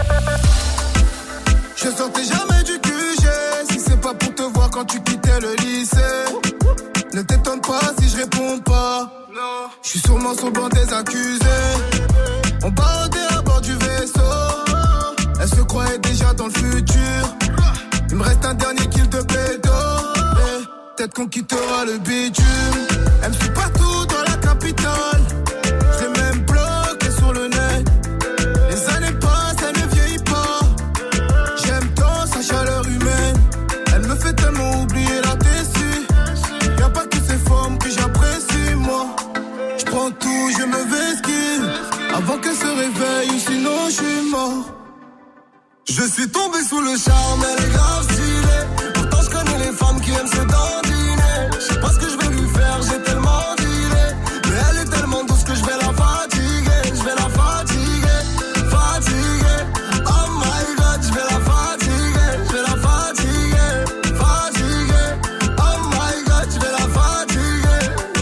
Je sortais jamais du QG, si c'est pas pour te voir quand tu quittais le lycée. Ne t'étonne pas si je réponds pas. Je suis sûrement sur le banc des accusés. On barodait à bord du vaisseau. Elle se croyait déjà dans le futur. Il me reste un dernier kill de pédo. Peut-être qu'on quittera le bitume. Elle me suit partout dans la capitale. J'ai même bloqué sur le net. Les années passent, elle ne vieillit pas. J'aime tant sa chaleur humaine. Elle me fait tellement oublier la tessie. Y'a pas que ces formes que j'apprécie, moi. J'prends tout, je me vesquille avant qu'elle se réveille ou sinon je suis mort. Je suis tombé sous le charme, elle est grave stylée. Pourtant je connais les femmes qui aiment se dandiner. Je sais pas ce que je vais lui faire, j'ai tellement d'idées. Mais elle est tellement douce que je vais la fatiguer. Je vais la fatiguer, fatiguer. Oh my god, je vais la fatiguer. Je vais la fatiguer, fatiguer. Oh my god, je vais la fatiguer.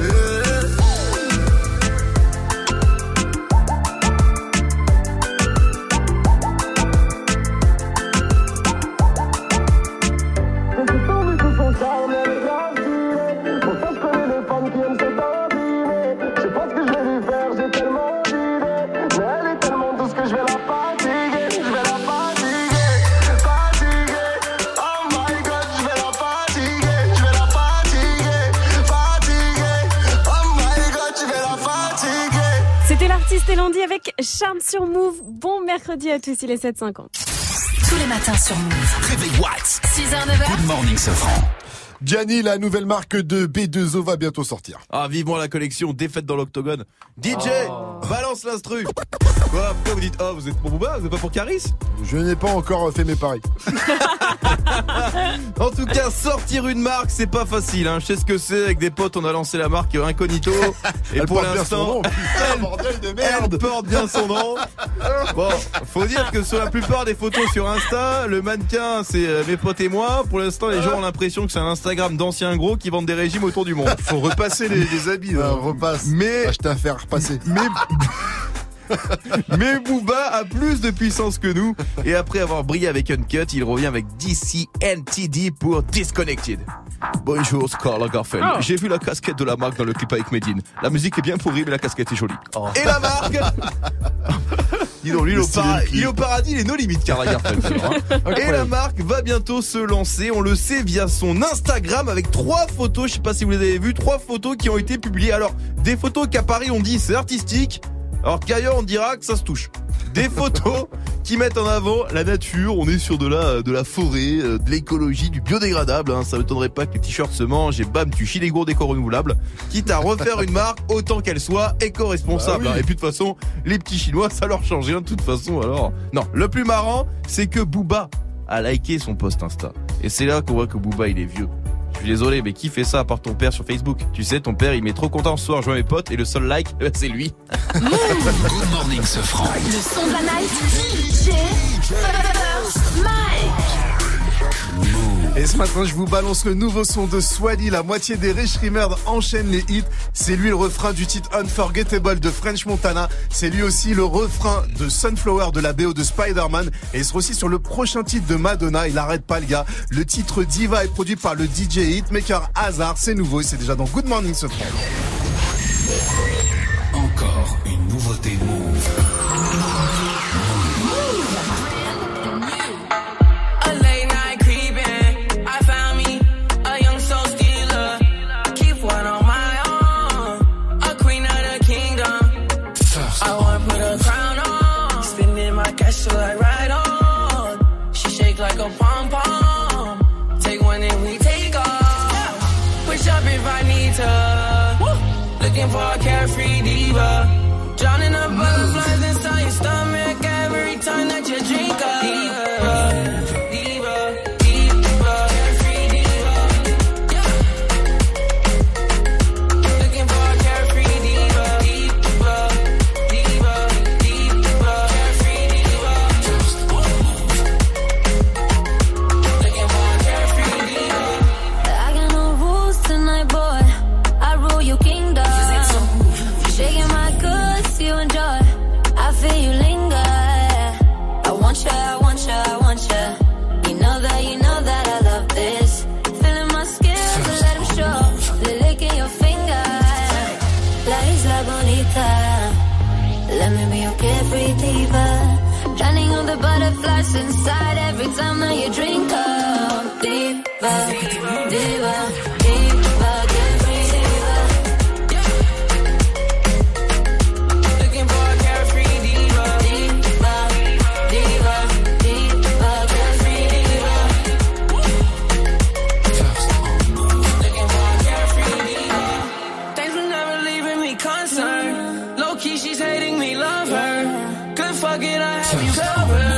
Lundi avec Charme sur Move. Bon mercredi à tous, il est 7h50. Tous les matins sur Move. Réveil Watts. 6h, 9h. Good morning, Sofran. Gianni, la nouvelle marque de B2O va bientôt sortir. Ah, vivement la collection Défaite dans l'Octogone. DJ, balance l'instru. Quoi, pourquoi vous dites, oh, vous êtes pour Booba, vous êtes pas pour Caris? Je n'ai pas encore fait mes paris. En tout cas, sortir une marque, c'est pas facile, hein. Je sais ce que c'est, avec des potes, on a lancé la marque Incognito. Et pour l'instant, elle porte bien son nom. Bon, faut dire que sur la plupart des photos sur Insta, le mannequin, c'est mes potes et moi. Pour l'instant, les gens ont l'impression que c'est un Instagram d'anciens gros qui vendent des régimes autour du monde. Faut repasser les habits. Repasse. Mais je t'ai à faire repasser. Mais Booba a plus de puissance que nous. Et après avoir brillé avec Uncut, il revient avec DCNTD pour Disconnected. Bonjour, Karl Lagerfeld. J'ai vu la casquette de la marque dans le clip avec Medine. La musique est bien pourrie, mais la casquette est jolie. Et la marque dis donc, lui, il est au paradis, il est nos limites, Karl Lagerfeld. Et la marque va bientôt se lancer, on le sait, via son Instagram avec 3 photos. Je sais pas si vous les avez vues, 3 photos qui ont été publiées. Alors, des photos qu'à Paris on dit c'est artistique, alors qu'ailleurs on dira que ça se touche. Des photos qui mettent en avant la nature, on est sur de la forêt, de l'écologie, du biodégradable, hein. Ça m'étonnerait pas que les t-shirts se mangent et bam, tu chies les gourdes éco-renouvelables, quitte à refaire une marque autant qu'elle soit éco-responsable. Bah oui. Et puis de toute façon, les petits Chinois, ça leur change rien de toute façon. Alors non, le plus marrant, c'est que Booba a liké son post Insta. Et c'est là qu'on voit que Booba, il est vieux. Je suis désolé, mais qui fait ça à part ton père sur Facebook? Tu sais, ton père, il met trop content ce soir, je vois mes potes, et le seul like, c'est lui. Good morning, Sofran. Le son de la night, DJ First Mike. Et ce matin, je vous balance le nouveau son de Swally. La moitié des Rich Rimers enchaînent les hits. C'est lui le refrain du titre Unforgettable de French Montana. C'est lui aussi le refrain de Sunflower de la BO de Spider-Man. Et il sera aussi sur le prochain titre de Madonna. Il arrête pas le gars. Le titre Diva est produit par le DJ Hitmaker Hazard. C'est nouveau et c'est déjà dans Good Morning Sofran. Encore une nouveauté Move. Like right on, she shake like a pom pom. Take one and we take off. Push up if I need to. Looking for a carefree diva. Drowning the butterflies inside your stomach every time that you drink up. Diva, diva, diva, carefree diva. Looking for a carefree diva, diva, diva, diva, carefree diva. I got no rules tonight, boy. I rule your kingdom. Shaking my goods, you enjoy. I feel you linger. I want you, I want you, I want you. You know that I love this. Feeling my skills, let him show. Licking your finger. La isla bonita. Let me be your carefree diva. Drowning on the butterflies inside every time that you drink up. Diva, diva, diva, carefree diva. Looking for a carefree diva. Diva, diva, diva, carefree diva. Looking for a carefree diva. Thanks for never leaving me concerned. Low key, she's hating me, love her. Good fuck it, I have you covered.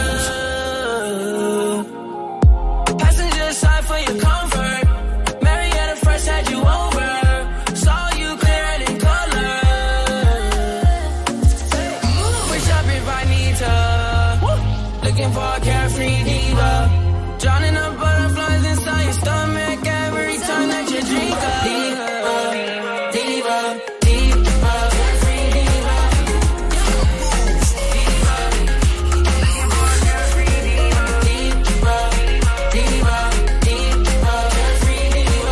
Passenger side for your comfort. Marietta first had you over. Saw you clear in color. Push up if I need to. Looking for a carefree diva. Drowning the butterflies inside your stomach every time that you drink up. Diva, diva, diva, carefree diva. Looking for a carefree diva. Diva, diva, diva, carefree diva.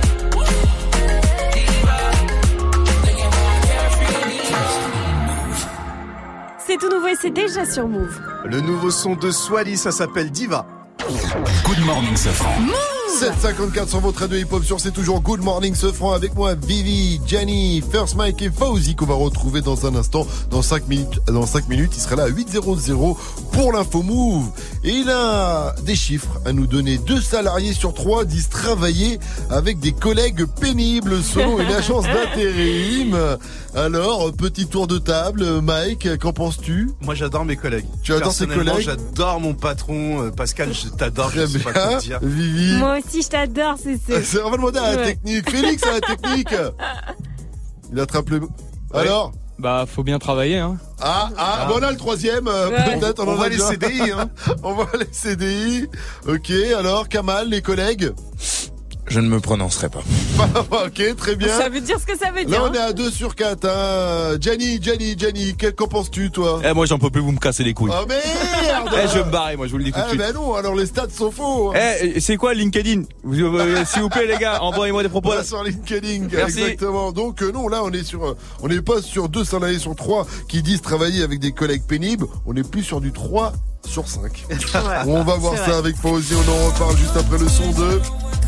Diva, looking for a carefree diva. C'est tout nouveau et c'est déjà sur Move. Le nouveau son de Swally, ça s'appelle Diva. Good morning, Sofran. 754 sur votre radio hip-hop sur C'est toujours Good Morning Sofran avec moi Vivi, Gianni, First Mike et Fauzi qu'on va retrouver dans un instant. Dans 5 minutes, il sera là à 8:00 pour l'info Move. Et il a des chiffres à nous donner. 2 salariés sur 3 disent travailler avec des collègues pénibles selon une agence d'intérim. Alors, petit tour de table. Mike, qu'en penses-tu? Moi, j'adore mes collègues. Tu adores tes collègues? J'adore mon patron. Pascal, je t'adore. Très bien. Pas te dire. Vivi. Moi aussi, je t'adore, c'est. On va demander à la technique. Félix, à la technique. Il attrape le... Alors? Bah, faut bien travailler, hein. Bon, là, le troisième, peut-être. On va les CDI, hein. On va les CDI. Ok, alors, Kamal, les collègues? Je ne me prononcerai pas. Ok, très bien. Ça veut dire ce que ça veut dire. Là, on est à 2 sur 4, hein. Gianni, qu'en penses-tu, toi? Moi, j'en peux plus, vous me cassez les couilles. Oh, merde! Je vais me barrer, moi, je vous le dis tout de suite. Ben non, alors les stats sont faux. C'est quoi LinkedIn? S'il vous plaît, les gars, envoyez-moi des propos. Là, sur LinkedIn, merci. Exactement. Donc, non, là, on n'est pas sur 2 salariés sur 3 qui disent travailler avec des collègues pénibles. On est plus sur du 3 sur 5. Ouais, on va voir ça avec Fauzi. On en reparle juste après le son de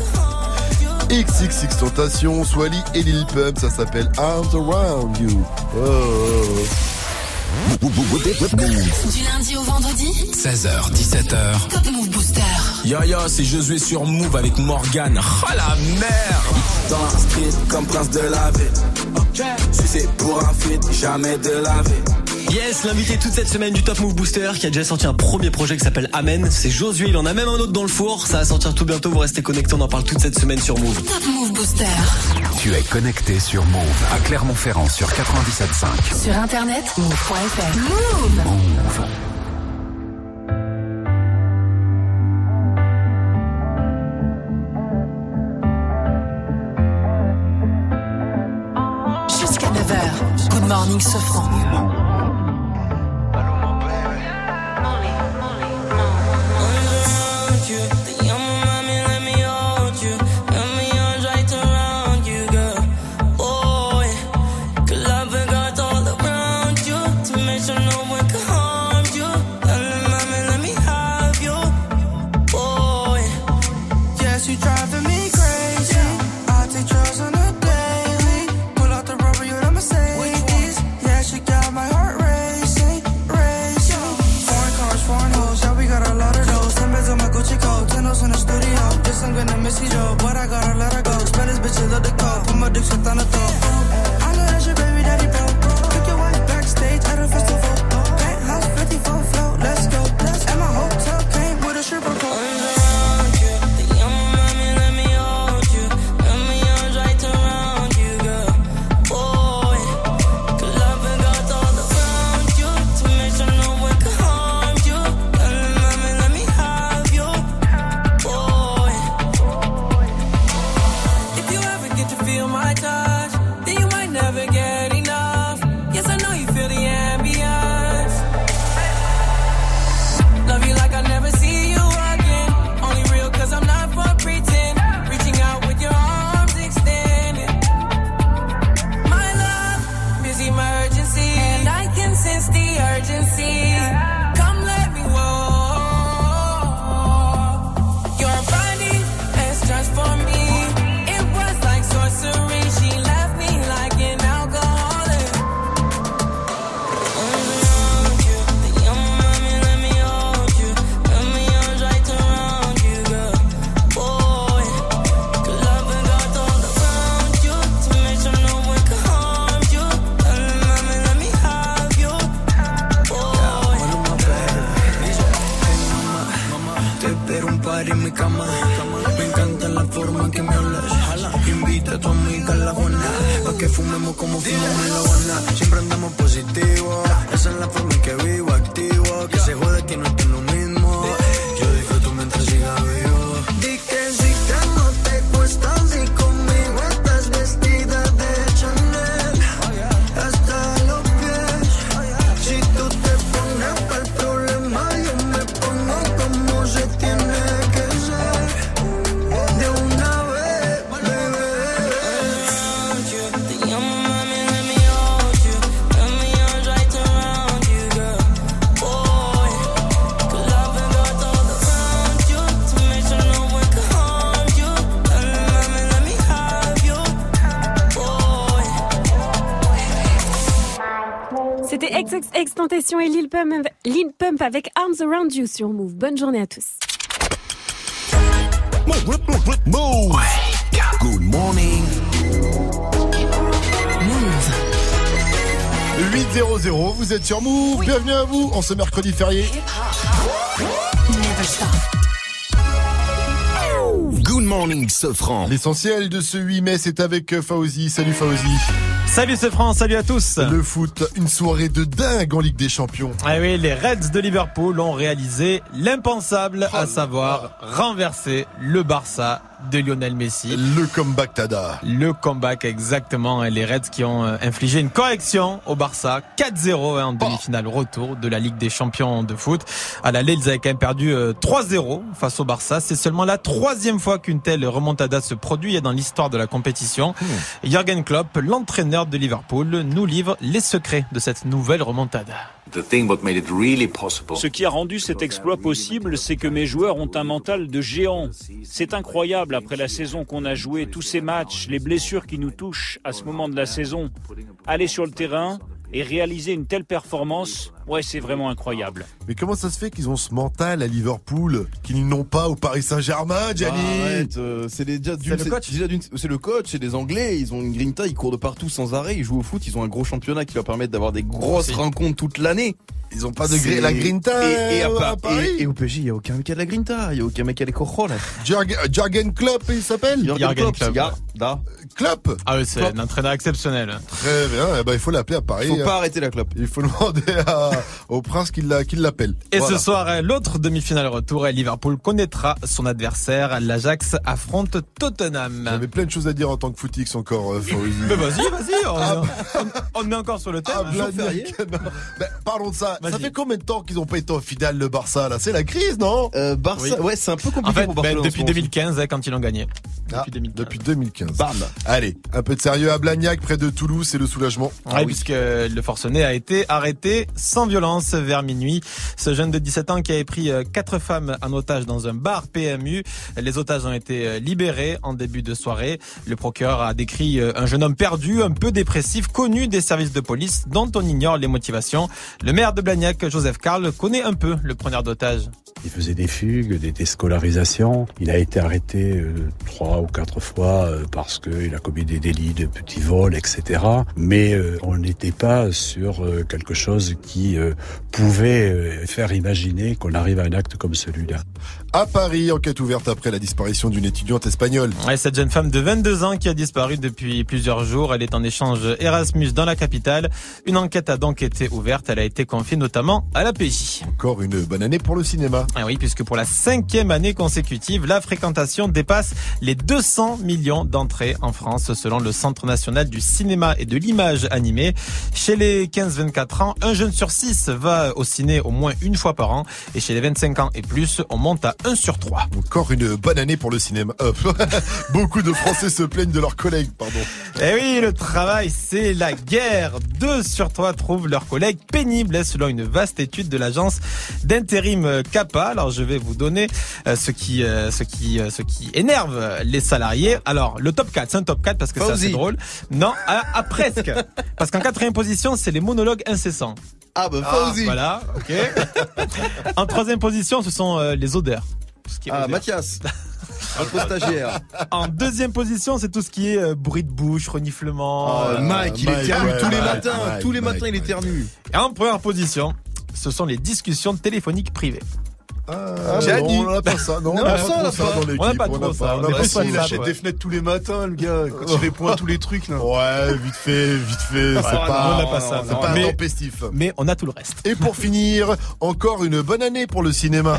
XXX Tentation, Swally et Lil Pump. Ça s'appelle Arms Around You. Du lundi au vendredi 16h, 17h. Top Move Booster. Yo, c'est Josué sur Move avec Morgane. Oh la merde! Dans la street comme prince de la ville. Si c'est pour un feat, jamais de la vie. Yes, l'invité toute cette semaine du Top Move Booster qui a déjà sorti un premier projet qui s'appelle Amen. C'est Josué, il en a même un autre dans le four. Ça va sortir tout bientôt, vous restez connectés, on en parle toute cette semaine sur Move. Top Move Booster. Tu es connecté sur Move à Clermont-Ferrand sur 97.5. Sur internet, move.fr. Move. Jusqu'à 9h. Good morning, Sofran. I'm gonna miss you, though, but I gotta let her go. Spend this bitch, love the call. Put my dick shit on the throat. I know that's your baby daddy, bro. Took your wife backstage at a festival. Penthouse 54 float, let's go. And my hotel came with a stripper pole. Extentation et Lil Pump avec Arms Around You sur Move. Bonne journée à tous. Move. Good morning. Move. 8-0-0, vous êtes sur Move. Bienvenue à vous en ce mercredi férié. Never stop. Good morning, Sofran. L'essentiel de ce 8 mai, c'est avec Fauzi. Salut Fauzi. Salut c'est France, salut à tous. Le foot, une soirée de dingue en Ligue des Champions. Ah oui, les Reds de Liverpool ont réalisé l'impensable, à savoir renverser le Barça de Lionel Messi. Le comeback Tada. Le comeback exactement, et les Reds qui ont infligé une correction au Barça, 4-0 en demi-finale retour de la Ligue des Champions de foot. À l'aller, ils avaient quand même perdu 3-0 face au Barça. C'est seulement la 3e fois qu'une telle remontada se produit dans l'histoire de la compétition. Jürgen Klopp, l'entraîneur de Liverpool, nous livre les secrets de cette nouvelle remontada. Ce qui a rendu cet exploit possible, c'est que mes joueurs ont un mental de géant. C'est incroyable après la saison qu'on a jouée, tous ces matchs, les blessures qui nous touchent à ce moment de la saison. Aller sur le terrain et réaliser une telle performance, ouais, c'est vraiment incroyable. Mais comment ça se fait qu'ils ont ce mental à Liverpool qu'ils n'ont pas au Paris Saint-Germain, Gianni? C'est le coach, c'est des Anglais, ils ont une grinta, ils courent de partout sans arrêt, ils jouent au foot, ils ont un gros championnat qui leur permet d'avoir des grosses rencontres toute l'année. Ils ont pas de la grinta à Paris. Et au PSG, il y a aucun mec qui a de la grinta, il y a aucun mec qui a les cojones. Jürgen Klopp, il s'appelle Jürgen Klopp. Klopp. Ah oui, c'est un entraîneur exceptionnel. Très bien, eh ben, il faut l'appeler à Paris. Il faut pas arrêter la Klopp. Il faut demander au prince qu'il l'appelle. Et voilà. Ce soir, l'autre demi-finale retour, Liverpool connaîtra son adversaire. L'Ajax affronte Tottenham. J'avais plein de choses à dire en tant que footix encore. Mais vas-y, on est encore sur le thème. Parlons de ça. Ça fait combien de temps qu'ils n'ont pas été en finale, le Barça là? C'est la crise, non? Barça, ouais, c'est un peu compliqué en fait, pour Barcelone. Depuis 2015, quand ils l'ont gagné. Depuis 2015. Bam. Allez, un peu de sérieux à Blagnac, près de Toulouse, c'est le soulagement. Puisque le forcené a été arrêté sans violence vers minuit. Ce jeune de 17 ans qui avait pris 4 femmes en otage dans un bar PMU. Les otages ont été libérés en début de soirée. Le procureur a décrit un jeune homme perdu, un peu dépressif, connu des services de police, dont on ignore les motivations. Le maire de Blagnac, Joseph Karl, connaît un peu le preneur d'otages. Il faisait des fugues, des déscolarisations. Il a été arrêté 3 ou 4 fois parce qu'il a commis des délits de petits vols, etc. Mais on n'était pas sur quelque chose qui pouvait faire imaginer qu'on arrive à un acte comme celui-là. À Paris, enquête ouverte après la disparition d'une étudiante espagnole. Ouais, cette jeune femme de 22 ans qui a disparu depuis plusieurs jours. Elle est en échange Erasmus dans la capitale. Une enquête a donc été ouverte. Elle a été confiée notamment à la PJ. Encore une bonne année pour le cinéma. Ah oui, puisque pour la 5e année consécutive, la fréquentation dépasse les 200 millions d'entrées en France, selon le Centre national du cinéma et de l'image animée. Chez les 15-24 ans, un jeune sur 6 va au ciné au moins une fois par an. Et chez les 25 ans et plus, on monte à 1 sur 3. Encore une bonne année pour le cinéma. Beaucoup de Français se plaignent de leurs collègues, pardon. Eh oui, le travail, c'est la guerre. 2 sur 3 trouvent leurs collègues pénibles, selon une vaste étude de l'agence d'intérim CAPA. Alors, je vais vous donner ce qui énerve les salariés. Alors, le top 4, c'est un top 4 parce que c'est assez drôle. Non, presque. Parce qu'en 4e position, c'est les monologues incessants. Ah bah Fauzi. Voilà, ok. En 3e position, ce sont les odeurs. Mathias. Notre stagiaire. En 2e position, c'est tout ce qui est bruit de bouche, reniflement. Mike, il éternue tous les matins. Tous les matins, il éternue. Et en première position, ce sont les discussions téléphoniques privées. On n'a pas ça, non. On n'a pas ça dans l'équipe. On n'a pas trop ça. Il achète des fenêtres tous les matins, le gars. Quand il répond à tous les trucs, là. Ouais, vite fait. C'est pas. On n'a pas ça. C'est pas intempestif. Mais on a tout le reste. Et pour finir, encore une bonne année pour le cinéma.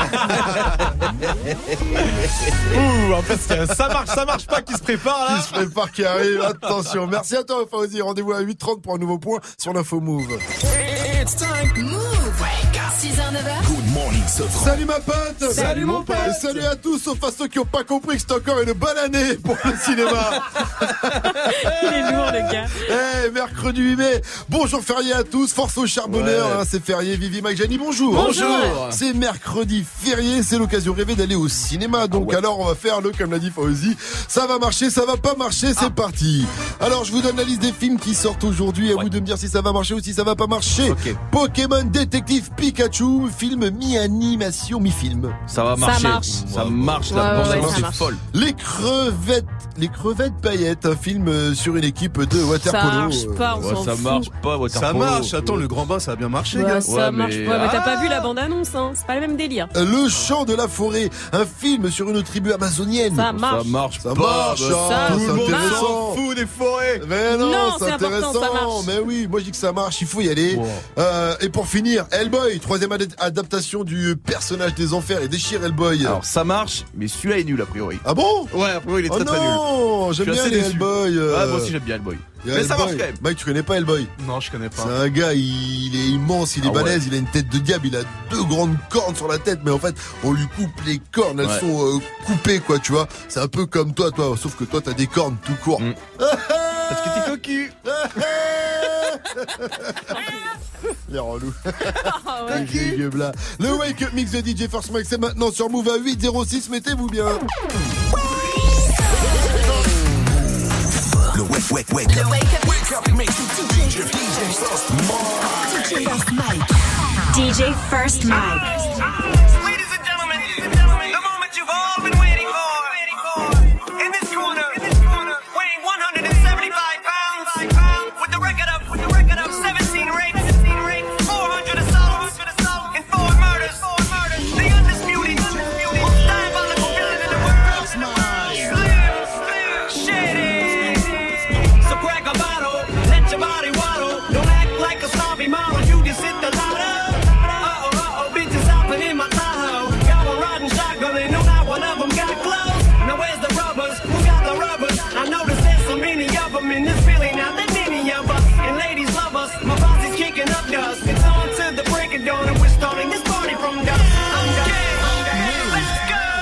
En fait, ça marche pas, qui se prépare là. Qui se prépare, qui arrive. Attention. Merci à toi, Fauzi. Rendez-vous à 8h30 pour un nouveau point sur l'info Move. It's time. Move. 6h-9h. Good morning, Sofran. Salut ma pote. Salut mon pote. Et salut à tous, sauf à ceux qui n'ont pas compris que c'est encore une bonne année pour le cinéma. Il est lourd le gars. Mercredi 8 mai. Bonjour férié à tous, force au charbonneur, hein, c'est férié. Vivi, Mike, Jenny, bonjour. Bonjour. C'est mercredi férié, c'est l'occasion rêvée d'aller au cinéma. Donc alors on va faire le, comme l'a dit Fauzi, ça va marcher, ça va pas marcher, c'est parti. Alors je vous donne la liste des films qui sortent aujourd'hui, à vous de me dire si ça va marcher ou si ça va pas marcher. Okay. Pokémon Détective Pikachu, film mi-animation, mi-film. Ça va marcher. Ça marche, la bande-annonce c'est folle. Les crevettes paillettes, un film sur une équipe de waterpolo. Ça marche pas, on s'en fout. Ça marche pas, waterpolo. Ça marche, attends, le grand bain ça a bien marché, gars. Ça marche pas, mais t'as pas vu la bande-annonce, hein. C'est pas le même délire. Le chant de la forêt, un film sur une tribu amazonienne. Ça marche. Ça marche Ça pas. marche, Tout le monde intéressant. s'en fout des forêts. Mais non, c'est important, intéressant. ça marche. Mais oui, moi je dis que ça marche, il faut y aller. Wow. Et pour finir, Hellboy, troisième adaptation du personnage des enfers et déchire Hellboy. Alors ça marche, mais celui-là est nul a priori. Ah bon? Ouais, a priori il est très très nul. Non, j'aime bien les Hellboy. Ouais, moi aussi j'aime bien Hellboy. Mais ça marche quand même. Mike, tu connais pas Hellboy? Non, je connais pas. C'est un gars, il est immense, il est balèze, il a une tête de diable, il a 2 grandes cornes sur la tête, mais en fait, on lui coupe les cornes, elles sont coupées, quoi, tu vois. C'est un peu comme toi, sauf que toi, t'as des cornes tout court. Parce que t'es cocu. Les relous. Le Wake Up Mix de DJ First Mike, c'est maintenant sur Move à 806, mettez-vous bien. Le wake up mix. DJ First Mike. DJ First Mike. Ladies and gentlemen, the moment you've all been waiting for. In this corner, weighing 175 pounds, with the record of 17 rapes, 400 assaults, and 4 murders. The undisputed, most diabolical villain in the world. Slim Shady. So crack a bottle, let your body waddle. Don't act like a snobby model, you just hit the lotto. Bitches hopping in my Tahoe. Got one riding shotgun, they know not one of them got clothes. Now where's the rubbers? Who got the rubbers? I noticed there's so many of them in this Philly, not that many of us. And ladies love us, my boss is kicking up dust. It's on to the break of dawn and we're starting this party from dusk. Let's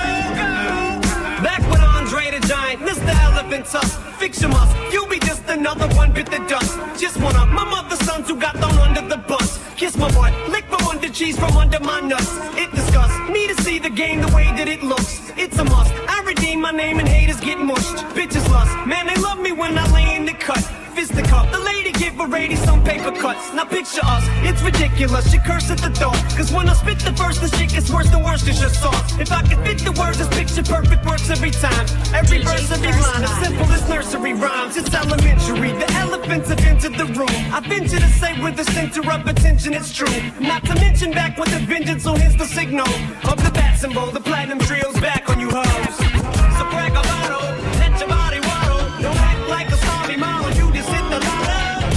go. Back with Andre the Giant, Mr. Elephant Tusk. Fix your must, you be just another one bit the dust. Just one of my mother's sons who got thrown under the bus. Kiss my butt, lick from under cheese from under my nuts. It disgusts me to see the game the way that it looks. It's a must, I redeem my name and haters get mushed. Bitches lust, man they love me when I lay in the cut. Fisticuff, the lady give a lady some paper cuts. Now picture us, it's ridiculous, you curse at the thought. Cause when I spit the verse, the shit gets worse, the worst is your sauce. If I could fit the words, this picture perfect works every time. Every verse, every line, as simple as nursery rhymes. It's elementary, the elephants have entered the room. I venture to say with the center of attention, it's true. Not to mention back with a vengeance, so here's the signal of the bat symbol, the platinum trio's back on you hoes. So crack a bottle, let your body waddle. Don't act like a sorry model, you just hit the lotto.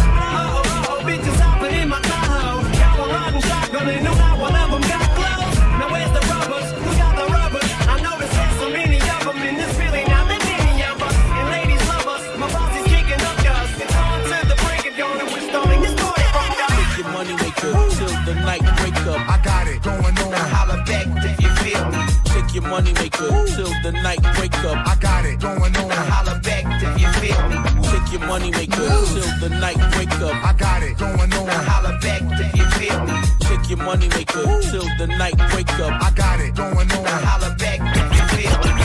Bitches hopping in my Tahoe. Got one riding shotgun, they know not one of them got clothes. Now where's the rubbers? Who got the rubbers? I noticed there's so many of them in this Philly, not that many of us. And ladies love us, my boss is kicking up dust. It's on to the break of dawn and we're starting this party from dusk. Your money maker till the night break up. I got it going on. Now holla back if you feel me. Check your money maker till the night break up. I got it going on. Now holla back if you feel me. Check your money maker till the night break up. I got it going on. Now holla back if you feel me. Check your money maker till the night break up. I got it going on. Now holla back if you feel me.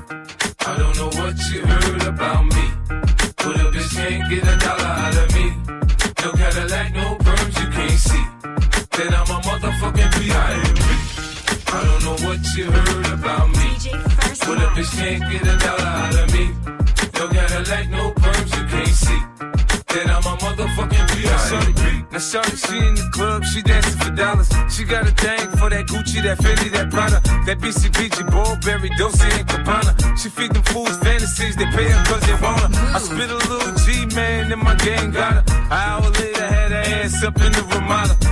I don't know what you heard about me, but a bitch can't get $1 out of me. No Cadillac, no perms you can't see. Then I'm a motherfucking B.I.M.B. I don't know what you heard about me, but a bitch can't get $1 out of me. No Cadillac, no perms you can't see. Then I'm a motherfucking B.I.M.B. Now shorty, she in the club, she dancing for dollars. She got a thing for that Gucci, that Fendi, that Prada, that BCBG, Burberry, Dolce & Gabbana. She feed them fools fantasies, they pay her cause they want her. I spit a little G, man, and my gang got her. An hour later, had her ass up in the Ramada.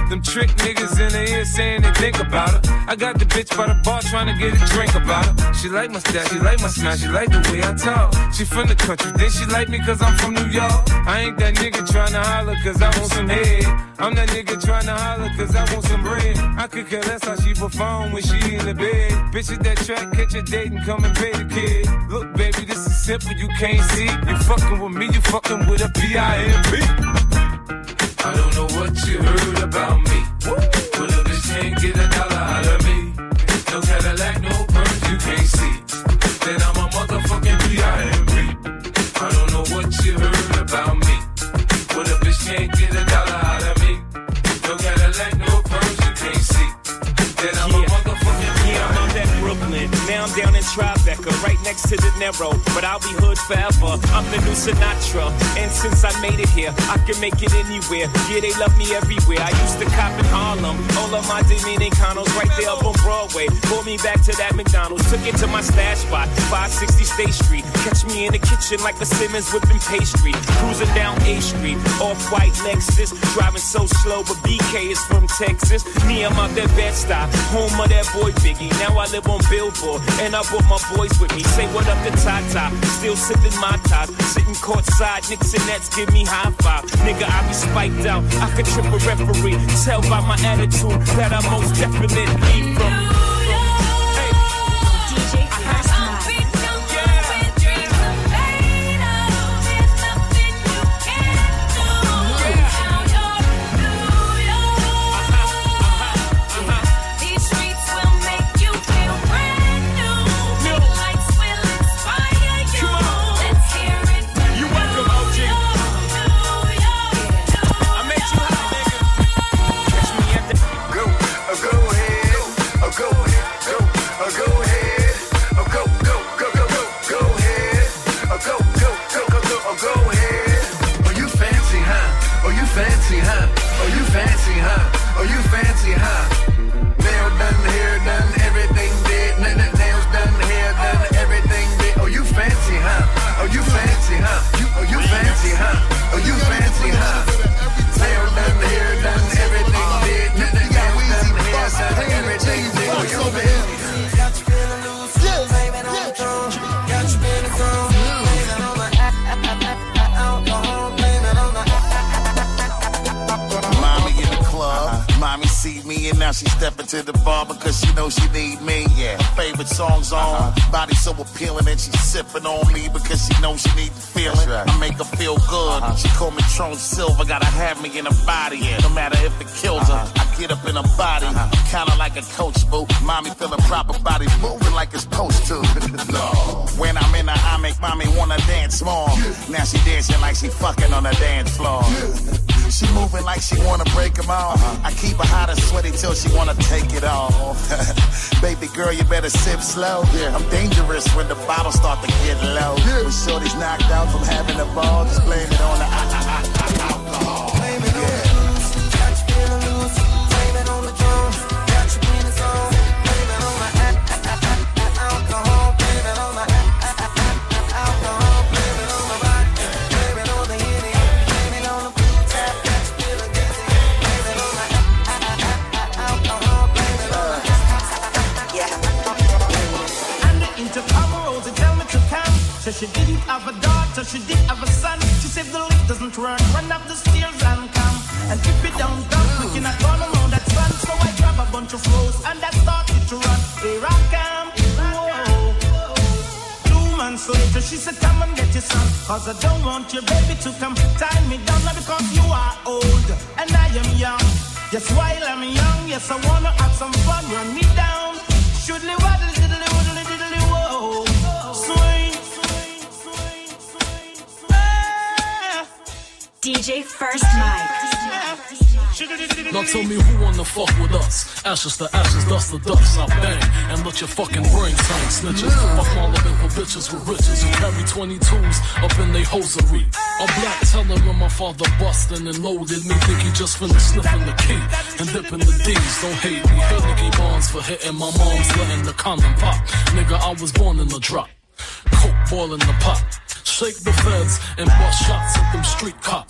Them trick niggas in the ear saying they think about her. I got the bitch by the bar trying to get a drink about her. She like my style, she like my smile, she like the way I talk. She from the country, then she like me cause I'm from New York. I ain't that nigga trying to holler cause I want some head. I'm that nigga trying to holler cause I want some bread. I could care less how she perform when she in the bed. Bitch at that track, catch a date and come and pay the kid. Look baby, this is simple, you can't see. You fucking with me, you fucking with a P-I-M-P. I don't know what you heard about me, but a bitch can't get a dollar out of me. No Cadillac, no perms, you can't see. Then I'm a motherfucking P-I-M-P. I don't know what you heard about me, but a bitch can't get a dollar out of me. No Cadillac, no perms, you can't see. Then I'm a motherfucking P-I-M-P. I'm out at Brooklyn, now I'm down in Tribeca, right next to the Narrow, but I'll be hood forever. I'm the new Sinatra, and since I made it here, I can make it anywhere. Yeah, they love me everywhere. I used to cop in Harlem, all of my Dominicanos right there up on Broadway. Pulled me back to that McDonald's, took it to my stash spot, 560 State Street. Catch me in the kitchen like a Simmons whipping pastry. Cruising down A Street, off-white Lexus, driving so slow, but BK is from Texas. Me, I'm out that Bed-Stuy, home of that boy Biggie. Now I live on Billboard, and I brought my boys with me. Say what up to Tata, still sipping my ties. Sitting courtside, Knicks and Nets give me high five. Nigga, I be spiked out, I could trip a referee. Tell by my attitude that I most definitely from. Now she stepping to the bar because she knows she need me. Yeah, her favorite songs on. Body so appealing and she sipping on me because she knows she need the feeling. Right. I make her feel good. She call me Tron Silver, gotta have me in her body. Yeah. No matter if it kills her, I get up in her body. Kinda like a coach boo. Mommy feeling proper, body moving like it's supposed to. No. When I'm in her, I make mommy wanna dance more. Now she dancing like she fucking on the dance floor. She moving like she wanna break them off. I keep her hot and sweaty till she wanna take it off. Baby girl, you better sip slow. I'm dangerous when the bottles start to get low. When shorty's knocked out from having a ball, just blame it on the alcohol. Blame it on the booze, got you feeling loose. Blame it on the drums, got you in the zone. Blame it on the alcohol. Blame it on the alcohol. Blame it on the vodka. Blame it on the Henny. Blame it on the food tap. Got you feeling dizzy. Blame it on the alcohol. Blame it on the And the intercom rolls and tell me to come. So she didn't have a daughter, she did have a son. She said the lift doesn't work, run up the stairs and come. And if it don't come, we cannot go around that sun. So I grab a bunch of flows and I started to run. Here I come, whoa. 2 months later, she said, come and get your son. Cause I don't want your baby to come tie me down. Not because you are old and I am young. Yes, while I'm young, yes, I wanna have some fun. Run me down. Shoodly waddle, diddly, woodly, diddly, whoa. Swing. DJ First Mike. Now tell me who wanna fuck with us. Ashes to ashes, dust to dust. I bang and let your fucking brain turn snitches. Fuck all of it for bitches with riches who carry 22s up in they hosiery. A black teller when my father bustin' and loaded me. Think he just finished sniffing the key and dipping the D's. Don't hate me. Hit Nicky Barnes for hitting my mom's letting the condom pop. Nigga, I was born in the drop. Coke boiling the pot. Shake the feds and bust shots at them street cops.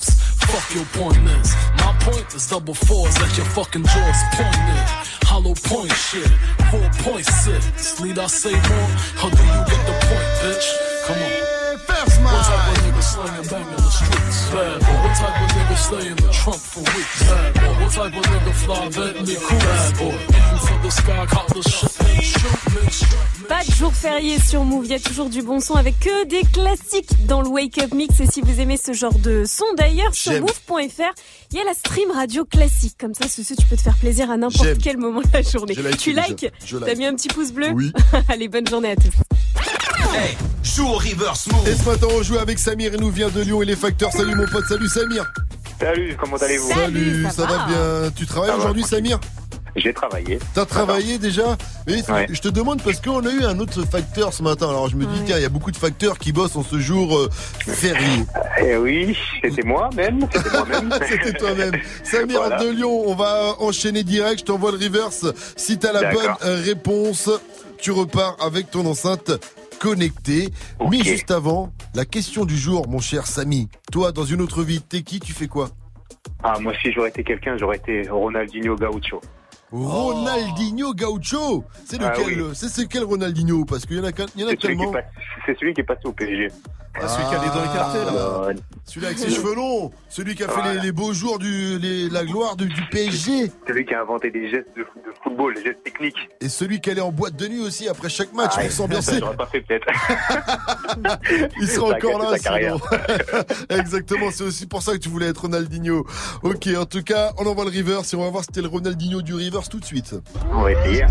fuck your point is? My point is double fours at your fucking jaws pointed. Hollow point shit, 4.6. Need I say more? Or do you get the point, bitch? Come on. First man. What type of nigga slang and bang in the streets? Bad boy. What type of nigga stay in the trunk for weeks? Bad boy. What type of nigga fly Bentley cool? Bad boy. Aim for the sky, call the shit. Pas de jour férié sur Move, il y a toujours du bon son avec que des classiques dans le Wake Up Mix. Et si vous aimez ce genre de son d'ailleurs, sur move.fr, il y a la stream radio classique. Comme ça, tu peux te faire plaisir à n'importe quel moment de la journée. Tu likes? T'as mis un petit pouce bleu? Oui. Allez, bonne journée à tous. Hey, joue au reverse move. Et ce matin, on joue avec Samir, il nous vient de Lyon et les facteurs. Salut mon pote, salut Samir. Salut, comment allez-vous? Salut, ça va bien. Tu travailles aujourd'hui, Samir? J'ai travaillé. T'as travaillé déjà? Mais ouais. Je te demande parce qu'on a eu un autre facteur ce matin. Alors je me dis, tiens, il y a beaucoup de facteurs qui bossent en ce jour férié. Eh oui, c'était moi-même. C'était toi-même. Samir voilà. De Lyon, on va enchaîner direct. Je t'envoie le reverse. Si t'as la bonne réponse, tu repars avec ton enceinte connectée. Okay. Mais juste avant, la question du jour, mon cher Samy. Toi, dans une autre vie, t'es qui? Tu fais quoi? Ah, moi, si j'aurais été quelqu'un, j'aurais été Ronaldinho Gaucho. Ronaldinho Gaucho, c'est lequel? Oui. C'est quel Ronaldinho? Parce qu'il y en a tellement. C'est celui qui est passé au PSG. Celui qui a les dents écartées là. Celui avec ses cheveux longs, celui qui a fait les beaux jours la gloire du PSG. Celui qui a inventé des gestes de football, des gestes techniques. Et celui qui allait en boîte de nuit aussi après chaque match pour s'ambiancer. J'aurais pas fait peut-être. Il sera encore là sinon. Exactement, c'est aussi pour ça que tu voulais être Ronaldinho. Ok, en tout cas, on envoie le reverse et on va voir si c'était le Ronaldinho du reverse tout de suite. On va essayer.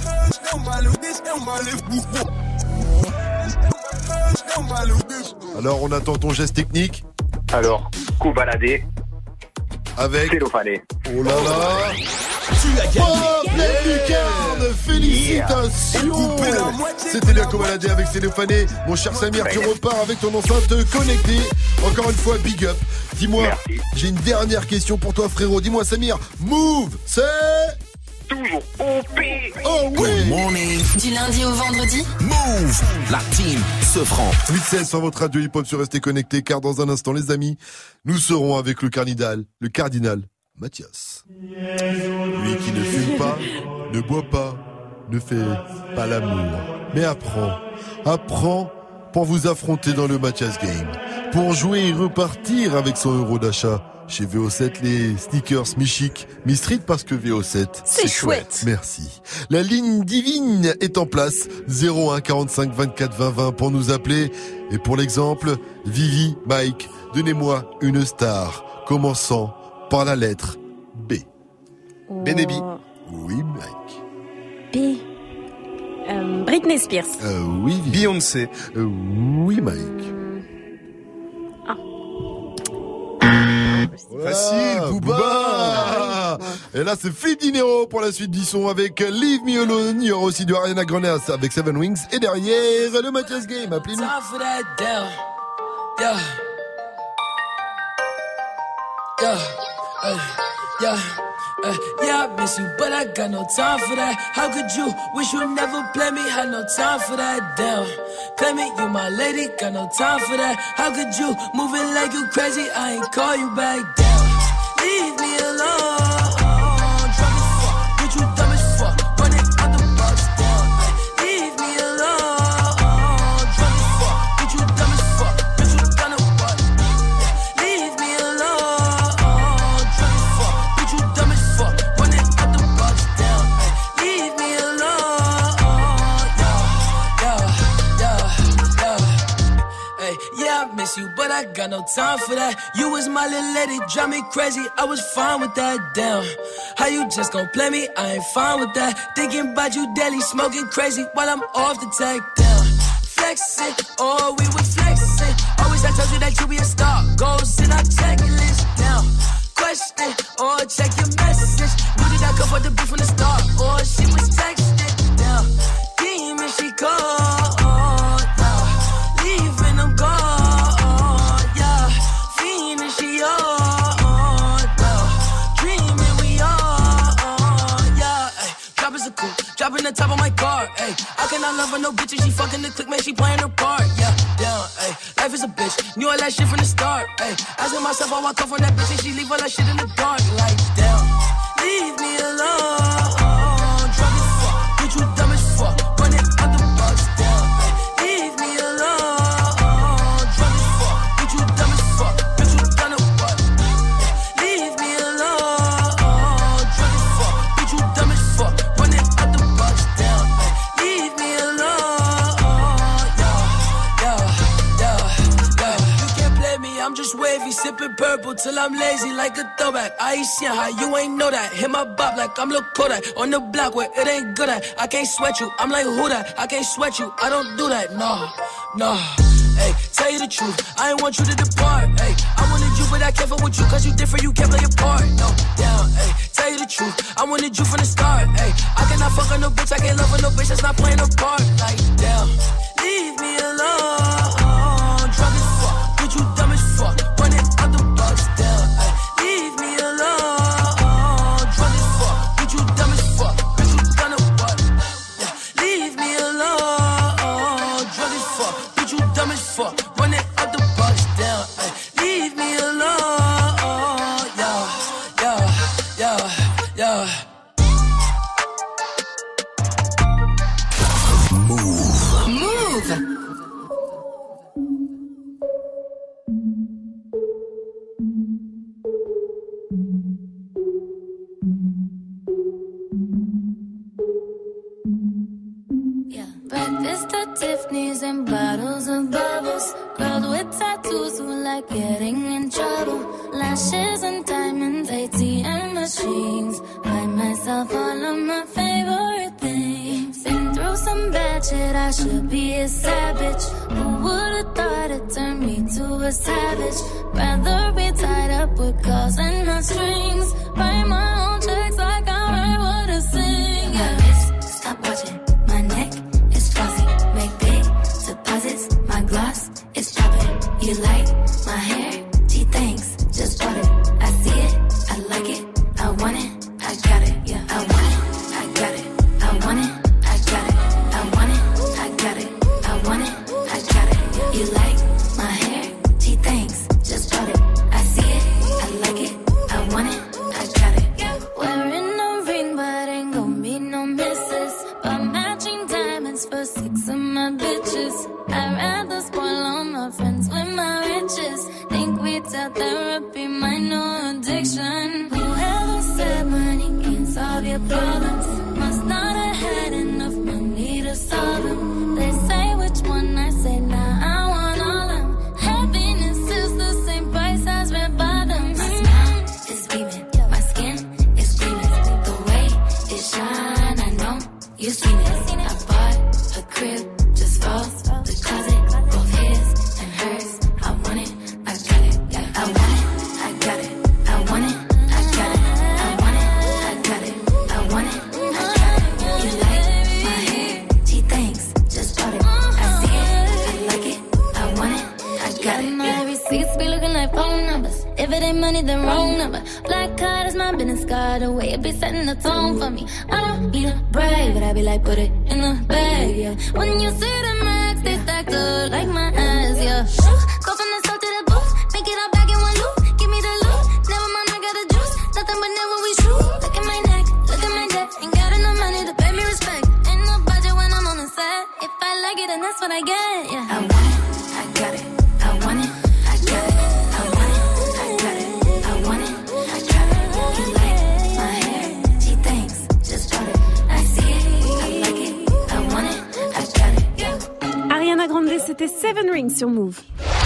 Alors on attend ton geste technique. Alors, coup baladé. Avec Cellophané. Oh là là. Tu as gagné. Pleine lucarne. Félicitations. C'était bien baladé avec Cellophané. Mon cher Samir, tu repars avec ton enceinte connectée. Encore une fois, big up. Dis-moi, j'ai une dernière question pour toi frérot. Dis-moi Samir, Move, c'est... toujours OP. Oh oui. Good morning. Du lundi au vendredi, Move, la team Sofran. 8-16 sur votre radio hip-hop sur Restez Connectés, car dans un instant, les amis, nous serons avec le cardinal Mathias. Lui qui ne fume pas, ne boit pas, ne fait pas l'amour, mais apprend pour vous affronter dans le Mathias Game. Pour jouer et repartir avec 100 € d'achat. Chez VO7, les sneakers mi-chic, mi-street parce que VO7, c'est chouette. Merci. La ligne divine est en place. 01 45 24 20 20 pour nous appeler. Et pour l'exemple, Vivi, Mike, donnez-moi une star commençant par la lettre B. Oh. Benebi. Oui, Mike. B. Britney Spears. Oui, Vivi. Beyoncé. Oui, Mike. Facile, Booba. Et là, c'est Flip Dinero pour la suite du son avec Leave Me Alone. Il y aura aussi du Ariana Grande avec Seven Wings. Et derrière, le Mathias Game. Appelez-nous. Yeah, I miss you, but I got no time for that. How could you wish you never play me? Had no time for that. Damn, claim it, you my lady, got no time for that. How could you move it like you crazy? I ain't call you back. Damn, leave me alone. Drunk as fuck, bitch, you dumb as fuck. Running out the box. Damn, leave me alone. Drunk as fuck, bitch, you dumb as fuck. Bitch, you done a what? Leave me alone. Drunk as fuck, bitch, you dumb as fuck. Running out the box. Damn, leave me alone. Yeah, I miss you, but I got no time for that. You was my little lady, drive me crazy. I was fine with that. Damn, how you just gon' play me? I ain't fine with that. Thinking about you daily, smoking crazy while I'm off the tag. Down, flexing, oh we was flexing. Always I told you that you be a star. Goals in our checklist. Down, question or check your message. Knew that I could put the beef from the start. Or she was texting. Down, demon she called. Leaving them gone, yeah. Fiending she on, dreaming we on, yeah. Ay, drop is a coupe, dropping the top of my car. Ay, I cannot love her, no bitch, and she fucking the click, man, she playing her part, yeah. Down, ay, life is a bitch. bitch. Knew all that shit from the start. Hey, asking myself, I walk off on that bitch and she leave all that shit in the dark. Like, damn, leave me alone. Drunk as fuck, bitch, you dumb as fuck. Running out the box, damn. Leave me alone. Drunk as fuck, bitch, you dumb as fuck. Bitch, you done it what? Leave me alone. Drunk as fuck, bitch, you dumb as fuck. Running out the box, damn. Leave me alone. You can't play me, I'm just wavy, sipping purple till I'm lazy like a throwback. I ain't seen how you ain't know that. Hit my bop like I'm Lil Kodak on the block where it ain't good at. I can't sweat you, I'm like who that? I can't sweat you, I don't do that. No. Hey, tell you the truth, I ain't want you to depart. Hey, I wanted you, but I can't fuck with you, cause you different, you can't play your part. No, down, hey, tell you the truth, I wanted you from the start. Hey, I cannot fuck on no bitch, I can't love on no bitch that's not playing a part. Like, damn, leave me alone. Drunk as fuck, bitch, you dumb as fuck. Running out the box, down, hey, leave me alone. Drunk as fuck, bitch, you dumb as fuck. Bitch, you done it what? Yeah, leave me alone. Drunk as fuck, bitch, you dumb as fuck. Running out the box, down, hey, leave me alone. Yeah. Move. Breakfast at Tiffany's and bottles of bubbles. Girls with tattoos who like getting in trouble. Lashes and diamonds, ATM machines. Buy myself all of my favorite things. Been through some bad shit, I should be a savage. Who would've thought it turned me to a savage? Rather be tied up with calls and not strings. Write my own checks like I write what I sing. My wrist, stop watching. My neck is flossy. Make big deposits. My gloss is popping. You like my hair? Gee, thanks. Just bought it. I see it. I like it. I want it. I got it. Yeah, I want it. I got it. I want it. I got it. I want it. I got it. I want it. I got it. You like my hair? Gee, thanks. Just bought it. I see it. I like it. I want it. I got it. Wearing a ring, but ain't gon' be no misses. But matching diamonds for 6 of my bitches. I'd rather spoil all my friends with my riches. Think we tell therapy, my no addiction. Whoever said money can solve your problems must not have had enough money to solve them. They say which one, I say nah, I want all them. Happiness is the same price as red bottoms. My smile is beaming, my skin is gleaming. The way it shine, I know you've seen it. I bought a crib just for the closet, both his and hers. I want it, I got it. I want it, I got it. I want it, I got it. I want it, I got it. I want it, I got it. You like my hair? Gee, thanks. Just bought it. I see it, I like it. I want it, I got it. My receipts be looking like phone numbers. If it ain't money, then wrong number. Black card is my business card. The way it be setting the tone for me. I don't need a brag, but I be like, put it in the bag, yeah. When you see the max, they stacked up like my ass, yeah. Go from the south to the booth, make it all back in one loop. Give me the loot, never mind, I got the juice. Nothing but never we shoot. Look at my neck, look at my debt. Ain't got enough money to pay me respect. Ain't no budget when I'm on the set. If I like it, then that's what I get, yeah. I want it, I got it. I want it, I got it. I want it, I got it. I want it, I got it. You like my hair? Gee, thanks. Just bought it. I see it, I like it. I want it, I got it. Ariana Grande, c'était Seven Rings sur Move.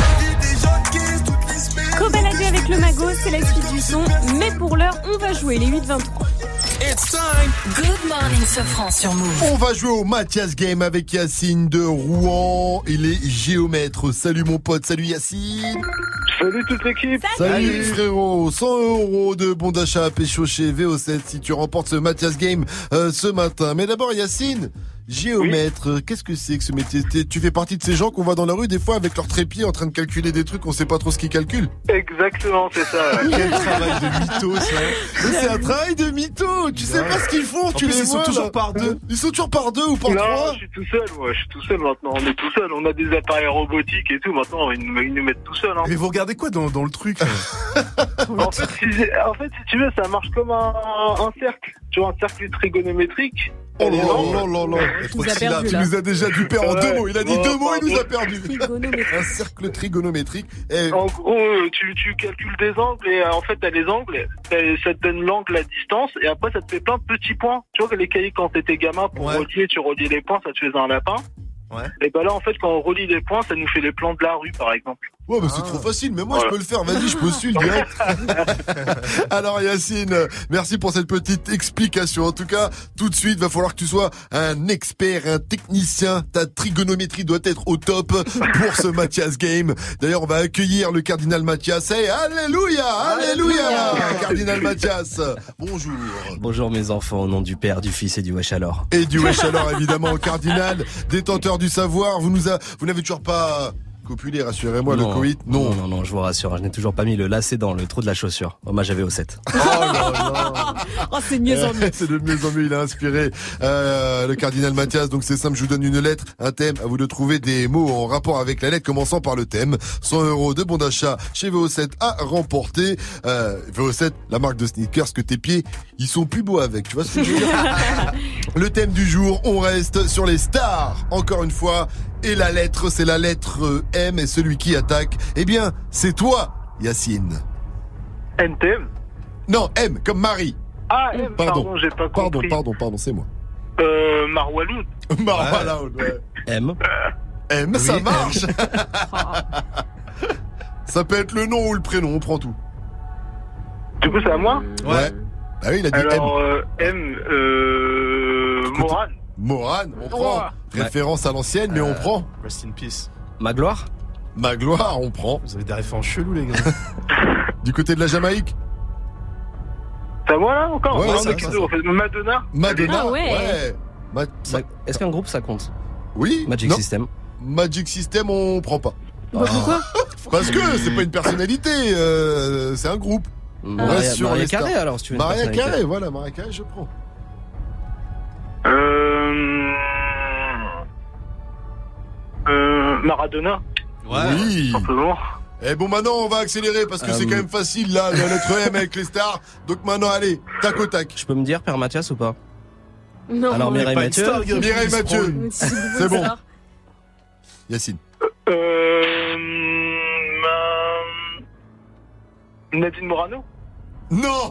Kobalade avec le Mago, c'est la suite du son. Mais pour l'heure, on va jouer les 8-23. It's time. Good morning, Sofran sur Move. On va jouer au Mathias Game avec Yacine de Rouen. Il est géomètre. Salut mon pote, salut Yacine. Salut toute l'équipe. Salut frérot. 100 € de bon d'achat à pécho chez VO7 si tu remportes ce Mathias Game ce matin. Mais d'abord Yacine, géomètre, qu'est-ce que c'est que ce métier? Tu fais partie de ces gens qu'on voit dans la rue des fois avec leur trépied en train de calculer des trucs, on sait pas trop ce qu'ils calculent. Exactement, c'est ça. Quel travail de mytho, ça. C'est un travail de mytho. Tu sais pas ce qu'ils font, tu les vois. Ils sont toujours par deux. Ils sont toujours par deux ou par trois. Non, je suis tout seul, moi. Je suis tout seul maintenant. On est tout seul. On a des appareils robotiques et tout. Maintenant, ils nous mettent tout seul. Hein. Mais vous regardez quoi dans le truc? En fait, si tu veux, ça marche comme un cercle. Tu vois, un cercle trigonométrique. Oh là là là là. Tu nous as déjà dupé en deux mots. Il a dit deux mots, il nous a perdu. Un cercle trigonométrique. En gros, tu calcules des angles et en fait, t'as les angles, ça te donne l'angle, la distance et après, ça te fait plein de petits points. Tu vois que les cahiers, quand t'étais gamin, pour relier, tu reliais les points, ça te faisait un lapin. Ouais. Et ben là, en fait, quand on relie les points, ça nous fait les plans de la rue, par exemple. Ouais, bah c'est trop facile, mais moi je peux le faire. Vas-y, je postule direct. Alors Yacine, merci pour cette petite explication. En tout cas, tout de suite, va falloir que tu sois un expert, un technicien. Ta trigonométrie doit être au top pour ce Mathias Game. D'ailleurs, on va accueillir le cardinal Mathias. Hey, alléluia, alléluia, cardinal Mathias. Bonjour. Bonjour mes enfants, au nom du Père, du Fils et du Wesh alors. Et du Wesh alors, évidemment, cardinal, détenteur du savoir. Vous n'avez toujours pas copulé, rassurez-moi, le coït. Non, je vous rassure, je n'ai toujours pas mis le lacet dans le trou de la chaussure. Hommage à VO7. Oh, c'est de mieux en mieux. C'est de mieux en mieux, il a inspiré le cardinal Mathias. Donc c'est simple, je vous donne une lettre, un thème, à vous de trouver des mots en rapport avec la lettre, commençant par le thème. 100 € de bon d'achat chez VO7 à remporter. VO7, la marque de sneakers que tes pieds, ils sont plus beaux avec, tu vois ce que je veux dire? Le thème du jour, on reste sur les stars, encore une fois. Et la lettre, c'est la lettre M, et celui qui attaque, eh bien, c'est toi, Yacine. NTM? Non, M, comme Marie. Ah, M, pardon, j'ai pas compris. Pardon, c'est moi. Marwaloud. Marwaloud, ouais. M. M, oui, ça marche. Ça peut être le nom ou le prénom, on prend tout. Du coup, c'est à moi? Ouais. Bah oui, il a dit alors, M. Morane. Morane, on prend. Référence à l'ancienne, mais on prend. Rest in peace. Magloire, on prend. Vous avez des références cheloues, les gars. Du côté de la Jamaïque? C'est à moi, là, encore? Ouais, Madonna, ah, ouais. Est-ce qu'un groupe, ça compte? Oui. Magic System. Magic System, on prend pas. Pourquoi? Parce que c'est pas une personnalité, c'est un groupe. Maria Carré, alors, si tu veux. Maria Carré, voilà, Maria Carré, je prends. Maradona. Ouais. Oui. Simplement. Eh bon, maintenant on va accélérer parce que c'est quand même facile là, la lettre M avec les stars. Donc maintenant, allez, tac au tac. Je peux me dire Père Mathias ou pas? Non. Alors Mireille Mathieu. Mireille Mathieu. C'est bon. Yacine. Nadine Morano. Non.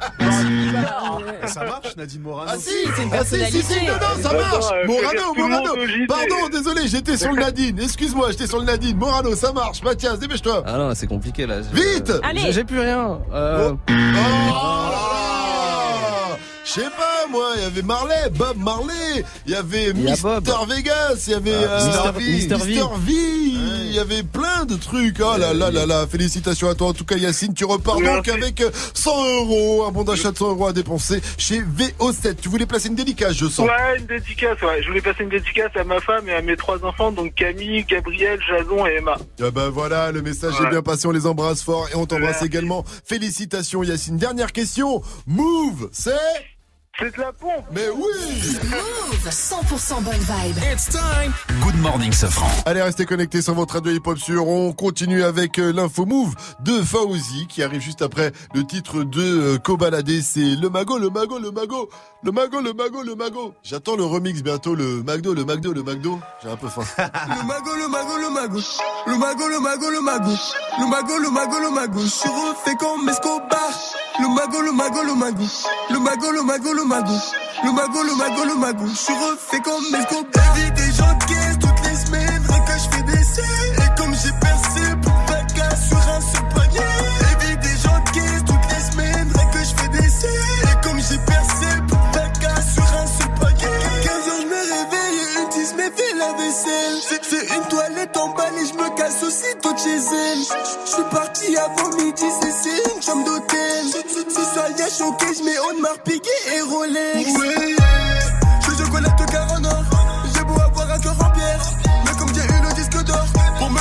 Ça marche, Nadine Morano. Ah si, c'est une personnalité. Non, ça marche. Morano. Pardon, désolé, j'étais sur le Nadine. Excuse-moi, j'étais sur le Nadine. Morano, ça marche. Mathias, dépêche-toi. Ah non, c'est compliqué là. Vite. Allez. J'ai plus rien. Je sais pas, moi, il y avait Bob Marley, il y avait Mister Vegas, il y avait Mister V, il y avait plein de trucs. Oh là là là là, félicitations à toi. En tout cas, Yacine, tu repars donc avec 100 €, un bon d'achat de 100 € à dépenser chez VO7. Tu voulais placer une dédicace, je sens. Ouais, une dédicace, ouais. Je voulais passer une dédicace à ma femme et à mes 3 enfants, donc Camille, Gabriel, Jason et Emma. Ah bah voilà, le message est bien passé, on les embrasse fort et on t'embrasse également. Félicitations, Yacine. Dernière question, Move, c'est de la pompe. Mais oui. Move, 100% bonne vibe. It's time. Good morning, Sofran. Allez, restez connectés sur votre radio hip-hop sur. On continue avec l'info Move de Fauzi qui arrive juste après le titre de Kobalade. C'est le mago. J'attends le remix bientôt, le McDo. J'ai un peu faim. Le mago. Je suis refait comme Escobar. Le mago. Je suis refait comme Escobar. J'ai des gens de caisse toutes les semaines. Rien que je fais des scènes. Et comme j'ai percé pour pas qu'à sur un seul panier. J'ai des gens de caisse toutes les semaines. Rien que je fais des scènes. Et comme j'ai percé pour pas qu'à sur un seul panier. 15 ans je me réveille et une 10 me fait la vaisselle. C'est une toilette en balle et je me casse aussitôt de chez elle. Je suis parti avant midi, c'est une chambre d'hôtel. Ce soir y'a choqué, je mets Audemars Piguet et Rolex. Ouais, je chocolat de Caronor.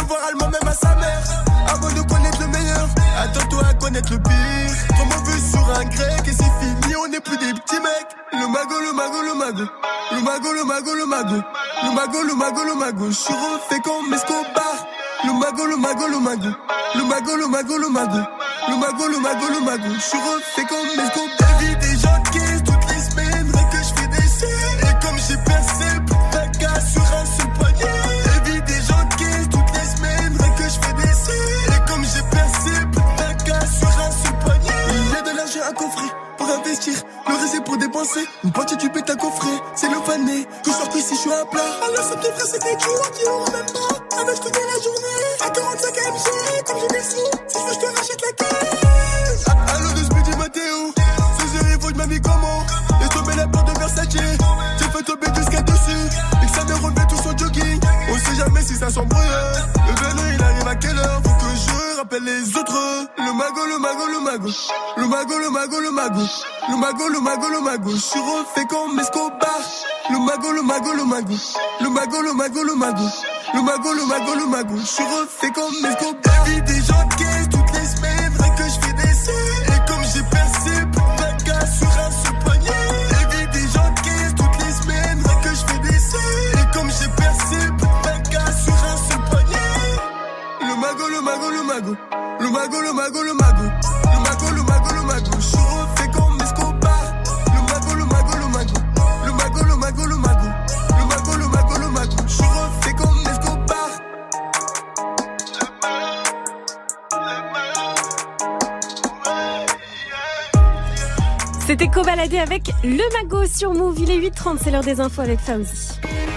devoir allemand même à sa mère. Avant de connaître le meilleur, attends-toi à connaître le pire. Trop mauvais sur un grec et c'est fini, on n'est plus des petits mecs. Le mago, le mago, le mago. Le mago, le mago, le mago. Le mago, le mago, le mago. Je suis refait comme Escobar. Le mago, le mago, le mago. Le mago, le mago, le mago. Le mago, le mago, le mago. Je suis refait comme Escobar. Vie des gens qui toutes les semaines, rien que je fais des scènes. Et comme j'ai percé, plus de fracas sur un seul poignet. Et vie des gens qui toutes les semaines, rien que je fais des scènes. Et comme j'ai percé, plus de fracas sur un seul poignet. Il y a de l'argent à coffrer pour investir, le reste c'est pour dépenser. Une partie du bête à coffrer, c'est le fané. Que je sors qu'ici, je suis à plat. Alors ça me frère, c'est des joueurs qui auront même pas. Avec je connais la journée, à 45 MG, comme j'ai des sous. Si je veux, je te rachète la caisse. Allô de Speedy Matteo, ce soir il faut que ma vie comment. Laisse tomber la porte de Versace, j'ai fait tomber jusqu'à dessus. Et que ça me relevait tout son jogging. On sait jamais si ça s'embrouille. Le vélo il arrive à quelle heure, faut que je rappelle les autres. Le mago, le mago, le mago. Le mago, le mago, le mago. Le mago, le mago, le mago. Je suis refait comme Escobar. Le mago, le mago, le mago. Le mago, le mago, le mago. Le mago, le mago, le mago. Je suis refait comme Escobar. Vie des gens qui toutes les semaines, rien que je fais des scènes. Et comme j'ai percé, plus de fracas sur un seul poignet. Et vie des gens qui toutes les semaines, rien que je fais des scènes. Et comme j'ai percé, plus de fracas sur un seul poignet. Le mago, le mago, le mago. Le mago, le mago, le mago. Le mago, le mago, le mago. Je suis refait comme Escobar. Le mago, le mago, le mago. Le mago, le mago, le mago. Le mago, le mago, le mago. Je suis refait comme Escobar. C'était Cobaladé avec le mago sur Move. Il est 8h30, c'est l'heure des infos avec Fauzi.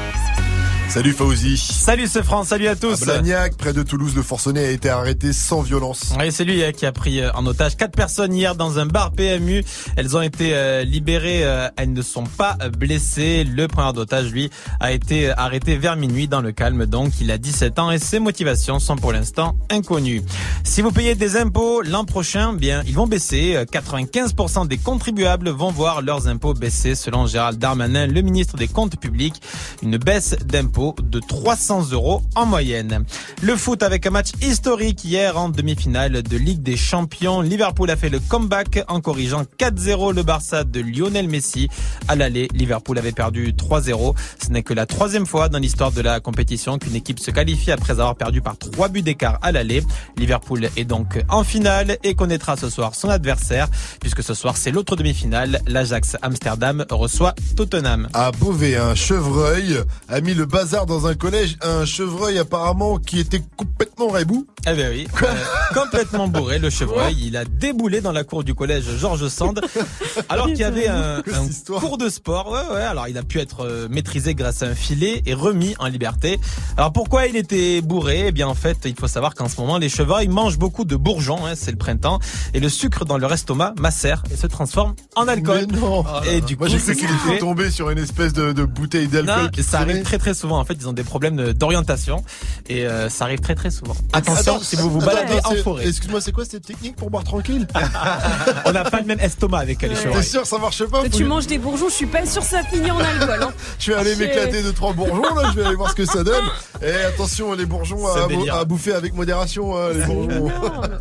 Salut Fauzi. Salut ce France, salut à tous. À Blagnac, près de Toulouse, le forcené a été arrêté sans violence. Oui, c'est lui qui a pris en otage 4 personnes hier dans un bar PMU. Elles ont été libérées, elles ne sont pas blessées. Le preneur d'otage, lui, a été arrêté vers minuit dans le calme. Donc, il a 17 ans et ses motivations sont pour l'instant inconnues. Si vous payez des impôts l'an prochain, bien, ils vont baisser. 95% des contribuables vont voir leurs impôts baisser selon Gérald Darmanin, le ministre des Comptes publics. Une baisse d'impôts de 300 € en moyenne. Le foot avec un match historique hier en demi-finale de Ligue des Champions. Liverpool a fait le comeback en corrigeant 4-0 le Barça de Lionel Messi. À l'aller, Liverpool avait perdu 3-0. Ce n'est que la 3e fois dans l'histoire de la compétition qu'une équipe se qualifie après avoir perdu par 3 buts d'écart à l'aller. Liverpool est donc en finale et connaîtra ce soir son adversaire, puisque ce soir c'est l'autre demi-finale. L'Ajax Amsterdam reçoit Tottenham. À Beauvais, un chevreuil a mis le bazar dans un collège, un chevreuil apparemment qui était complètement rebou. Eh ben oui, complètement bourré le chevreuil. Il a déboulé dans la cour du collège Georges Sand alors qu'il y avait un cours de sport. Ouais, alors il a pu être maîtrisé grâce à un filet et remis en liberté. Alors pourquoi il était bourré? Eh bien en fait, il faut savoir qu'en ce moment les chevreuils mangent beaucoup de bourgeons, c'est le printemps, et le sucre dans leur estomac macère et se transforme en alcool. Mais non. Et du coup, moi j'ai cru qu'il était tombé sur une espèce de bouteille d'alcool. Non, ça arrive très très souvent. En fait, ils ont des problèmes d'orientation et ça arrive très très souvent. Attention, si vous vous baladez en forêt. Excuse-moi, c'est quoi cette technique pour boire tranquille? On n'a pas le même estomac avec les chevreuils. T'es sûr ça marche pas? Tu manges des bourgeons, je suis pas sûr que ça finit en alcool. Je vais aller m'éclater 2-3 bourgeons là, je vais aller voir ce que ça donne. Et attention, les bourgeons à bouffer avec modération, les bourgeons.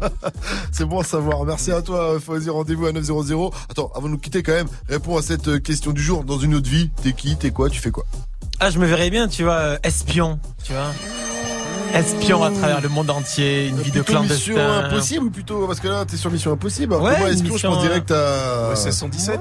C'est bon à savoir. Merci à toi, Fauzi. Rendez-vous à 900. Attends, avant de nous quitter quand même, réponds à cette question du jour. Dans une autre vie, t'es qui, t'es quoi, tu fais quoi? Ah, je me verrais bien, tu vois, espion, tu vois. Espion à travers le monde entier, une vie de clandestin. Mission impossible ou plutôt, parce que là t'es sur mission impossible. Ouais, moi espion, je pense direct à 1617.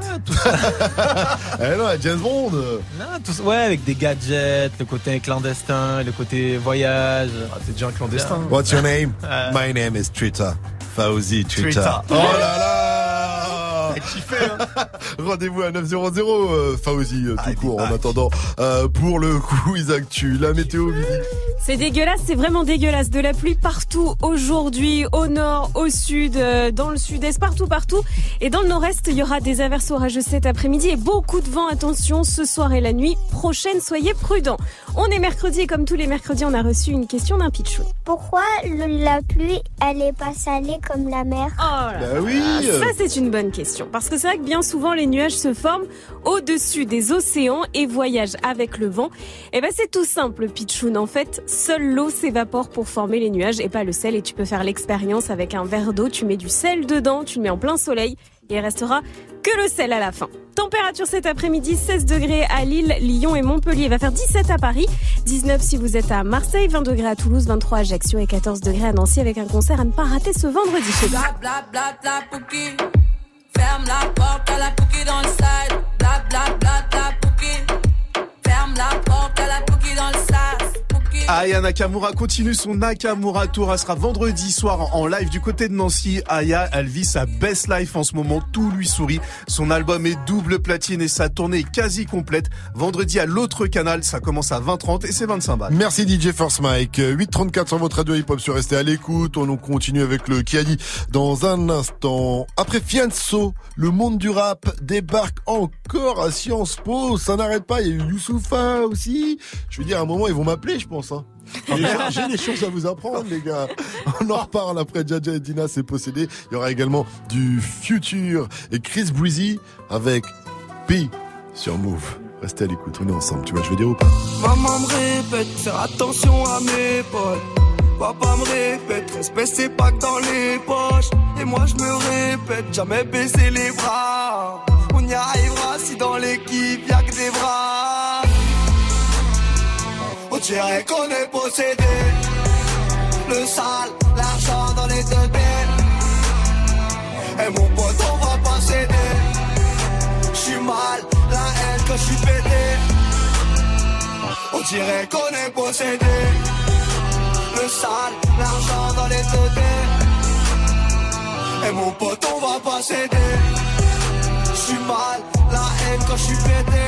Eh non, James Bond. Non, ouais, avec des gadgets, le côté clandestin, le côté voyage. Ah, t'es déjà un clandestin. What's your name? My name is Trita. Fauzi Trita. Oh là là. Kiffé, hein. Rendez-vous à 900 Fauzi tout court en attendant pour le quiz actu. La météo, Vivi. C'est dégueulasse, c'est vraiment dégueulasse. De la pluie partout aujourd'hui, au nord, au sud, dans le sud-est, partout. Et dans le nord-est, il y aura des averses orageuses cet après-midi et beaucoup de vent. Attention, ce soir et la nuit prochaine, soyez prudents. On est mercredi et comme tous les mercredis, on a reçu une question d'un pitchou. Pourquoi la pluie, elle est pas salée comme la mer? Oh là là. Bah oui. Ça, c'est une bonne question. Parce que c'est vrai que bien souvent, les nuages se forment au-dessus des océans et voyagent avec le vent. Et ben, c'est tout simple, pitchoun. En fait, Seule l'eau s'évapore pour former les nuages et pas le sel. Et tu peux faire l'expérience avec un verre d'eau. Tu mets du sel dedans, tu le mets en plein soleil et il restera que le sel à la fin. Température cet après-midi, 16 degrés à Lille, Lyon et Montpellier. Il va faire 17 à Paris, 19 si vous êtes à Marseille, 20 degrés à Toulouse, 23 à Ajaccio et 14 degrés à Nancy avec un concert à ne pas rater ce vendredi chez vous. Bla bla bla bla Pouki. Ferme la porte à la Pouki dans le side. Bla bla bla bla Pouki. Ferme la porte à la Pouki dans le side. Aya Nakamura continue son Nakamura Tour. Elle sera vendredi soir en live du côté de Nancy. Aya, elle vit sa best life en ce moment. Tout lui sourit. Son album est double platine et sa tournée est quasi complète. Vendredi à l'autre canal, ça commence à 20h30 et c'est 25 balles. Merci DJ First Mike. 8h34 sur votre radio hip-hop sur Restez à l'écoute. On continue avec le Kiali dans un instant. Après Fianso, le monde du rap débarque encore à Sciences Po. Ça n'arrête pas. Il y a eu Youssoupha aussi. Je veux dire, à un moment, ils vont m'appeler, je pense, hein. J'ai des choses à vous apprendre, les gars. On en reparle après. Jaja et Dina, c'est possédé. Il y aura également du Future et Chris Breezy avec P sur Move. Restez à l'écoute, on est ensemble. Tu vois, je veux dire ou pas? Maman me répète, faire attention à mes potes. Papa me répète, respect c'est pas que dans les poches. Et moi je me répète, jamais baisser les bras. On y arrivera si dans l'équipe y'a que des bras. On dirait qu'on est possédé. Le sale, l'argent dans les deux têtes. Et mon pote, on va pas céder. J'suis mal, la haine quand j'suis pété. On dirait qu'on est possédé. Le sale, l'argent dans les deux têtes. Et mon pote, on va pas céder. J'suis mal, la haine quand j'suis pété.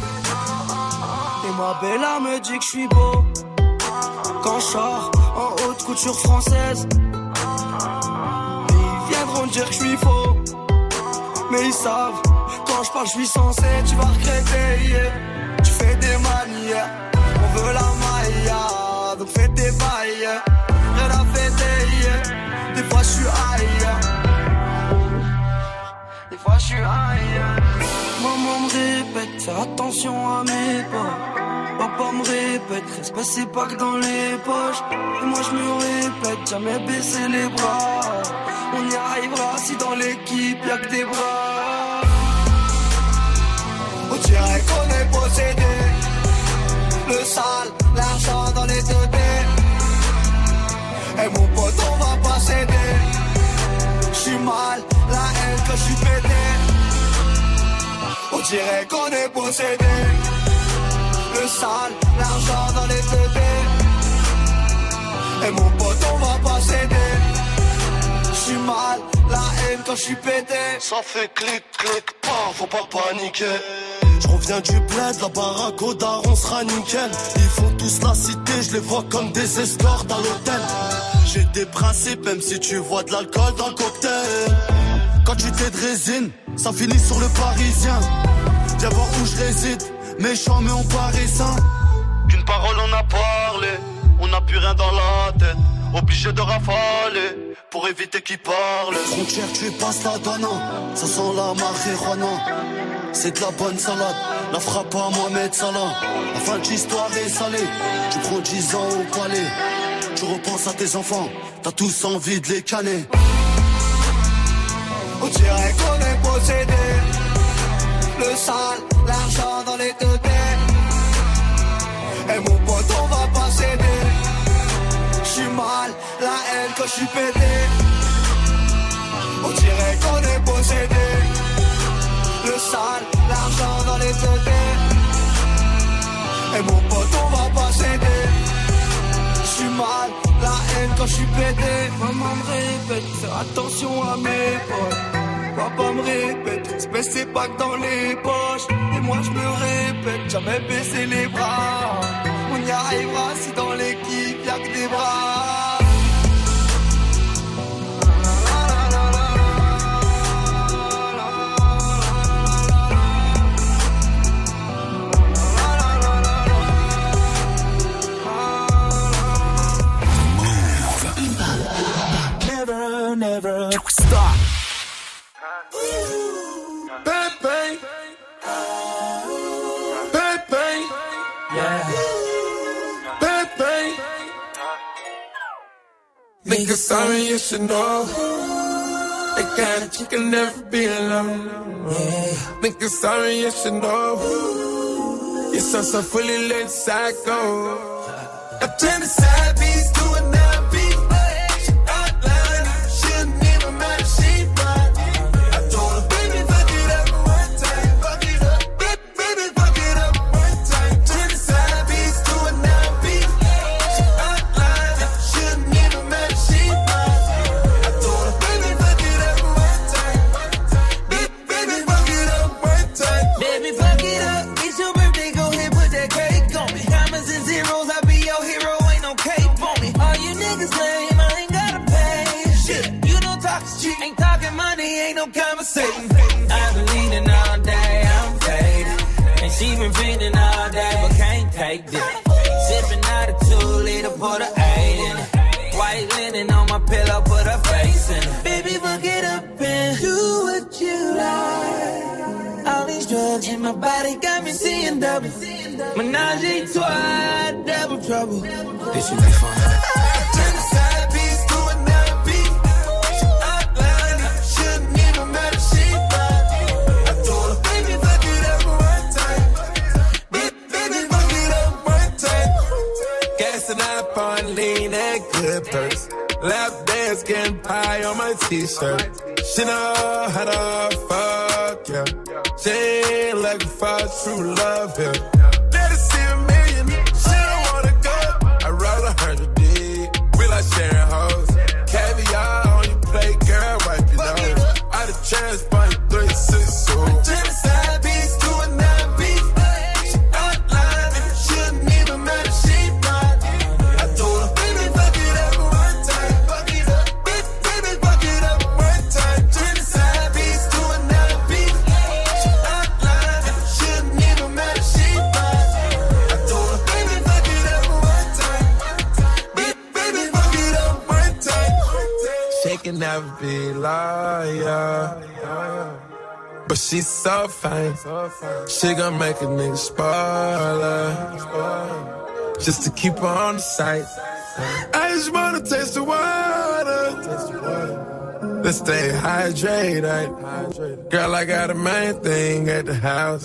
Et ma Bella me dit que je suis beau quand je sors en haute couture française. Ils viendront dire que je suis faux, mais ils savent, quand je parle je suis censé. Tu vas regretter, yeah. Tu fais des manières, on veut la maille, donc fais tes bails, yeah. Rien à fêter, yeah. Des fois je suis high, des fois je suis high. Maman me répète, fais attention à mes pas. Papa me répète, respect c'est pas que dans les poches. Et moi je me répète, jamais baisser les bras. On y arrivera si dans l'équipe y'a que des bras. On dirait qu'on est possédé. Le sale, l'argent dans les deux têtes. Et mon pote on va pas céder. J'suis mal, la haine quand j'suis pété. On dirait qu'on est possédé. Le sale, l'argent dans les deux têtes. Et mon pote on va pas céder. J'suis mal, la haine quand j'suis pété. Ça fait clic clic pas, faut pas paniquer. J'reviens du bled, la baraque au daron sera nickel. Ils font tous la cité, je les vois comme des escortes à l'hôtel. J'ai des principes même si tu vois de l'alcool dans le cocktail. Quand tu t'es de résine, ça finit sur le parisien. Viens voir où je réside, méchant mais on paraît sain. Qu'une parole on a parlé, on n'a plus rien dans la tête. Obligé de rafaler, pour éviter qu'ils parlent. Frontière tu passes la douane, ça sent la marijuana. C'est de la bonne salade, la frappe à Mohamed Salah. La fin de l'histoire est salée, tu prends 10 ans au palais. Tu repenses à tes enfants, t'as tous envie de les canner. On dirait qu'on est possédé. Le sale, l'argent dans les deux têtes. Et mon pote on va pas céder. J'suis mal, la haine quand j'suis pété. On dirait qu'on est possédé. Le sale, l'argent dans les deux têtes. Et mon pote on va pas céder. J'suis mal, la haine quand j'suis pété. Maman me répète, faire attention à mes potes. Papa me répète, respect c'est pas que dans les poches. Et moi je me répète, jamais baisser les bras. On y arrivera si dans l'équipe y'a que des bras. Never, never stop. Pepe, Pepe, yeah. Pepe, Nigga, sorry, you should know. That kind of chick can never be alone. Nigga, sorry, you should know. Your son's so fully let psycho. I turn the side piece to a nine piece. She outline it, shouldn't even matter, she mine. I told her, baby, fuck it up one time. Fuck it up, baby, fuck it up one time. Turn the side piece to a nine piece. She outline it, shouldn't even matter, she mine. I told her, baby, fuck it up one time. Baby, fuck it up one time. Baby, fuck it up. It's your birthday, go ahead, put that cake on me. Commas and zeros, I be your hero, ain't no cape on me. All you niggas lame, I ain't gotta pay. Shit, you don't talk shit, ain't talking money, ain't no conversation. I've been leaning all day, I'm faded. And she been feeding all day, but can't take this. Sipping out a 2-liter, put a 8 in it. White linen on my pillow, put her face in it. Baby, fuck it up and do what you like. All these drugs in my body got me seeing double. Menage a trois, double trouble. This should be fun. Turn the side piece to a nine piece. She outline it, shouldn't even matter, she mine. I told her, baby, fuck it up one time. Baby, fuck it up one time. Gassing up on lean and good purse. Lap dance getting pie on my t-shirt. She know how to fuck, yeah. She ain't looking for true love, yeah. Let her see a million, she don't wanna go. I roll 100 deep, we like sharing hoes. Caviar on your plate, girl, wipe your nose. Out of chance, find 3-6, so. Turn the side piece to a 9 piece. She outline it, shouldn't even matter, she mine. I told her, baby, fuck it up one time. Fuck it up, baby, fuck it up one time. Turn the side piece to a 9 piece. She outline it, shouldn't even matter, she mine. I told her, baby, fuck it up one time. Baby, fuck it up one time. She can never be loyal, but she's so fine. She gon' make a nigga spoiler, just to keep her on the site. I just wanna taste the water. Let's stay hydrated. Girl, I got a main thing at the house.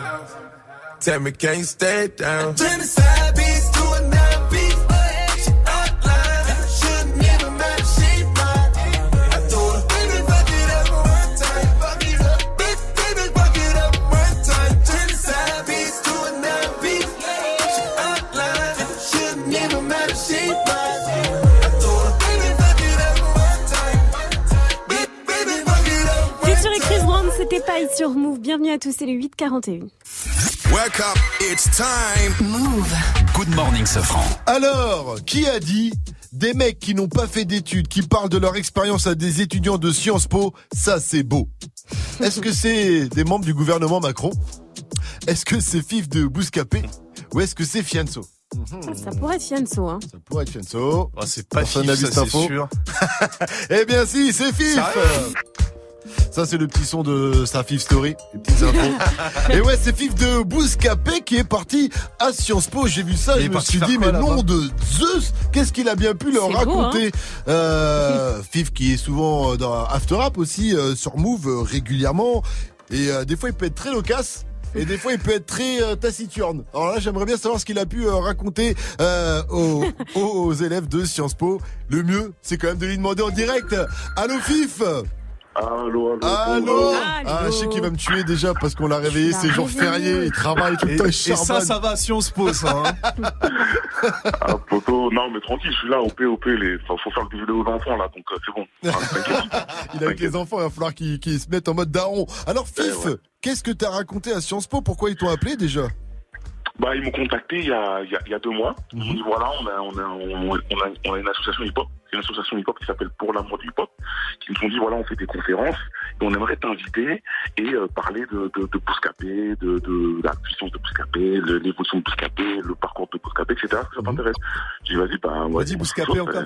Tell me, can you stay down? Turn the side piece to a 9 piece. She outline it, shouldn't even matter, she mine. I told her, baby, fuck it up one time. Fuck it up, baby, fuck it up one time. Turn the side piece to a 9 piece. She outline it, shouldn't even matter, she mine. I told her, baby, fuck it up one time. Baby, fuck it up one time. Featuring Chris Brown, c'était Paille sur Move. Bienvenue à tous, c'est le 8h41. Wake up, it's time. Move. Good morning, Sofran. Alors, qui a dit des mecs qui n'ont pas fait d'études, qui parlent de leur expérience à des étudiants de Sciences Po, ça c'est beau. Est-ce que c'est des membres du gouvernement Macron? Est-ce que c'est Fif de Bouscapé? Ou est-ce que c'est Fianso? Ça pourrait être Fianso, hein. Ça pourrait être Fianso. Oh, c'est pas Personne Fif, n'a vu ça cette c'est info. sûr. Eh bien si, c'est Fif. Ça c'est le petit son de sa Fif Story, les petites infos. Et ouais, c'est Fif de Bouscapé qui est parti à Sciences Po. J'ai vu ça, je me suis dit, mais nom de Zeus, qu'est-ce qu'il a bien pu leur raconter, Fif qui est souvent dans After Rap aussi, sur Move régulièrement. Et des fois il peut être très loquace. Et des fois, il peut être très taciturne. Alors là, j'aimerais bien savoir ce qu'il a pu raconter aux élèves de Sciences Po. Le mieux, c'est quand même de lui demander en direct. Allô, Fif? Allô. Ah, je sais qu'il va me tuer déjà parce qu'on l'a réveillé, c'est jour férié, il travaille tout le temps, il charbonne. Et ça va si on se pose, ça. Hein. Ah, poto, non, mais tranquille, je suis là, OP, faut faire le déjeuner aux enfants, là, donc c'est bon. Il est avec les enfants, il va falloir qu'ils se mettent en mode daron. Alors, Fif, qu'est-ce que t'as raconté à Sciences Po? Pourquoi ils t'ont appelé déjà? Bah, ils m'ont contacté il y a 2 mois. Ils m'ont dit, voilà, on a une association hip-hop. C'est une association hip-hop qui s'appelle Pour l'amour du hip-hop. Qui nous ont dit, voilà, on fait des conférences et on aimerait t'inviter et parler de Bouscapé, de la puissance de Bouscapé, l'évolution de Bouscapé, le parcours de Bouscapé, etc. Est-ce que ça t'intéresse? J'ai dit, vas-y, bah, vas-y, Bouscapé encore.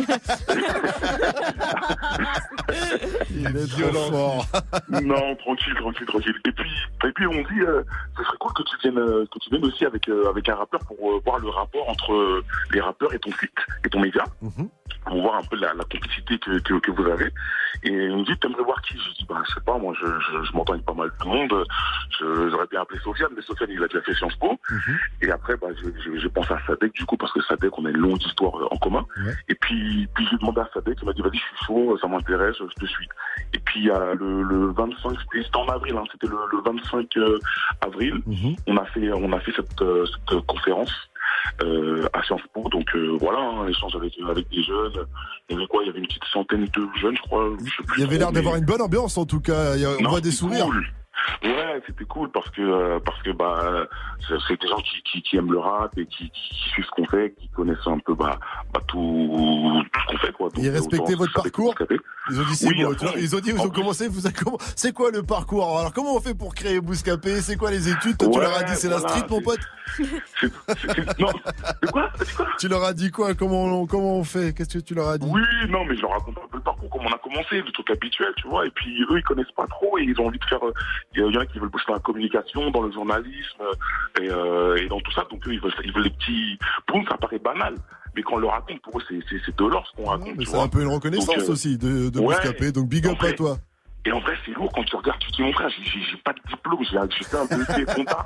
Il est violent fort. Non, tranquille. Et puis on dit, ce serait cool que tu viennes aussi avec un rappeur pour voir le rapport entre les rappeurs et ton site et ton média. pour voir un peu la complicité que vous avez. Et il me dit, t'aimerais voir qui? Je dis, je sais pas, moi, je m'entends avec pas mal de monde. J'aurais bien appelé Sofiane, mais Sofiane, il a déjà fait Sciences Po. Et après, j'ai pensé à Sadek, du coup, parce que Sadek, on a une longue histoire en commun. Ouais. Et puis j'ai demandé à Sadek, il m'a dit, vas-y, je suis chaud, ça m'intéresse, je te suis. Et puis, le 25, c'était en avril, hein, c'était le 25 avril, on a fait cette conférence. À Sciences Po, donc voilà, un échange avec des jeunes. Il y avait quoi? Il y avait une petite centaine de jeunes, je crois. Je sais plus. Il y avait l'air d'avoir une bonne ambiance en tout cas. On voit des sourires. Cool. Ouais, c'était cool parce que c'est des gens qui aiment le rap et qui suivent ce qu'on fait, qui connaissent un peu tout ce qu'on fait, quoi. Donc, ils respectaient votre parcours. Ils ont dit ils ont commencé. C'est quoi le parcours? Alors comment on fait pour créer Bouscapé? C'est quoi les études? Toi, tu leur as dit c'est la street, mon pote. Non, de quoi? Tu leur as dit quoi? Comment on fait? Qu'est-ce que tu leur as dit? Oui, non, mais je leur raconte un peu le parcours, comment on a commencé, le truc habituel, tu vois. Et puis eux, ils connaissent pas trop et ils ont envie de faire. Il y en a qui veulent bosser dans la communication, dans le journalisme et dans tout ça. Donc eux, ils veulent les petits. Pour nous, ça paraît banal. Mais quand on le raconte, pour eux, c'est de l'or ce qu'on raconte. Mais c'est un peu une reconnaissance aussi de Bouscapé. Donc big up à toi. Et en vrai, c'est lourd quand tu regardes, tu te dis, mon frère, j'ai pas de diplôme, j'ai fait un BEP compta,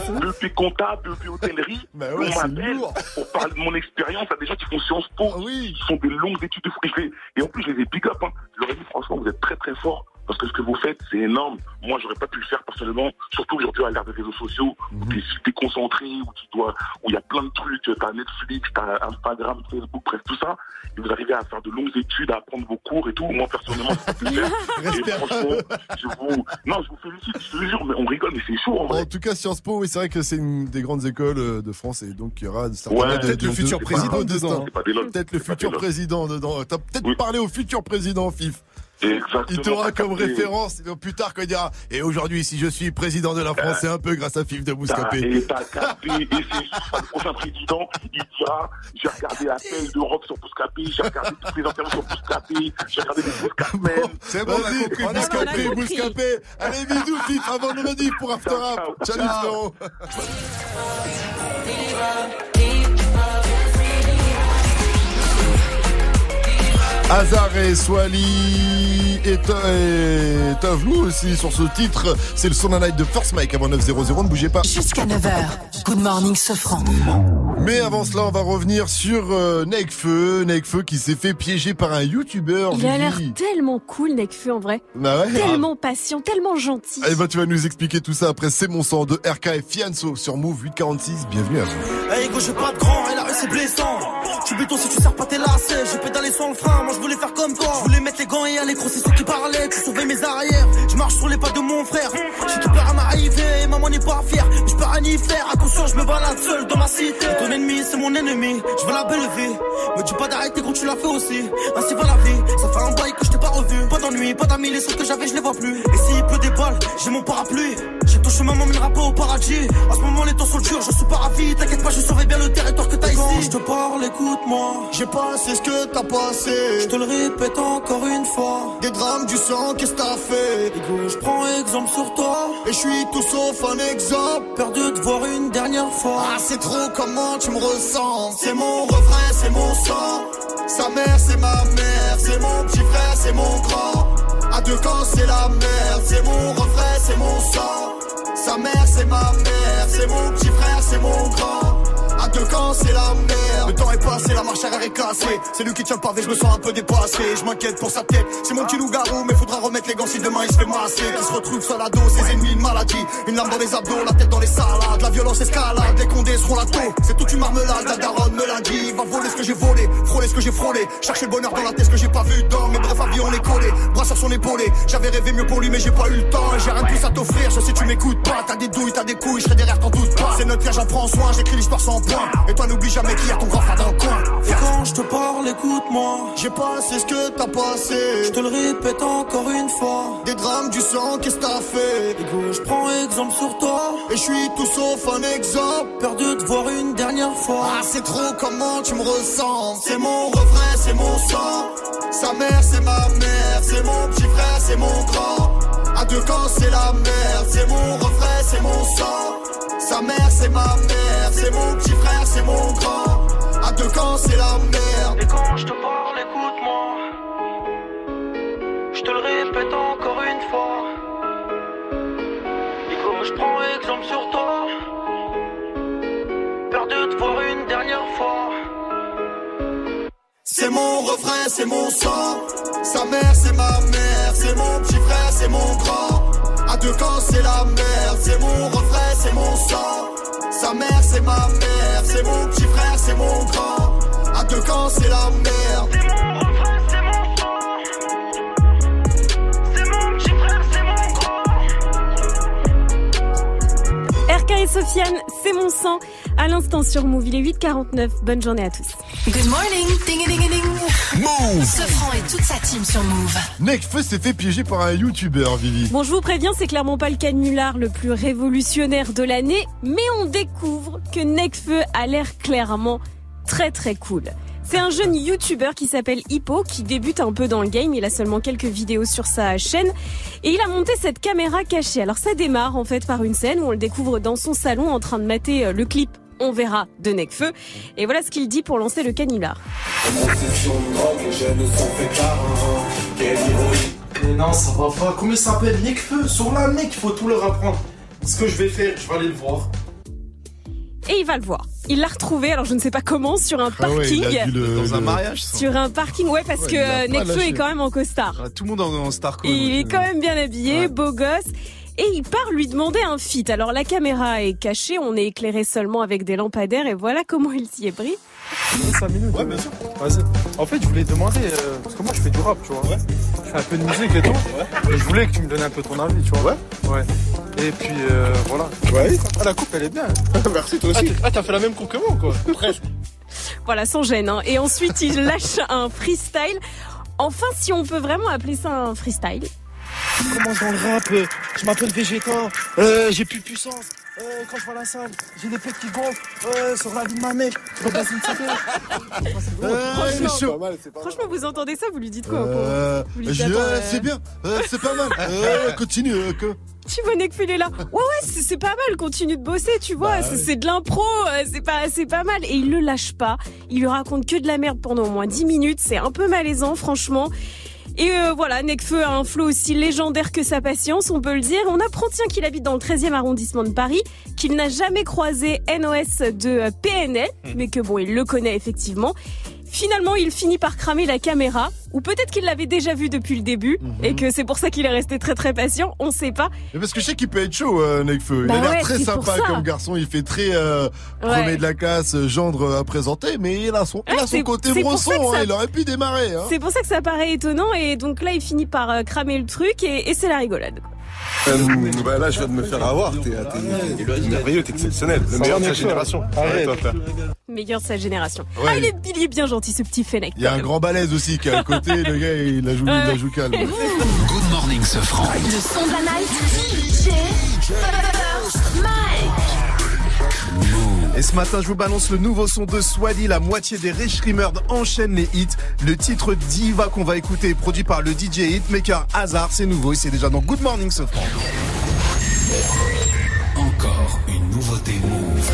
BEP hôtellerie. Bah ouais, on m'appelle, on parle de mon expérience à des gens qui font Sciences Po, qui font des longues études de fou. Et en plus, je les ai big up, hein. Je leur ai dit, franchement, vous êtes très très forts. Parce que ce que vous faites, c'est énorme. Moi, j'aurais pas pu le faire personnellement, surtout aujourd'hui à l'ère des réseaux sociaux, où t'es concentré, où il y a plein de trucs, t'as Netflix, t'as Instagram, Facebook, bref, tout ça. Et vous arrivez à faire de longues études, à apprendre vos cours et tout. Moi, personnellement, je peux plus le faire. Et franchement, je vous félicite, je te jure, mais on rigole, mais c'est chaud, en vrai. En tout cas, Sciences Po, oui, c'est vrai que c'est une des grandes écoles de France, et donc il y aura certainement peut-être le futur président dedans. Peut-être le futur président dedans. T'as peut-être parlé au futur président, Fif. Exactement. Il t'aura comme référence plus tard quand il dira et aujourd'hui si je suis président de la France c'est un peu grâce à Fif de Bouscapé. Et t'as capté et c'est le prochain président il dira j'ai regardé la feuille d'Europe sur Bouscapé, j'ai regardé toutes les interviews sur Bouscapé, j'ai regardé les Bouscapé. C'est bon, on a Bouscapé. Allez bisous Fif avant de venir pour After Rap. Salut frérot. Hazard et Swally et Tavlou aussi sur ce titre. C'est le Son Night de First Mike avant 9:00. Ne bougez pas. Jusqu'à 9h. Good morning, Sofran. Mais avant cela, on va revenir sur Nekfeu qui s'est fait piéger par un YouTuber. Il a l'air tellement cool, Nekfeu, en vrai. Bah ouais. Tellement patient, tellement gentil. Eh ben, tu vas nous expliquer tout ça après C'est mon sang de RK et Fianso sur Move 846. Bienvenue à vous. Hey, gauche pas de grand, et la rue c'est blessant. Tu béton si tu sers pas tes lacets. J'ai pédalé sans le frein, moi je voulais faire comme toi. Je voulais mettre les gants et aller crosser ceux qui parlaient. Tu surveilles mes arrières, je marche sur les pas de mon frère. J'ai tout peur à m'arriver, et maman n'est pas fière. Mais je peux rien y faire, attention je me balade seul dans ma cité. Ton ennemi c'est mon ennemi, je veux la belle vie. Me dis pas d'arrêter quand tu l'as fait aussi. Ainsi va la vie, ça fait un bail que je t'ai pas revu. Pas d'ennui, pas d'amis, les seuls que j'avais je les vois plus. Et s'il pleut des balles, j'ai mon parapluie. J'ai ton chemin m'emmènera pas au paradis. En ce moment les temps sont durs, je suis pas ravi. T'inquiète pas, je surveille bien le territoire que t'as ici. Quand je te parle, écoute-moi. J'ai passé ce que t'as passé. Je te le répète encore une fois. Des drames, du sang, qu'est-ce que t'as fait? Écoute, je prends exemple sur toi. Et je suis tout sauf un exemple. Perdu de voir une dernière fois. Ah, c'est trop comment tu me ressens. C'est mon refrain, c'est mon sang. Sa mère, c'est ma mère. C'est mon petit frère, c'est mon grand. À deux camps, c'est la merde. C'est mon refrain, c'est mon sang. Sa mère, c'est ma mère. C'est mon petit frère, c'est mon grand. À deux camps, c'est la merde. Le temps est passé, la marche arrière est cassée. C'est lui qui tient le pavé, je me sens un peu dépassé. Je m'inquiète pour sa tête, c'est mon petit loup-garou. Mais faudra remettre les gants si demain il se fait masser. Qui se retrouve sur la dos, ses ennemis, une maladie. Une lame dans les abdos, la tête dans les salades. La violence escalade, les condés seront la taux. C'est toute une marmelade, la daronne me l'a dit. Va voler ce que j'ai volé, frôler ce que j'ai frôlé. Chercher le bonheur dans la tête, ce que j'ai pas vu dans. Mais bref, avion on est collé, bras sur son épaulé. J'avais rêvé mieux pour lui, mais j'ai pas eu le temps. Et j'ai rien de plus à t'offrir, je sais tu m'écoutes pas. T'as des douilles, t'as des couilles, je serai derrière t'en doute pas. C'est notre pierre, j'en prends soin, j'écris l'histoire sans point. Et toi n'oublie jamais qu'il y a ton grand frère dans le coin. Et quand je te parle, écoute-moi. J'ai passé ce que t'as passé. Je te le répète encore une fois. Des drames, du sang, qu'est-ce que t'as fait? Écoute, je prends exemple sur toi. Et je suis tout sauf un exemple. Perdu de voir une dernière fois. Ah, c'est trop comment tu me ressens. C'est mon refrain, c'est mon sang. Sa mère, c'est ma mère. C'est mon petit frère, c'est mon grand. À deux camps, c'est la merde. C'est mon refrain, c'est mon sang. Sa mère, c'est ma mère. C'est mon petit frère, c'est mon grand. À deux camps, c'est la merde. Et quand je te parle, C'est mon refrain, c'est mon sang. Sa mère, c'est ma mère. C'est mon petit frère, c'est mon grand. À deux camps, c'est la merde. C'est mon refrain, c'est mon sang. Sa mère, c'est ma mère. C'est mon petit frère, c'est mon grand. À deux camps, c'est la merde. C'est mon refrain, c'est mon sang. C'est mon petit frère, c'est mon grand. RK et Sofiane, c'est mon sang. À l'instant sur Move, il est 8h49. Bonne journée à tous. Good morning, ding ding ding. Move. Sofran et toute sa team sur Move. Nekfeu s'est fait piéger par un YouTuber, Vivi. Bon, je vous préviens, c'est clairement pas le canular le plus révolutionnaire de l'année, mais on découvre que Nekfeu a l'air clairement très très cool. C'est un jeune YouTuber qui s'appelle Hippo, qui débute un peu dans le game. Il a seulement quelques vidéos sur sa chaîne. Et il a monté cette caméra cachée. Alors ça démarre en fait par une scène où on le découvre dans son salon en train de mater le clip On verra de Nekfeu. Et voilà ce qu'il dit pour lancer le canular. Mais non, ça va pas. Comment il s'appelle? Nekfeu. Sur la mec, il faut tout leur apprendre. Ce que je vais faire, je vais aller le voir. Et il va le voir. Il l'a retrouvé, alors je ne sais pas comment, sur un parking. Dans un mariage. Sur un parking, ouais, parce que Nekfeu est quand même en costard. Tout le monde en star. Il est quand même bien habillé, beau gosse. Et il part lui demander un feat. Alors la caméra est cachée, on est éclairé seulement avec des lampadaires et voilà comment il s'y est pris. 5 minutes. Ouais, bien sûr. Vas-y. En fait, je voulais demander, parce que moi je fais du rap, tu vois. Ouais. Je fais un peu de musique et tout. Ouais. Et je voulais que tu me donnes un peu ton avis, tu vois. Ouais. Et puis voilà. Ouais. Ah, la coupe elle est bien. Merci, toi aussi. Ah, t'as fait la même coupe que moi, quoi. Presque. Voilà, sans gêne. Hein. Et ensuite, il lâche un freestyle. Enfin, si on peut vraiment appeler ça un freestyle. Je commence dans le rap, je m'appelle Vegeta, j'ai plus de puissance, quand je vais à la salle, j'ai des pecs qui gonflent, sur la vie de ma mère, je repasse une Franchement, vous entendez ça, vous lui dites quoi c'est bien, c'est pas mal, continue. Tu vois, Nekfeu, il est là. Ouais, c'est pas mal, continue de bosser, tu vois. C'est de l'impro, c'est pas mal. Et il le lâche pas. Il lui raconte que de la merde pendant au moins 10 minutes. C'est un peu malaisant, franchement. Et voilà, Nekfeu a un flow aussi légendaire que sa patience, on peut le dire. On apprend qu'il habite dans le 13e arrondissement de Paris, qu'il n'a jamais croisé NOS de PNL, mais que bon, il le connaît effectivement. Finalement, il finit par cramer la caméra, ou peut-être qu'il l'avait déjà vu depuis le début, et que c'est pour ça qu'il est resté très très patient, on sait pas. Mais parce que je sais qu'il peut être chaud, Nekfeu. Il a l'air très sympa comme garçon, il fait très premier de la classe, gendre à présenter, mais il a son côté bresson, il aurait pu démarrer. Hein. C'est pour ça que ça paraît étonnant, et donc là, il finit par cramer le truc, et c'est la rigolade. Là, je viens de me faire avoir. T'es merveilleux, t'es exceptionnel. Le meilleur de sa génération. Meilleur de sa génération. Ouais. Ah, il est bien gentil, ce petit Fennec. Il y a un grand balèze aussi qui est à côté. Le gars, il la joue calme. Good morning, Sofran. Le son de la night. DJ Mike. Et ce matin, je vous balance le nouveau son de Swadi. La moitié des Rich Rimers enchaînent les hits. Le titre Diva qu'on va écouter est produit par le DJ Hitmaker Hazard. C'est nouveau et c'est déjà dans Good Morning Sofran. Encore une nouveauté Move.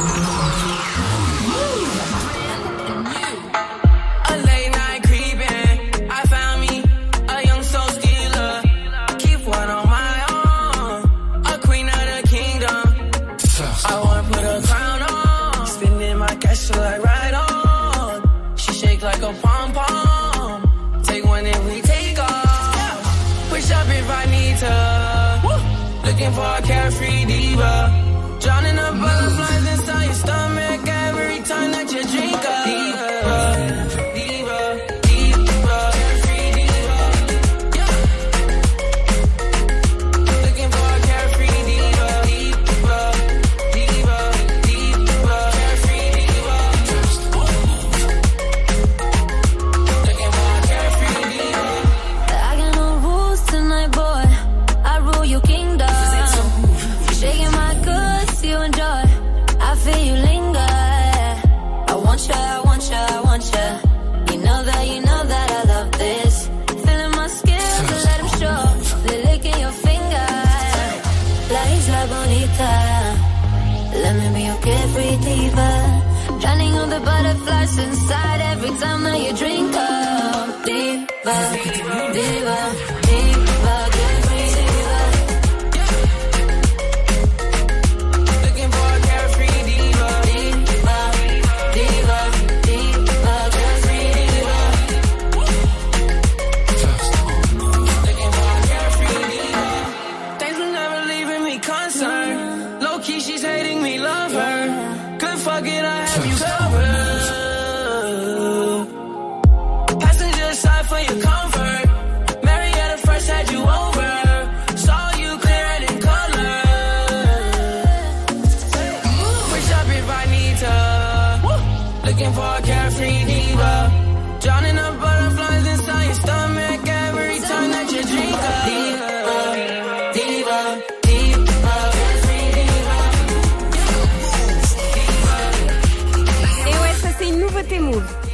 Like right on, she shake like a pom pom. Take one and we take off. Push up if I need to. Looking for a carefree diva. Drowning the butterflies inside your stomach every time that you drink up. Diva, diva, diva, carefree diva. Looking for a carefree diva, diva, diva, diva, carefree diva. Looking for a carefree diva. I got no rules tonight, boy. I rule your kingdom. Shaking my goods, you enjoy. I feel you linger. I want you, I want you, I want you. You know that I love this. Feeling my skills, let them show. They're licking your finger. La isla bonita. Let me be your carefree diva. Drowning on the butterflies inside every time that you drink up. Diva, diva, diva, carefree diva. Looking for a carefree diva, diva, diva, diva, carefree diva.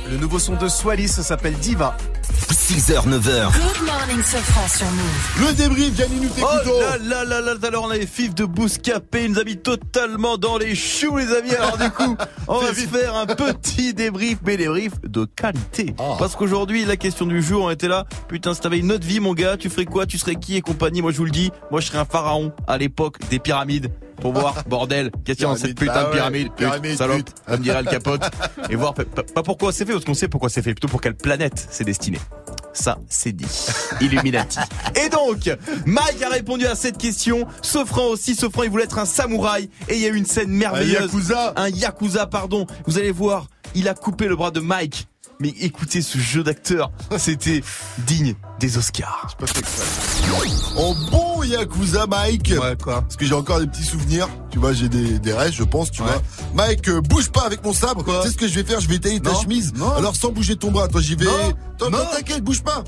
Le nouveau son de Swally, ça s'appelle Diva. 6h, 9h. Good morning, Sofran sur Move. Le débrief, Gianni, nous t'écoutons. Oh tout à l'heure on avait Fif de Bouscapé, il nous a mis totalement dans les choux les amis. Alors du coup, on va se faire un petit débrief, mais débrief de qualité. Parce qu'aujourd'hui, la question du jour, on était là, putain, si t'avais une autre vie mon gars, tu ferais quoi, tu serais qui et compagnie. Moi je vous le dis, moi je serais un pharaon à l'époque des pyramides. Pour voir, bordel, question dans cette putain de pyramide, salope, comme dirait le capote. Et voir, pas pourquoi c'est fait, parce qu'on sait pourquoi c'est fait, plutôt pour quelle planète c'est destiné. Ça, c'est dit. Illuminati. Et donc, Mike a répondu à cette question. Sofran aussi. Sofran, il voulait être un samouraï. Et il y a eu une scène merveilleuse. Un yakuza, pardon. Vous allez voir, il a coupé le bras de Mike. Mais écoutez ce jeu d'acteur, c'était digne des Oscars. C'est pas fait exprès. En bon Yakuza, Mike. Ouais, quoi. Parce que j'ai encore des petits souvenirs. Tu vois, j'ai des restes, je pense, tu vois. Mike, bouge pas avec mon sabre. Tu sais ce que je vais faire? Je vais étaler ta chemise. Non. Alors sans bouger ton bras. Toi, j'y vais. Non, t'inquiète, bouge pas.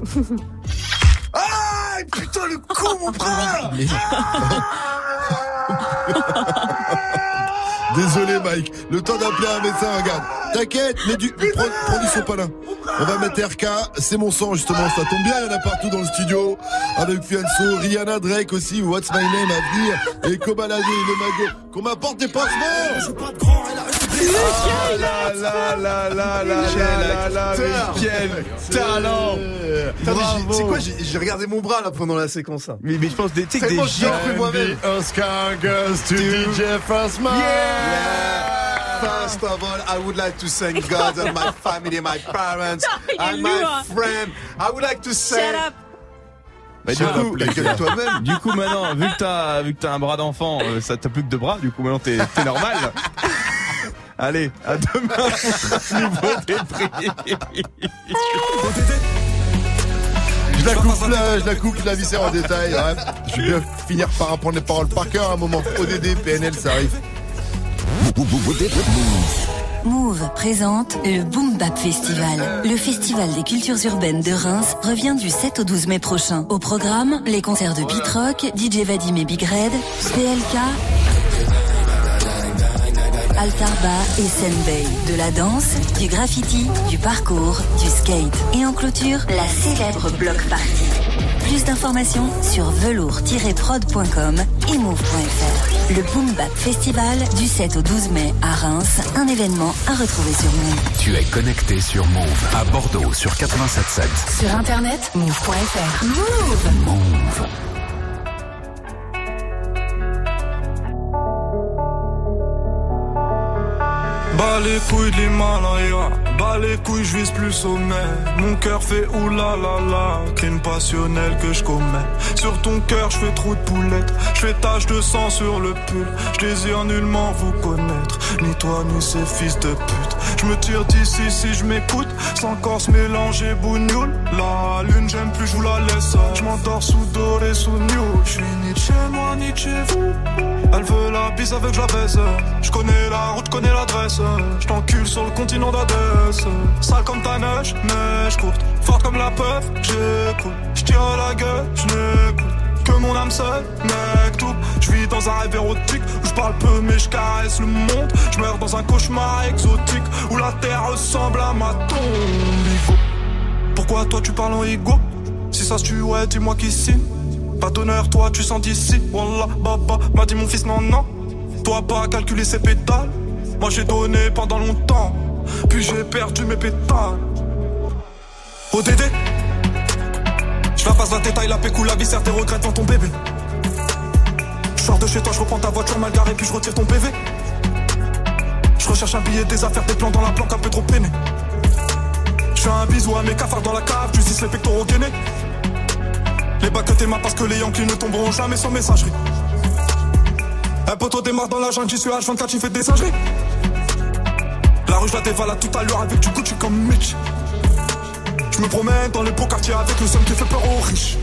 Ah, putain, le coup, mon bras. Désolé Mike, le temps d'appeler un médecin, regarde. T'inquiète, mais prends du sopalin. On va mettre RK, c'est mon sang justement, ça tombe bien, il y en a partout dans le studio. Avec Fianso, Rihanna, Drake aussi, What's My Name à venir. Et Kobalade, le mago, qu'on m'apporte des pansements. Quel talent. Tu sais quoi, j'ai regardé mon bras là pendant la séquence. Mais je pense des gens. Oscar goes to DJ Frostman. First of all, I would like to thank God and my family, my parents, and my friend. I would like to say. Shut up. Bah, du coup, maintenant, vu que t'as un bras d'enfant, ça t'as plus que 2 bras. Du coup, maintenant t'es normal. Allez, à demain. Nouveau débrief. Je la coupe, je la viscère en détail. Ouais. Je vais bien finir par apprendre les paroles par cœur à un moment. ODD, PNL, ça arrive. Move présente le Boom Bap Festival. Le festival des cultures urbaines de Reims revient du 7 au 12 mai prochain. Au programme, les concerts de Beat Rock, DJ Vadim et Big Red, PLK, Altarba et Senbei. De la danse, du graffiti, du parcours, du skate. Et en clôture, la célèbre block party. Plus d'informations sur velours-prod.com et move.fr. Le Boom Bap Festival du 7 au 12 mai à Reims, un événement à retrouver sur Move. Tu es connecté sur Move à Bordeaux sur 87.7. Sur internet, move.fr. Move. Move. Bas les couilles de l'Himalaya, bas les couilles, je vise plus sommet. Mon cœur fait oulala, crime passionnel que je commets. Sur ton cœur, je fais trop de poulettes, je fais tache de sang sur le pull. Je désire nullement vous connaître, ni toi ni ces fils de pute. Je me tire d'ici si je m'écoute, sans corse mélanger bougnoule. La lune, j'aime plus, je vous la laisse. Je m'endors sous doré, sous new. Je suis ni de chez moi, ni de chez vous. Elle veut la bise avec je la baise. Je connais la route, connais l'adresse. Je t'encule sur le continent d'Adès. Sale comme ta neige, neige courte. Forte comme la peur, j'écoute. Je tire à la gueule, je n'écoute que mon âme seule, mec tout. Je vis dans un rêve érotique où je parle peu mais je caresse le monde. Je meurs dans un cauchemar exotique où la terre ressemble à ma tombe. Pourquoi toi tu parles en ego? Si ça se tue, ouais, dis-moi qui signe. Pas d'honneur, toi tu sens d'ici. Wallah, baba, m'a dit mon fils, non, non. Toi pas calculer ses pétales. Moi j'ai donné pendant longtemps, puis j'ai perdu mes pétales. ODD, je la passe la détail, la pécou, la viscère, tes regrets devant ton bébé. Je sors de chez toi, je reprends ta voiture mal garée, puis je retire ton PV. Je recherche un billet, des affaires, des plans dans la planque, un peu trop peiné. Je fais un bisou à mes cafards dans la cave, tu dis les pectoraux gainés. Les bacs que t'es marre parce que les Yankees ne tomberont jamais sans messagerie. Un poteau démarre dans la jungle, j'y suis H24, j'y fais des singeries. La rue je la dévalade tout à l'heure avec du Gucci comme Mitch. Je me promène dans les beaux quartiers avec le seum qui fait peur aux riches.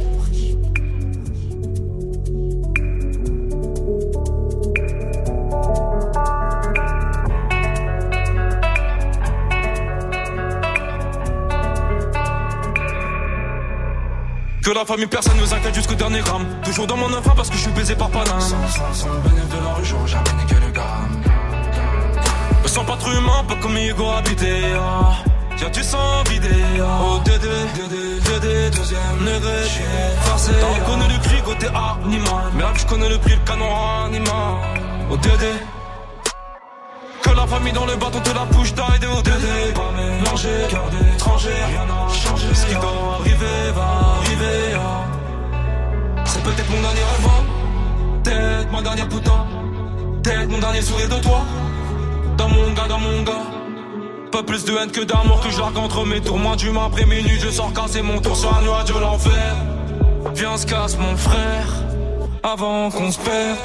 Que la famille, personne ne nous inquiète jusqu'au dernier gramme. Toujours dans mon enfant parce que je suis baisé par Paname. Sans le bénéfice de la rue, j'aurais jamais niqué le gramme. Me sens pas trop humain, pas comme Hugo habité. Tiens, tu sens vidé. Oh, DD, deuxième degré. Forcé. T'en connais le cri côté animal. Mais là, je connais le prix, le canon animal. Oh, DD. Que la famille dans le bâton te la push d'aider au DD. Pas mélangé, cœur d'étranger, rien n'a changé. Ce qui doit arriver va arriver. C'est peut-être mon dernier rêve, peut-être ma dernière putain, peut-être mon dernier sourire de toi. Dans mon gars. Pas plus de haine que d'amour que je largue entre mes tours. Moins d'humain après minuit, je sors casser mon tour sur un nuage de l'enfer. Viens, se casse mon frère, avant qu'on se perde.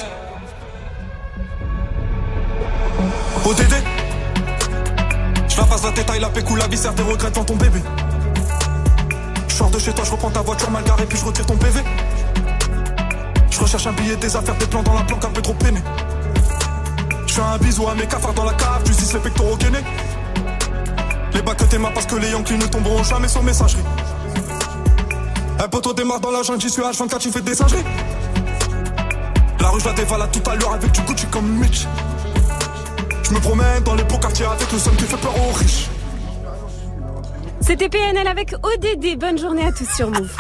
ODD, je la passe la détail, la pécou, la viscère, tes regrets devant ton bébé. Je sors de chez toi, je reprends ta voiture mal garée, puis je retire ton PV. Je recherche un billet, des affaires, des plans dans la planque, un peu trop peiné. Je fais un bisou à mes cafards dans la cave, du 6 les pectoraux gainés. Les bacs que t'es mains parce que les Yankees ne tomberont jamais sur messagerie. Un poteau démarre dans la jungle, j'y suis H24, tu fais des singeries. La rue je la dévale à tout à l'heure avec du Gucci comme Mitch. Je me promène dans les beaux quartiers avec le seum qui fait peur aux riches. C'était PNL avec ODD. Bonne journée à tous sur Move.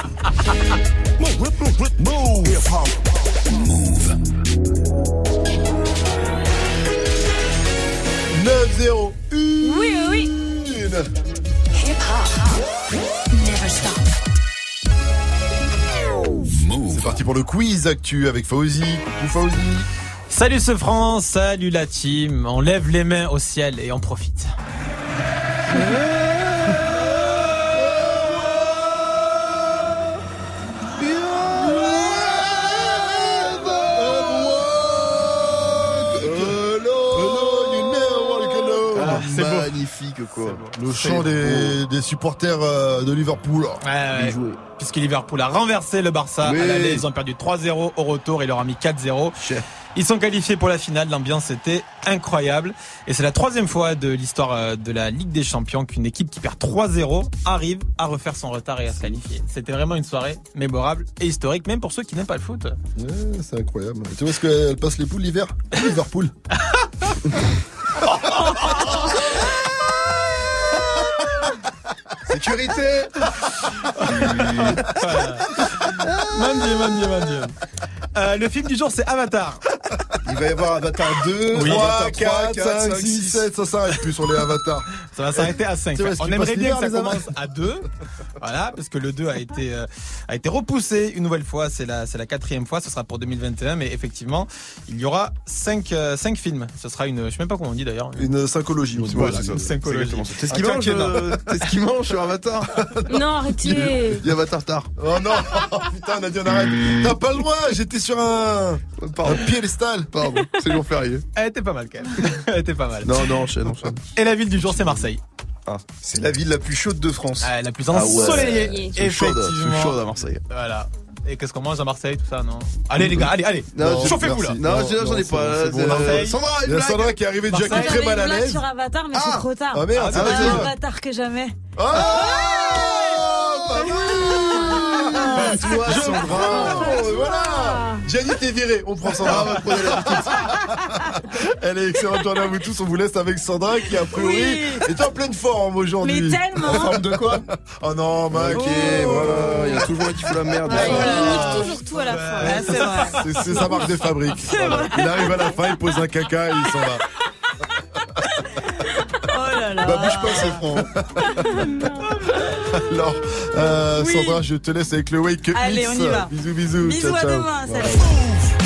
Move. 9-0. Oui. Never stop. C'est parti pour le quiz actu avec Fauzi. Coucou Fauzi. Salut ce France, salut la team. On lève les mains au ciel et on profite. C'est magnifique quoi. Le chant des supporters de Liverpool. Ouais. Puisque Liverpool a renversé le Barça à l'aller, ils ont perdu 3-0 au retour, il leur a mis 4-0. Ils sont qualifiés pour la finale, l'ambiance était incroyable. Et c'est la 3e fois de l'histoire de la Ligue des Champions qu'une équipe qui perd 3-0 arrive à refaire son retard et à se qualifier. C'était vraiment une soirée mémorable et historique, même pour ceux qui n'aiment pas le foot. Ouais, c'est incroyable. Tu vois ce qu'elle passe les poules l'hiver? Liverpool. Sécurité. Mon Dieu. Le film du jour, c'est Avatar. Il va y avoir Avatar 2, 3, 4, 5, 6, 7, ça s'arrête plus sur les Avatars. Ça va s'arrêter à 5. On aimerait bien que ça commence à 2. Voilà, parce que le 2 a été repoussé une nouvelle fois. C'est la 4e fois. Ce sera pour 2021. Mais effectivement, il y aura 5 films. Ce sera une, je sais même pas comment on dit d'ailleurs. Une syncologie. Voilà, c'est ça. Une syncologie. C'est ce qu'il mange sur Avatar. Non, arrêtez. Il y a Avatar tard. Oh non, putain, on a dit on arrête. T'as pas le droit, j'étais sur un piédestal. Pardon, c'est jour férié. Elle était pas mal quand même. Elle était pas mal. Non, enchaîne. Et la ville du jour, c'est Marseille. Ah, c'est la ville la plus chaude de France. Ah, la plus ensoleillée. Ouais. C'est chaud à Marseille. Voilà. Et qu'est-ce qu'on mange à Marseille, tout ça, non? Allez les gars, allez. Chauffez-vous là. Non, j'en ai pas. Sandra, il y a Sandra qui est arrivée déjà qui est très mal à l'aise. Sur Avatar, mais c'est trop tard. Ah merde, c'est plus Avatar que jamais. Toi, Sandra. Voilà. Gianni, t'es viré. On prend Sandra. Elle est excellente journée à vous tous. On vous laisse avec Sandra qui, a priori, est en pleine forme aujourd'hui. Mais tellement. En forme de quoi? Oh non, Mac. Ok, voilà. Il y a toujours un qui fout la merde. Il nique toujours tout à la fin. C'est vrai. C'est sa marque de fabrique. Voilà. Il arrive à la fin, il pose un caca et il s'en va. Oh là là. Bah bouge pas, c'est franc. Alors, Sandra, je te laisse avec le Wake Up Mix. Allez, on y va. Bisous. Bisous, ciao, à ciao. demain. Salut.